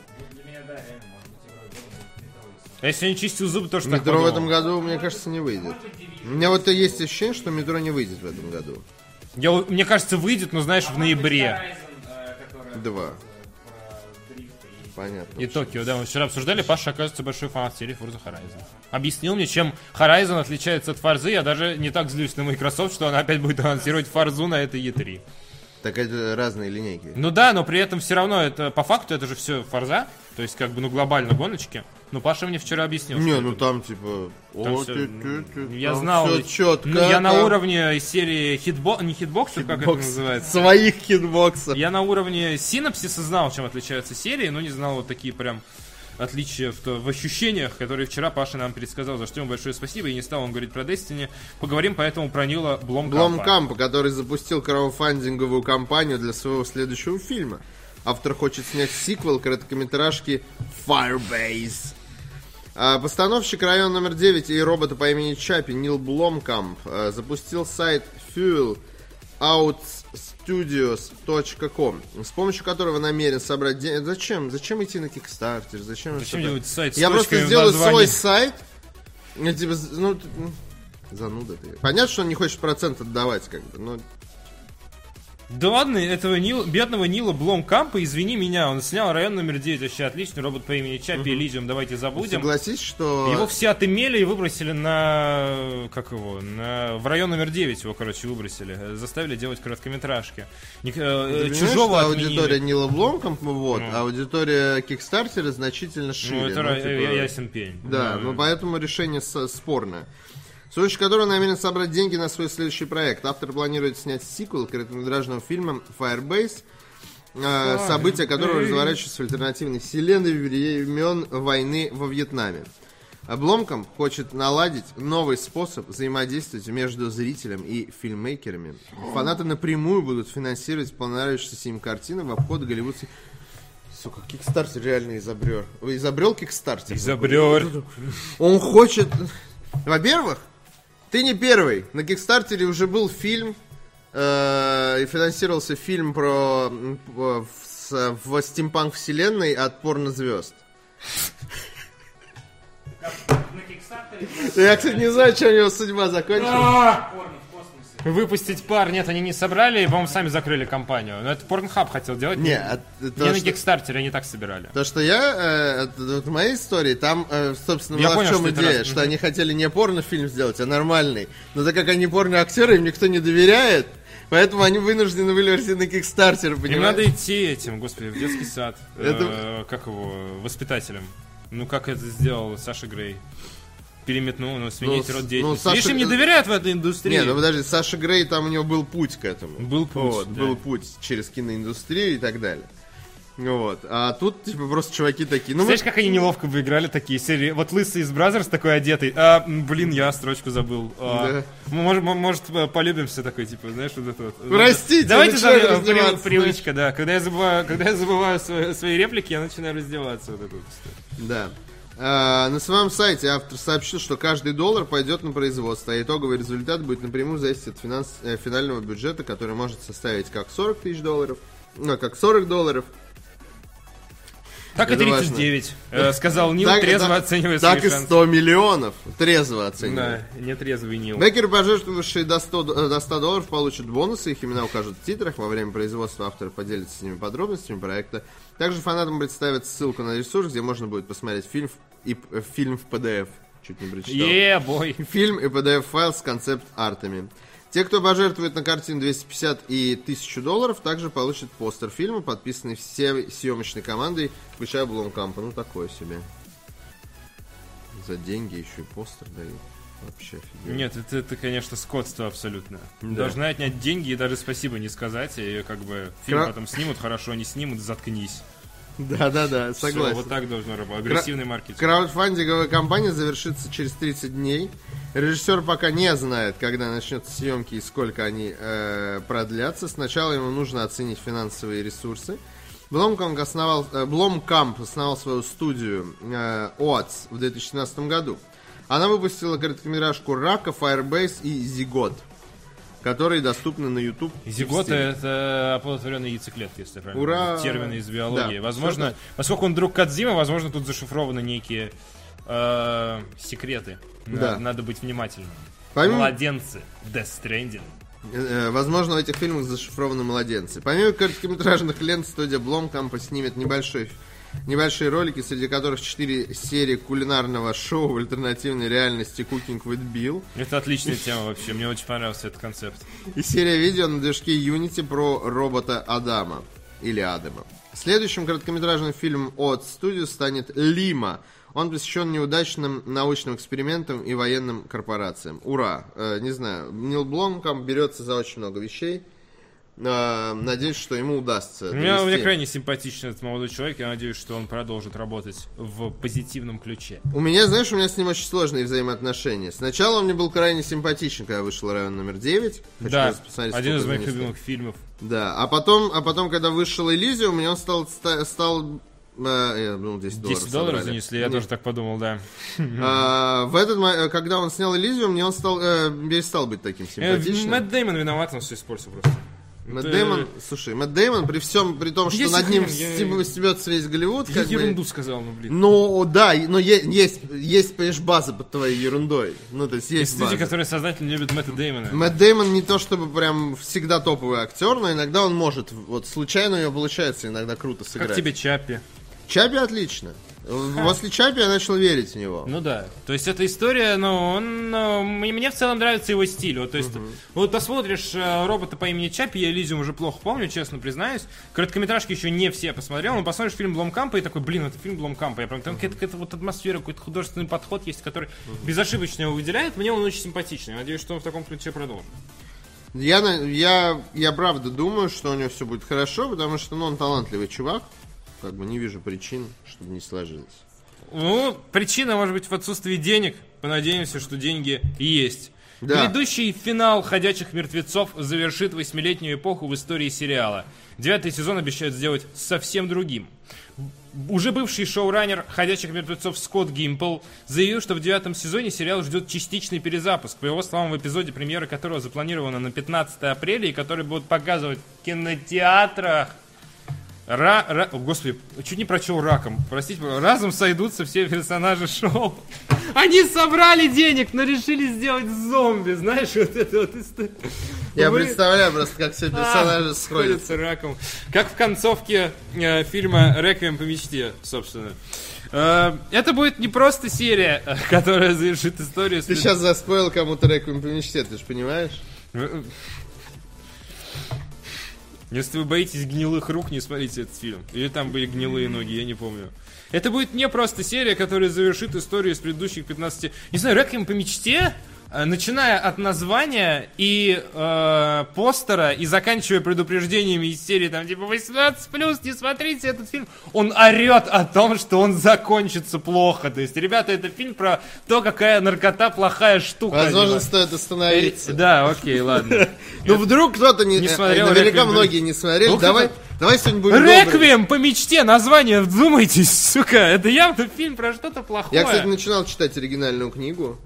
А если не чистил зубы, то что так Метро в этом году, мне кажется, не выйдет. У меня вот есть ощущение, что Метро не выйдет в этом году. Я, мне кажется, выйдет, но знаешь, в ноябре. Два. понятно. И Токио, да, мы вчера обсуждали. Паша, оказывается, большой фанат серии Forza Horizon. Объяснил мне, чем Horizon отличается от Форзы. Я даже не так злюсь на Microsoft, что она опять будет анонсировать Форзу на этой и три. Так это разные линейки. Ну да, но при этом все равно, это по факту, это же все Форза. То есть, как бы, ну, глобально гоночки. Ну, Паша мне вчера объяснил. Не, ну там, типа... Там о, всё, ты, ты, ты, я там знал. всё четко, Ну, я на там. уровне серии хитбокс, не хитбоксов, как это Бокс. называется. Своих хитбоксов. Я на уровне синапсиса знал, чем отличаются серии, но не знал вот такие прям отличия в, то- в ощущениях, которые вчера Паша нам предсказал, за что ему большое спасибо. И не стал он говорить про Destiny. Поговорим поэтому про Нила Бломкампа. Бломкампа, который запустил краудфандинговую кампанию для своего следующего фильма. Автор хочет снять сиквел короткометражки Firebase. А, Постановщик «Район номер девять» и робота по имени Чапи Нил Бломкамп а, запустил сайт fuel out studios точка com, с помощью которого намерен собрать деньги. Зачем? Зачем идти на Kickstarter? Зачем? Зачем что-то? делать сайт с Я просто точками в сделаю названии? свой сайт. Ну, типа, ну, т- ну, зануда ты. Понятно, что он не хочет процент отдавать, как бы, но... Да ладно, этого Нил, бедного Нила Бломкампа, извини меня, он снял «Район номер девять», вообще отличный робот по имени Чапи, Элизиум, давайте забудем. Согласись, что... Его все отымели и выбросили на... Как его? На... В «Район номер девять» его, короче, выбросили. Заставили делать короткометражки. Ник- э, Ты Чужого понимаешь, что отменили. аудитория Нила Бломкампа, вот, Ну. а аудитория Кикстартера значительно шире. Ну, это ну, ра- типа, я- ясен пень. Да, Ну, но поэтому решение с- спорное. С помощью которого намерен собрать деньги на свой следующий проект. Автор планирует снять сиквел к короткометражному фильму Firebase, э, события которого разворачиваются в альтернативной вселенной времен войны во Вьетнаме. Бломкамп хочет наладить новый способ взаимодействовать между зрителем и фильммейкерами. Фанаты напрямую будут финансировать понравившиеся им картины в обход голливудских... Сука, Кикстартер реально изобрел. Изобрел Кикстартер. Изобрел. Он хочет... Во-первых, ты не первый. На Кикстартере уже был фильм, э, и финансировался фильм про м, в, с- в стимпанк вселенной от порнозвезд. Я, кстати, не знаю, чем его судьба закончилась. Выпустить пар, нет, они не собрали, и, по-моему, сами закрыли компанию. Но это Pornhub хотел делать. Не, а не то, на что, Кикстартере они так собирали. то, что я, э, это вот в моей истории, там, э, собственно, Я была понял, в чем что это идея, раз- что они хотели не порнофильм сделать, а нормальный. Но так как они порно-актеры, им никто не доверяет, поэтому они вынуждены были вырасти на Кикстартер, Им понимаешь? надо идти этим, господи, в детский сад. Это- Э, как его, воспитателем. Ну, как это сделал Саша Грей. Переметнул, ну, сменить Ну, род с- деятельности. ну, Видишь, Саша- им не доверяют в этой индустрии. Не, ну подожди, Саша Грей, там у него был путь к этому. Был путь, Вот, да. был путь через киноиндустрию и так далее. Вот. А тут, типа, просто чуваки такие. Ну, мы- Знаешь, как они неловко бы играли такие серии? Вот лысый из Бразерс такой одетый. А, м, блин, я строчку забыл. А, Да. может, м- может, э, полюбимся такой, типа, знаешь, вот это вот. Простите, Давайте начинаю за- раздеваться, при- привычка, да. Когда я забываю, когда я забываю свои, свои реплики, я начинаю раздеваться. Вот это вот. Да. А, на своем сайте автор сообщил, что каждый доллар пойдет на производство, а итоговый результат будет напрямую зависеть от финанс- э, финального бюджета, который может составить как сорок тысяч долларов, ну, как сорок долларов. Так и Это тридцать девять, э, сказал Нил, Так- трезво так- оценивая Так свои и шансы. сто миллионов трезво оценивает. Да, нетрезвый Нил. Бекеры, пожертвовавшие до ста, до ста долларов, получат бонусы, их имена укажут в титрах. Во время производства автор поделится с ними подробностями проекта. Также фанатам представят ссылку на ресурс, где можно будет посмотреть фильм в, и, э, фильм в пи ди эф. Чуть не прочитал. Е, бой. Фильм и пи ди эф-файл с концепт-артами. Те, кто пожертвует на картину двести пятьдесят и тысячу долларов, также получат постер фильма, подписанный всей съемочной командой, включая Бломкампа. Ну, такое себе. За деньги еще и постер дают. Вообще офигенно. Нет, это, это, конечно, скотство абсолютно. Да. Должны отнять деньги и даже спасибо не сказать, и как бы фильм Кра- потом снимут, хорошо, не снимут, заткнись. Да-да-да, Всё, согласен. вот так должно работать. Агрессивный маркетинг. Краудфандинговая кампания завершится через тридцать дней. Режиссер пока не знает, когда начнутся съемки и сколько они э, продлятся. Сначала ему нужно оценить финансовые ресурсы. Бломкамп основал, э, Бломкамп основал свою студию э, о эй ти эс в две тысячи семнадцатом году. Она выпустила короткометражку «Рака», «Firebase» и «Зигот», которые доступны на YouTube. и в Зиготы — Steam. это оплодотворенные яйцеклетки, если правильно. Ура! Термины из биологии. Да, Возможно, всё поскольку он друг Кодзима, возможно, тут зашифрованы некие э, секреты. Да. Надо, надо быть внимательным. Помимо- Младенцы. Death Stranding. Э, Возможно, в этих фильмах зашифрованы младенцы. Помимо короткометражных лент, студия Blomkamp снимет небольшой, небольшие ролики, среди которых четыре серии кулинарного шоу в альтернативной реальности Cooking with Bill. Это отличная тема вообще, мне очень понравился этот концепт. И серия видео на движке Unity про робота Адама. Или Адама. Следующим короткометражным фильмом от студии станет «Лима». Он посвящен неудачным научным экспериментам и военным корпорациям. Ура! Э, не знаю, Нил Бломкамп берется за очень много вещей. Э, надеюсь, что ему удастся. Мне, мне крайне симпатичен этот молодой человек. Я надеюсь, что он продолжит работать в позитивном ключе. У меня, знаешь, у меня с ним очень сложные взаимоотношения. Сначала он мне был крайне симпатичен, когда вышел «Район номер девять». Хочу да, один из моих любимых фильмов. Да, а потом, а потом, когда вышел «Элизиум», мне он стал... стал Я думал, десять долларов, десять долларов занесли, я Нет. тоже так подумал, да. А, в этот момент, когда он снял «Элизиум», мне он стал, э, перестал быть таким симпатичным. Мэтт Дэймон виноват, он все испортил просто. Мэтт Дэймон, слушай, Мэтт Дэймон, при всем, при том, что Есть над ним я... стебется весь Голливуд. Я ерунду бы... сказал, ну блин. Ну да, но есть, есть, есть, понимаешь, база под твоей ерундой. Ну, то есть есть Есть люди, которые сознательно любят Мэтта Дэймона. Мэтт Дэймон не то чтобы прям всегда топовый актер, но иногда он может, вот случайно у него получается иногда круто сыграть. Как тебе Чаппи? Чаппи отлично. После Чаппи я начал верить в него. Ну да. То есть эта история, ну, он, ну, мне в целом нравится его стиль. Вот, то есть, uh-huh. вот посмотришь э, робота по имени Чаппи, я «Элизиум» уже плохо помню, честно признаюсь. Короткометражки еще не все посмотрел, но посмотришь фильм Бломкампа и такой, блин, это фильм Бломкампа. Я прям, там uh-huh. какая-то, какая-то вот атмосфера, какой-то художественный подход есть, который uh-huh. безошибочно его выделяет. Мне он очень симпатичный. Надеюсь, что он в таком ключе продолжит. Я, я, я правда думаю, что у него все будет хорошо, потому что ну, он талантливый чувак. Как бы не вижу причин, чтобы не сложилось. Ну, причина может быть в отсутствии денег. Понадеемся, что деньги есть. Да. Грядущий финал «Ходячих мертвецов» завершит восьмилетнюю эпоху в истории сериала. Девятый сезон обещают сделать совсем другим. Уже бывший шоураннер «Ходячих мертвецов» Скотт Гимпл заявил, что в девятом сезоне сериал ждет частичный перезапуск. По его словам, в эпизоде, премьера которого запланирована на пятнадцатое апреля, и который будут показывать в кинотеатрах, Ра, ра, о, господи, чуть не прочел раком. Простите, разом сойдутся все персонажи шоу. Они собрали денег, но решили сделать зомби. Знаешь, вот это вот история. Я Вы... представляю просто, как все персонажи а, сходятся раком. Как в концовке э, фильма «Реквием по мечте», собственно. Э, это будет не просто серия, которая завершит историю. Ты сейчас заспоил кому-то «Реквием по мечте», ты же понимаешь? Если вы боитесь гнилых рук, не смотрите этот фильм. Или там были гнилые ноги, я не помню. Это будет не просто серия, которая завершит историю из предыдущих пятнадцати... Не знаю, «Реквием по мечте», начиная от названия и э, постера, и заканчивая предупреждениями из серии, там, типа, восемнадцать плюс, не смотрите этот фильм, он орет о том, что он закончится плохо. То есть, ребята, это фильм про то, какая наркота плохая штука. Возможно, стоит остановиться. Да, окей, ладно. Ну, вдруг кто-то не смотрел. Наверняка многие не смотрели. Давай... Давай сегодня будем «Реквием по мечте», название, вдумайтесь, сука, это явно фильм про что-то плохое. Я, кстати, начинал читать оригинальную книгу,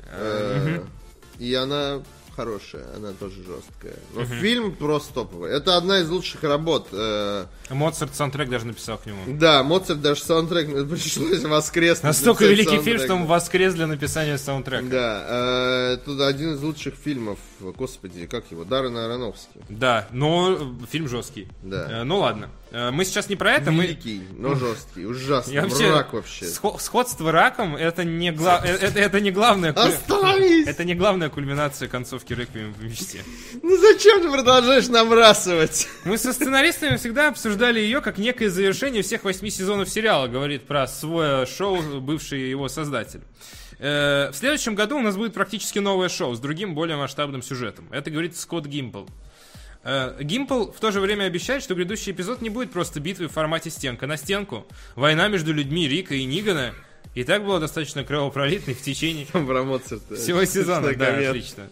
и она хорошая, она тоже жесткая. Но uh-huh. фильм просто топовый. Это одна из лучших работ. Моцарт саундтрек даже написал к нему. Да, Моцарт даже саундтрек пришлось воскреснуть. Настолько великий саундтрек. Фильм, что он воскрес для написания саундтрека. Да, это один из лучших фильмов. Господи, как его? Даррен Аронофски. Да, но фильм жесткий. Да. Ну ладно. Мы сейчас не про это. Великий, мы... но жесткий, ужасный. Я вообще... Рак вообще. Сходство раком это не, гла... это, это не главное. Остановись! Это не главная кульминация концовки «Реквием по мечте». Ну зачем ты продолжаешь набрасывать? Мы со сценаристами всегда обсуждали ее как некое завершение всех восьми сезонов сериала, говорит про свое шоу бывший его создатель. В следующем году у нас будет практически новое шоу с другим, более масштабным сюжетом. Это говорит Скотт Гимпл. Гимпл в то же время обещает, что грядущий эпизод не будет просто битвой в формате стенка на стенку. Война между людьми Рика и Нигана и так была достаточно кровопролитной в течение всего сезона. Да, отлично.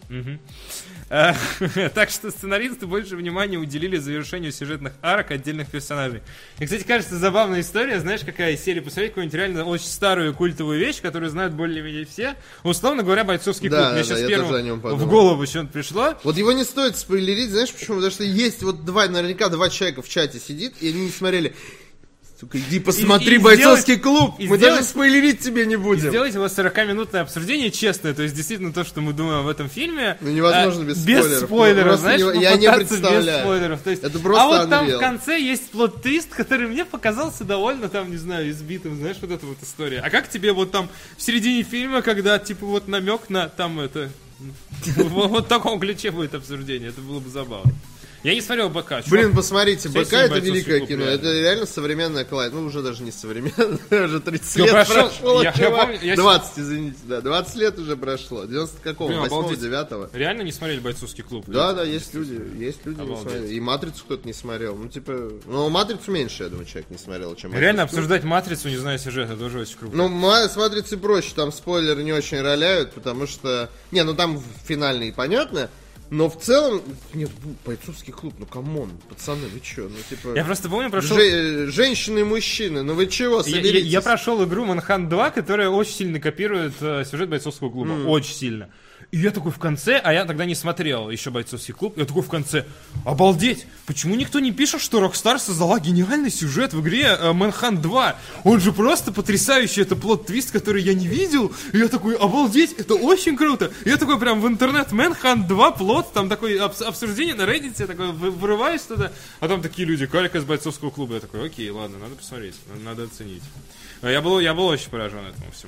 Так что сценаристы больше внимания уделили завершению сюжетных арок отдельных персонажей. И, кстати, кажется, забавная история. Знаешь, какая серия? Посмотреть какую-нибудь реально очень старую культовую вещь, которую знают более-менее все. Условно говоря, «Бойцовский клуб». Да, Мне да, сейчас да, первым в голову что-то пришло. Вот его не стоит спойлерить, знаешь почему? Потому что есть вот два, наверняка два человека в чате сидит, и они не смотрели. Сука, иди посмотри и «Бойцовский сделать, клуб», мы сделать, даже спойлерить тебе не будем. И сделать его сорокаминутное обсуждение честное, то есть действительно то, что мы думаем в этом фильме. Ну невозможно без, без спойлеров. спойлеров, знаешь, не, я не представляю. Без спойлеров. То есть, это просто а вот Unreal. Там в конце есть плот-твист, который мне показался довольно, там, не знаю, избитым, знаешь, вот эта вот история. А как тебе вот там в середине фильма, когда, типа, вот намек на там это... Вот в таком ключе будет обсуждение, это было бы забавно. Я не смотрел БК. Блин, посмотрите, БК это великое клуб, кино. реально. Это реально современная класс. Ну, уже даже не современная, уже тридцать ну, лет прошел, прошло. Я, я помню, я двадцать, извините, да. двадцать лет уже прошло. девяносто какого? восьмого, девятого. Реально не смотрели «Бойцовский клуб»? Да, да, есть люди. Есть люди не смотрели. И «Матрицу» кто-то не смотрел. Ну, типа... Ну, «Матрицу» меньше, я думаю, человек не смотрел, чем «Матрицу». Реально обсуждать «Матрицу», не зная сюжета, это тоже очень круто. Ну, с «Матрицей» проще. Там спойлеры не очень роляют, потому что... Не, ну там финальные понятно. Но в целом, нет, «Бойцовский клуб», ну камон, пацаны, вы чё, ну типа... Я просто помню, прошел... Же- женщины и мужчины, ну вы чего, соберитесь? Я, я, я прошел игру Manhunt два, которая очень сильно копирует э, сюжет «Бойцовского клуба», mm. очень сильно. И я такой в конце, а я тогда не смотрел еще «Бойцовский клуб», я такой в конце, обалдеть, почему никто не пишет, что Rockstar создала гениальный сюжет в игре э, Manhunt два? Он же просто потрясающий, это плот-твист, который я не видел. И я такой, обалдеть, это очень круто. И я такой прям в интернет, Manhunt два, плот, там такое обс- обсуждение на Reddit, я такой вырываюсь туда, а там такие люди, Калик из «Бойцовского клуба». Я такой, окей, ладно, надо посмотреть, надо, надо оценить. Я был, я был очень поражен этому всему.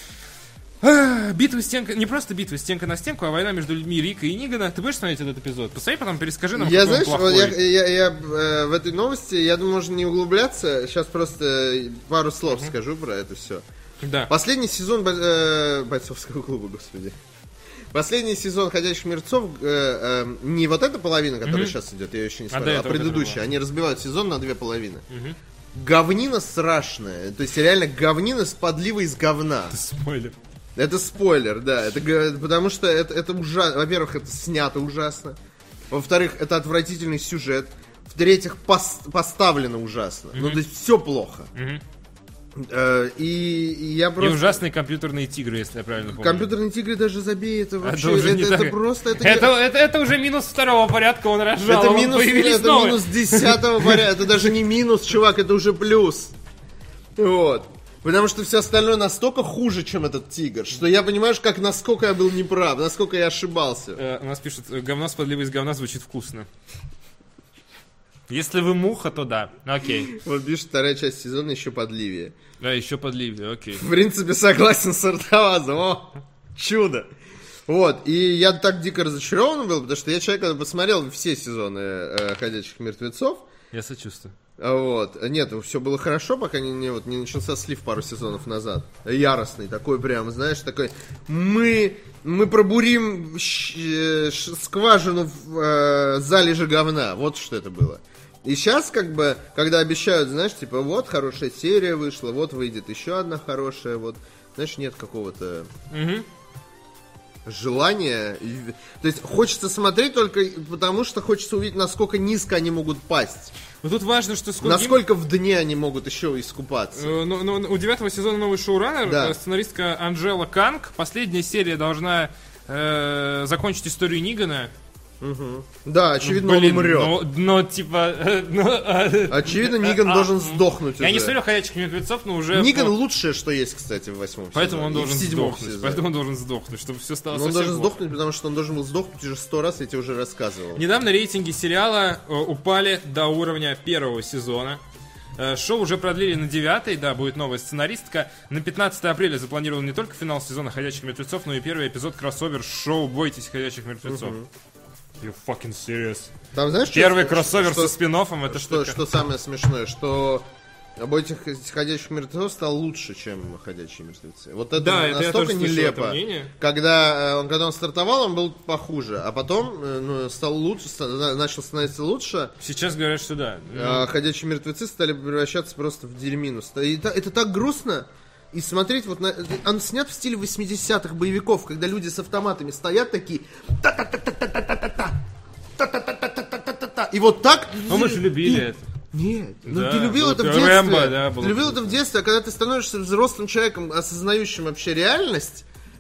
Битва стенка, не просто битва стенка на стенку, а война между людьми Рика и Нигана. Ты будешь смотреть этот эпизод? Посмотри, потом перескажи нам, я, какой знаешь, он плохой. Я, я, я э, в этой новости, я думаю, можно не углубляться. Сейчас просто пару слов uh-huh. скажу про это все. Да. Последний сезон э, «Бойцовского клуба», господи. Последний сезон «Ходячих мертвецов», э, э, не вот эта половина, которая uh-huh. сейчас идет, я еще не смотрел, а, а предыдущая. Они разбивают сезон на две половины. Uh-huh. Говнина страшная. То есть реально говнина с подливой из говна. Это спойлер. Это спойлер, да. Это, потому что это, это ужасно. Во-первых, это снято ужасно. Во-вторых, это отвратительный сюжет. В-третьих, пос- поставлено ужасно. Mm-hmm. Ну, то есть все плохо. Mm-hmm. Э, и, и я просто... И ужасные компьютерные тигры, если я правильно помню. Компьютерные тигры даже забей, это вообще... Это, это, это так... просто... Это, это, это, это уже минус второго порядка, он разжал. Это, минус, это минус десятого порядка. Это даже не минус, чувак, это уже плюс. Вот. Потому что все остальное настолько хуже, чем этот тигр, что я понимаешь, как насколько я был неправ, насколько я ошибался. Э, у нас пишут, говно с подливой из говна звучит вкусно. Если вы муха, то да. Окей. Вот пишет, вторая часть сезона еще подливее. Да, еще подливее, окей. В принципе, согласен с Артавазом. О, чудо. Вот, и я так дико разочарован был, потому что я человек, который посмотрел все сезоны э, «Ходячих мертвецов». Я сочувствую. Вот. Нет, все было хорошо, пока не, не, вот, не начался слив пару сезонов назад. Яростный, такой прям, знаешь, такой... Мы, мы пробурим щ, щ, скважину в э, залежи говна. Вот что это было. И сейчас, как бы, когда обещают, знаешь, типа, вот, хорошая серия вышла, вот выйдет еще одна хорошая, вот, знаешь, нет какого-то... Угу. желание. То есть хочется смотреть только потому, что хочется увидеть, насколько низко они могут пасть. Но тут важно, что сколько... Насколько в дне они могут еще искупаться. Э, но, но, у девятого сезона новый шоураннер, да. сценаристка Анджела Канг. Последняя серия должна э, закончить историю Нигана. Угу. Да, очевидно, Блин, он умрет. Но, но типа... Но, очевидно, Ниган а, должен сдохнуть. Я уже. не смотрел «Ходячих мертвецов», но уже... Ниган по... лучшее, что есть, кстати, в восьмом поэтому сезоне. Он должен сдохнуть, сезоне. поэтому он должен сдохнуть, чтобы все стало но совсем он должен плохо. сдохнуть, потому что он должен был сдохнуть уже сто раз, я тебе уже рассказывал. Недавно рейтинги сериала э, упали до уровня первого сезона. Э, шоу уже продлили на девятый, да, будет новая сценаристка. На пятнадцатое апреля запланирован не только финал сезона «Ходячих мертвецов», но и первый эпизод кроссовер шоу «Бойтесь ходячих мертвецов». Угу. You fucking serious. Там, знаешь, первый что, кроссовер что, со спин-оффом, это что, что, что самое смешное, что «Бойтесь ходячих мертвецов» стал лучше, чем «Ходячие мертвецы». Вот это да, настолько это нелепо. Когда он, когда он стартовал, он был похуже, а потом ну, стал лучше, начал становиться лучше. Сейчас говорят, что да. А «Ходячие мертвецы» стали превращаться просто в дерьмину. Это, это так грустно. И смотреть, вот на... он снят в стиле восьмидесятых боевиков, когда люди с автоматами стоят такие... Та-та-та-та-та-та-та-та, та-та-та-та-та-та-та-та. И вот так... Ну мы же любили это. Нет, ну да, ты любил это в Рэмбо, детстве. да, ты любил это в детстве, а когда ты становишься взрослым человеком, осознающим вообще реальность,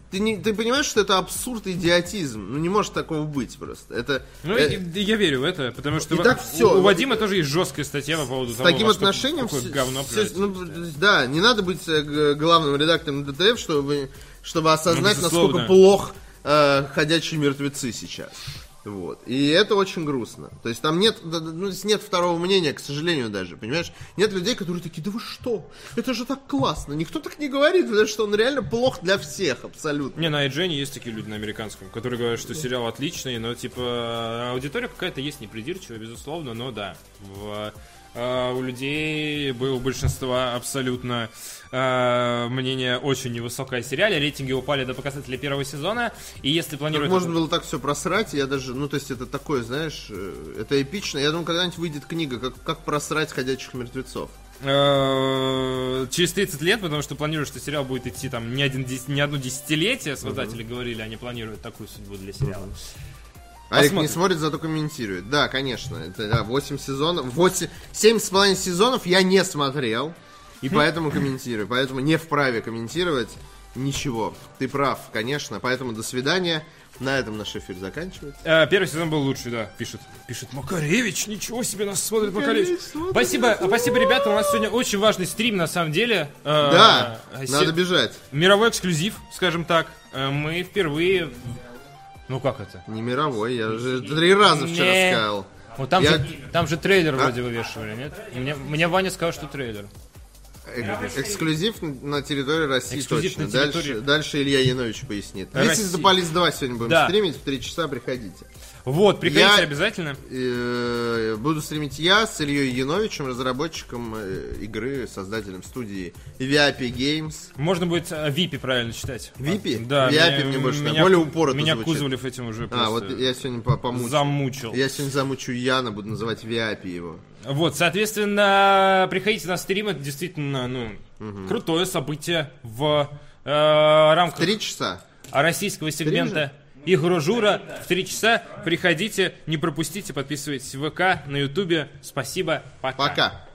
Ты, не, ты понимаешь, что это абсурд и идиотизм? Ну, не может такого быть просто. Это, ну, э... я, я верю в это, потому что и так все. У, у Вадима тоже есть жесткая статья по поводу с того, таким что отношением какое все, говно все, ну, да, не надо быть главным редактором ДТФ, чтобы, чтобы осознать, ну, насколько плох э, ходячие мертвецы сейчас. Вот. И это очень грустно. То есть там нет, ну, нет второго мнения, к сожалению, даже, понимаешь? Нет людей, которые такие, да вы что? Это же так классно. Никто так не говорит, потому что он реально плох для всех, абсолютно. Не, на iGen есть такие люди на американском, которые говорят, что сериал отличный, но, типа, аудитория какая-то есть непридирчивая, безусловно, но да. В, э, у людей, у большинства абсолютно э, мнение очень невысокое о сериале. Рейтинги упали до показателей первого сезона. И если планируете... Можно было так все просрать, я даже, ну, то есть это такое, знаешь, это эпично. Я думаю, когда-нибудь выйдет книга, как, как просрать ходячих мертвецов. Через тридцать лет, потому что планируют, что сериал будет идти там не, один, не одно десятилетие, создатели uh-huh. говорили, они планируют такую судьбу для сериала. Uh-huh. Алик не смотрит, зато комментирует. Да, конечно. Это да, восемь сезонов. восемь, семь с половиной сезонов я не смотрел. И поэтому комментирую. Поэтому не вправе комментировать ничего. Ты прав, конечно. Поэтому до свидания. На этом наш эфир заканчивается. А, первый сезон был лучший, да, пишет. Пишет Макаревич, ничего себе нас смотрит Макаревич. Макаревич. Спасибо, спасибо, ребята. У нас сегодня очень важный стрим, на самом деле. Да, а, надо се... бежать. Мировой эксклюзив, скажем так. Мы впервые... Ну как это? Не мировой, я уже три раза вчера не... сказал. Вот там, я... же, там же трейлер а? вроде вывешивали, нет? Мне, мне Ваня сказал, что трейлер. Эксклюзив на территории России. Эксклюзив точно. на территории... Дальше, дальше Илья Янович пояснит. Россия. This is the Police два сегодня будем да. стримить в три часа, приходите. Вот, приходите я, обязательно. Э, буду стримить я с Ильей Яновичем, разработчиком э, игры, создателем студии ви ай пи Games. Можно будет ви пи правильно читать. ви пи? Да. ви ай пи мне больше меня, более упорно Меня звучит. Кузовлев этим уже А, вот я сегодня помучил. Замучил. Я сегодня замучу Яна, буду называть ви ай пи его. Вот, соответственно, приходите на стрим, это действительно, ну, угу. крутое событие в э, рамках... В три часа? Российского сегмента Игрожура в три часа. Приходите, не пропустите, подписывайтесь в ВК, на Ютубе. Спасибо, пока. Пока.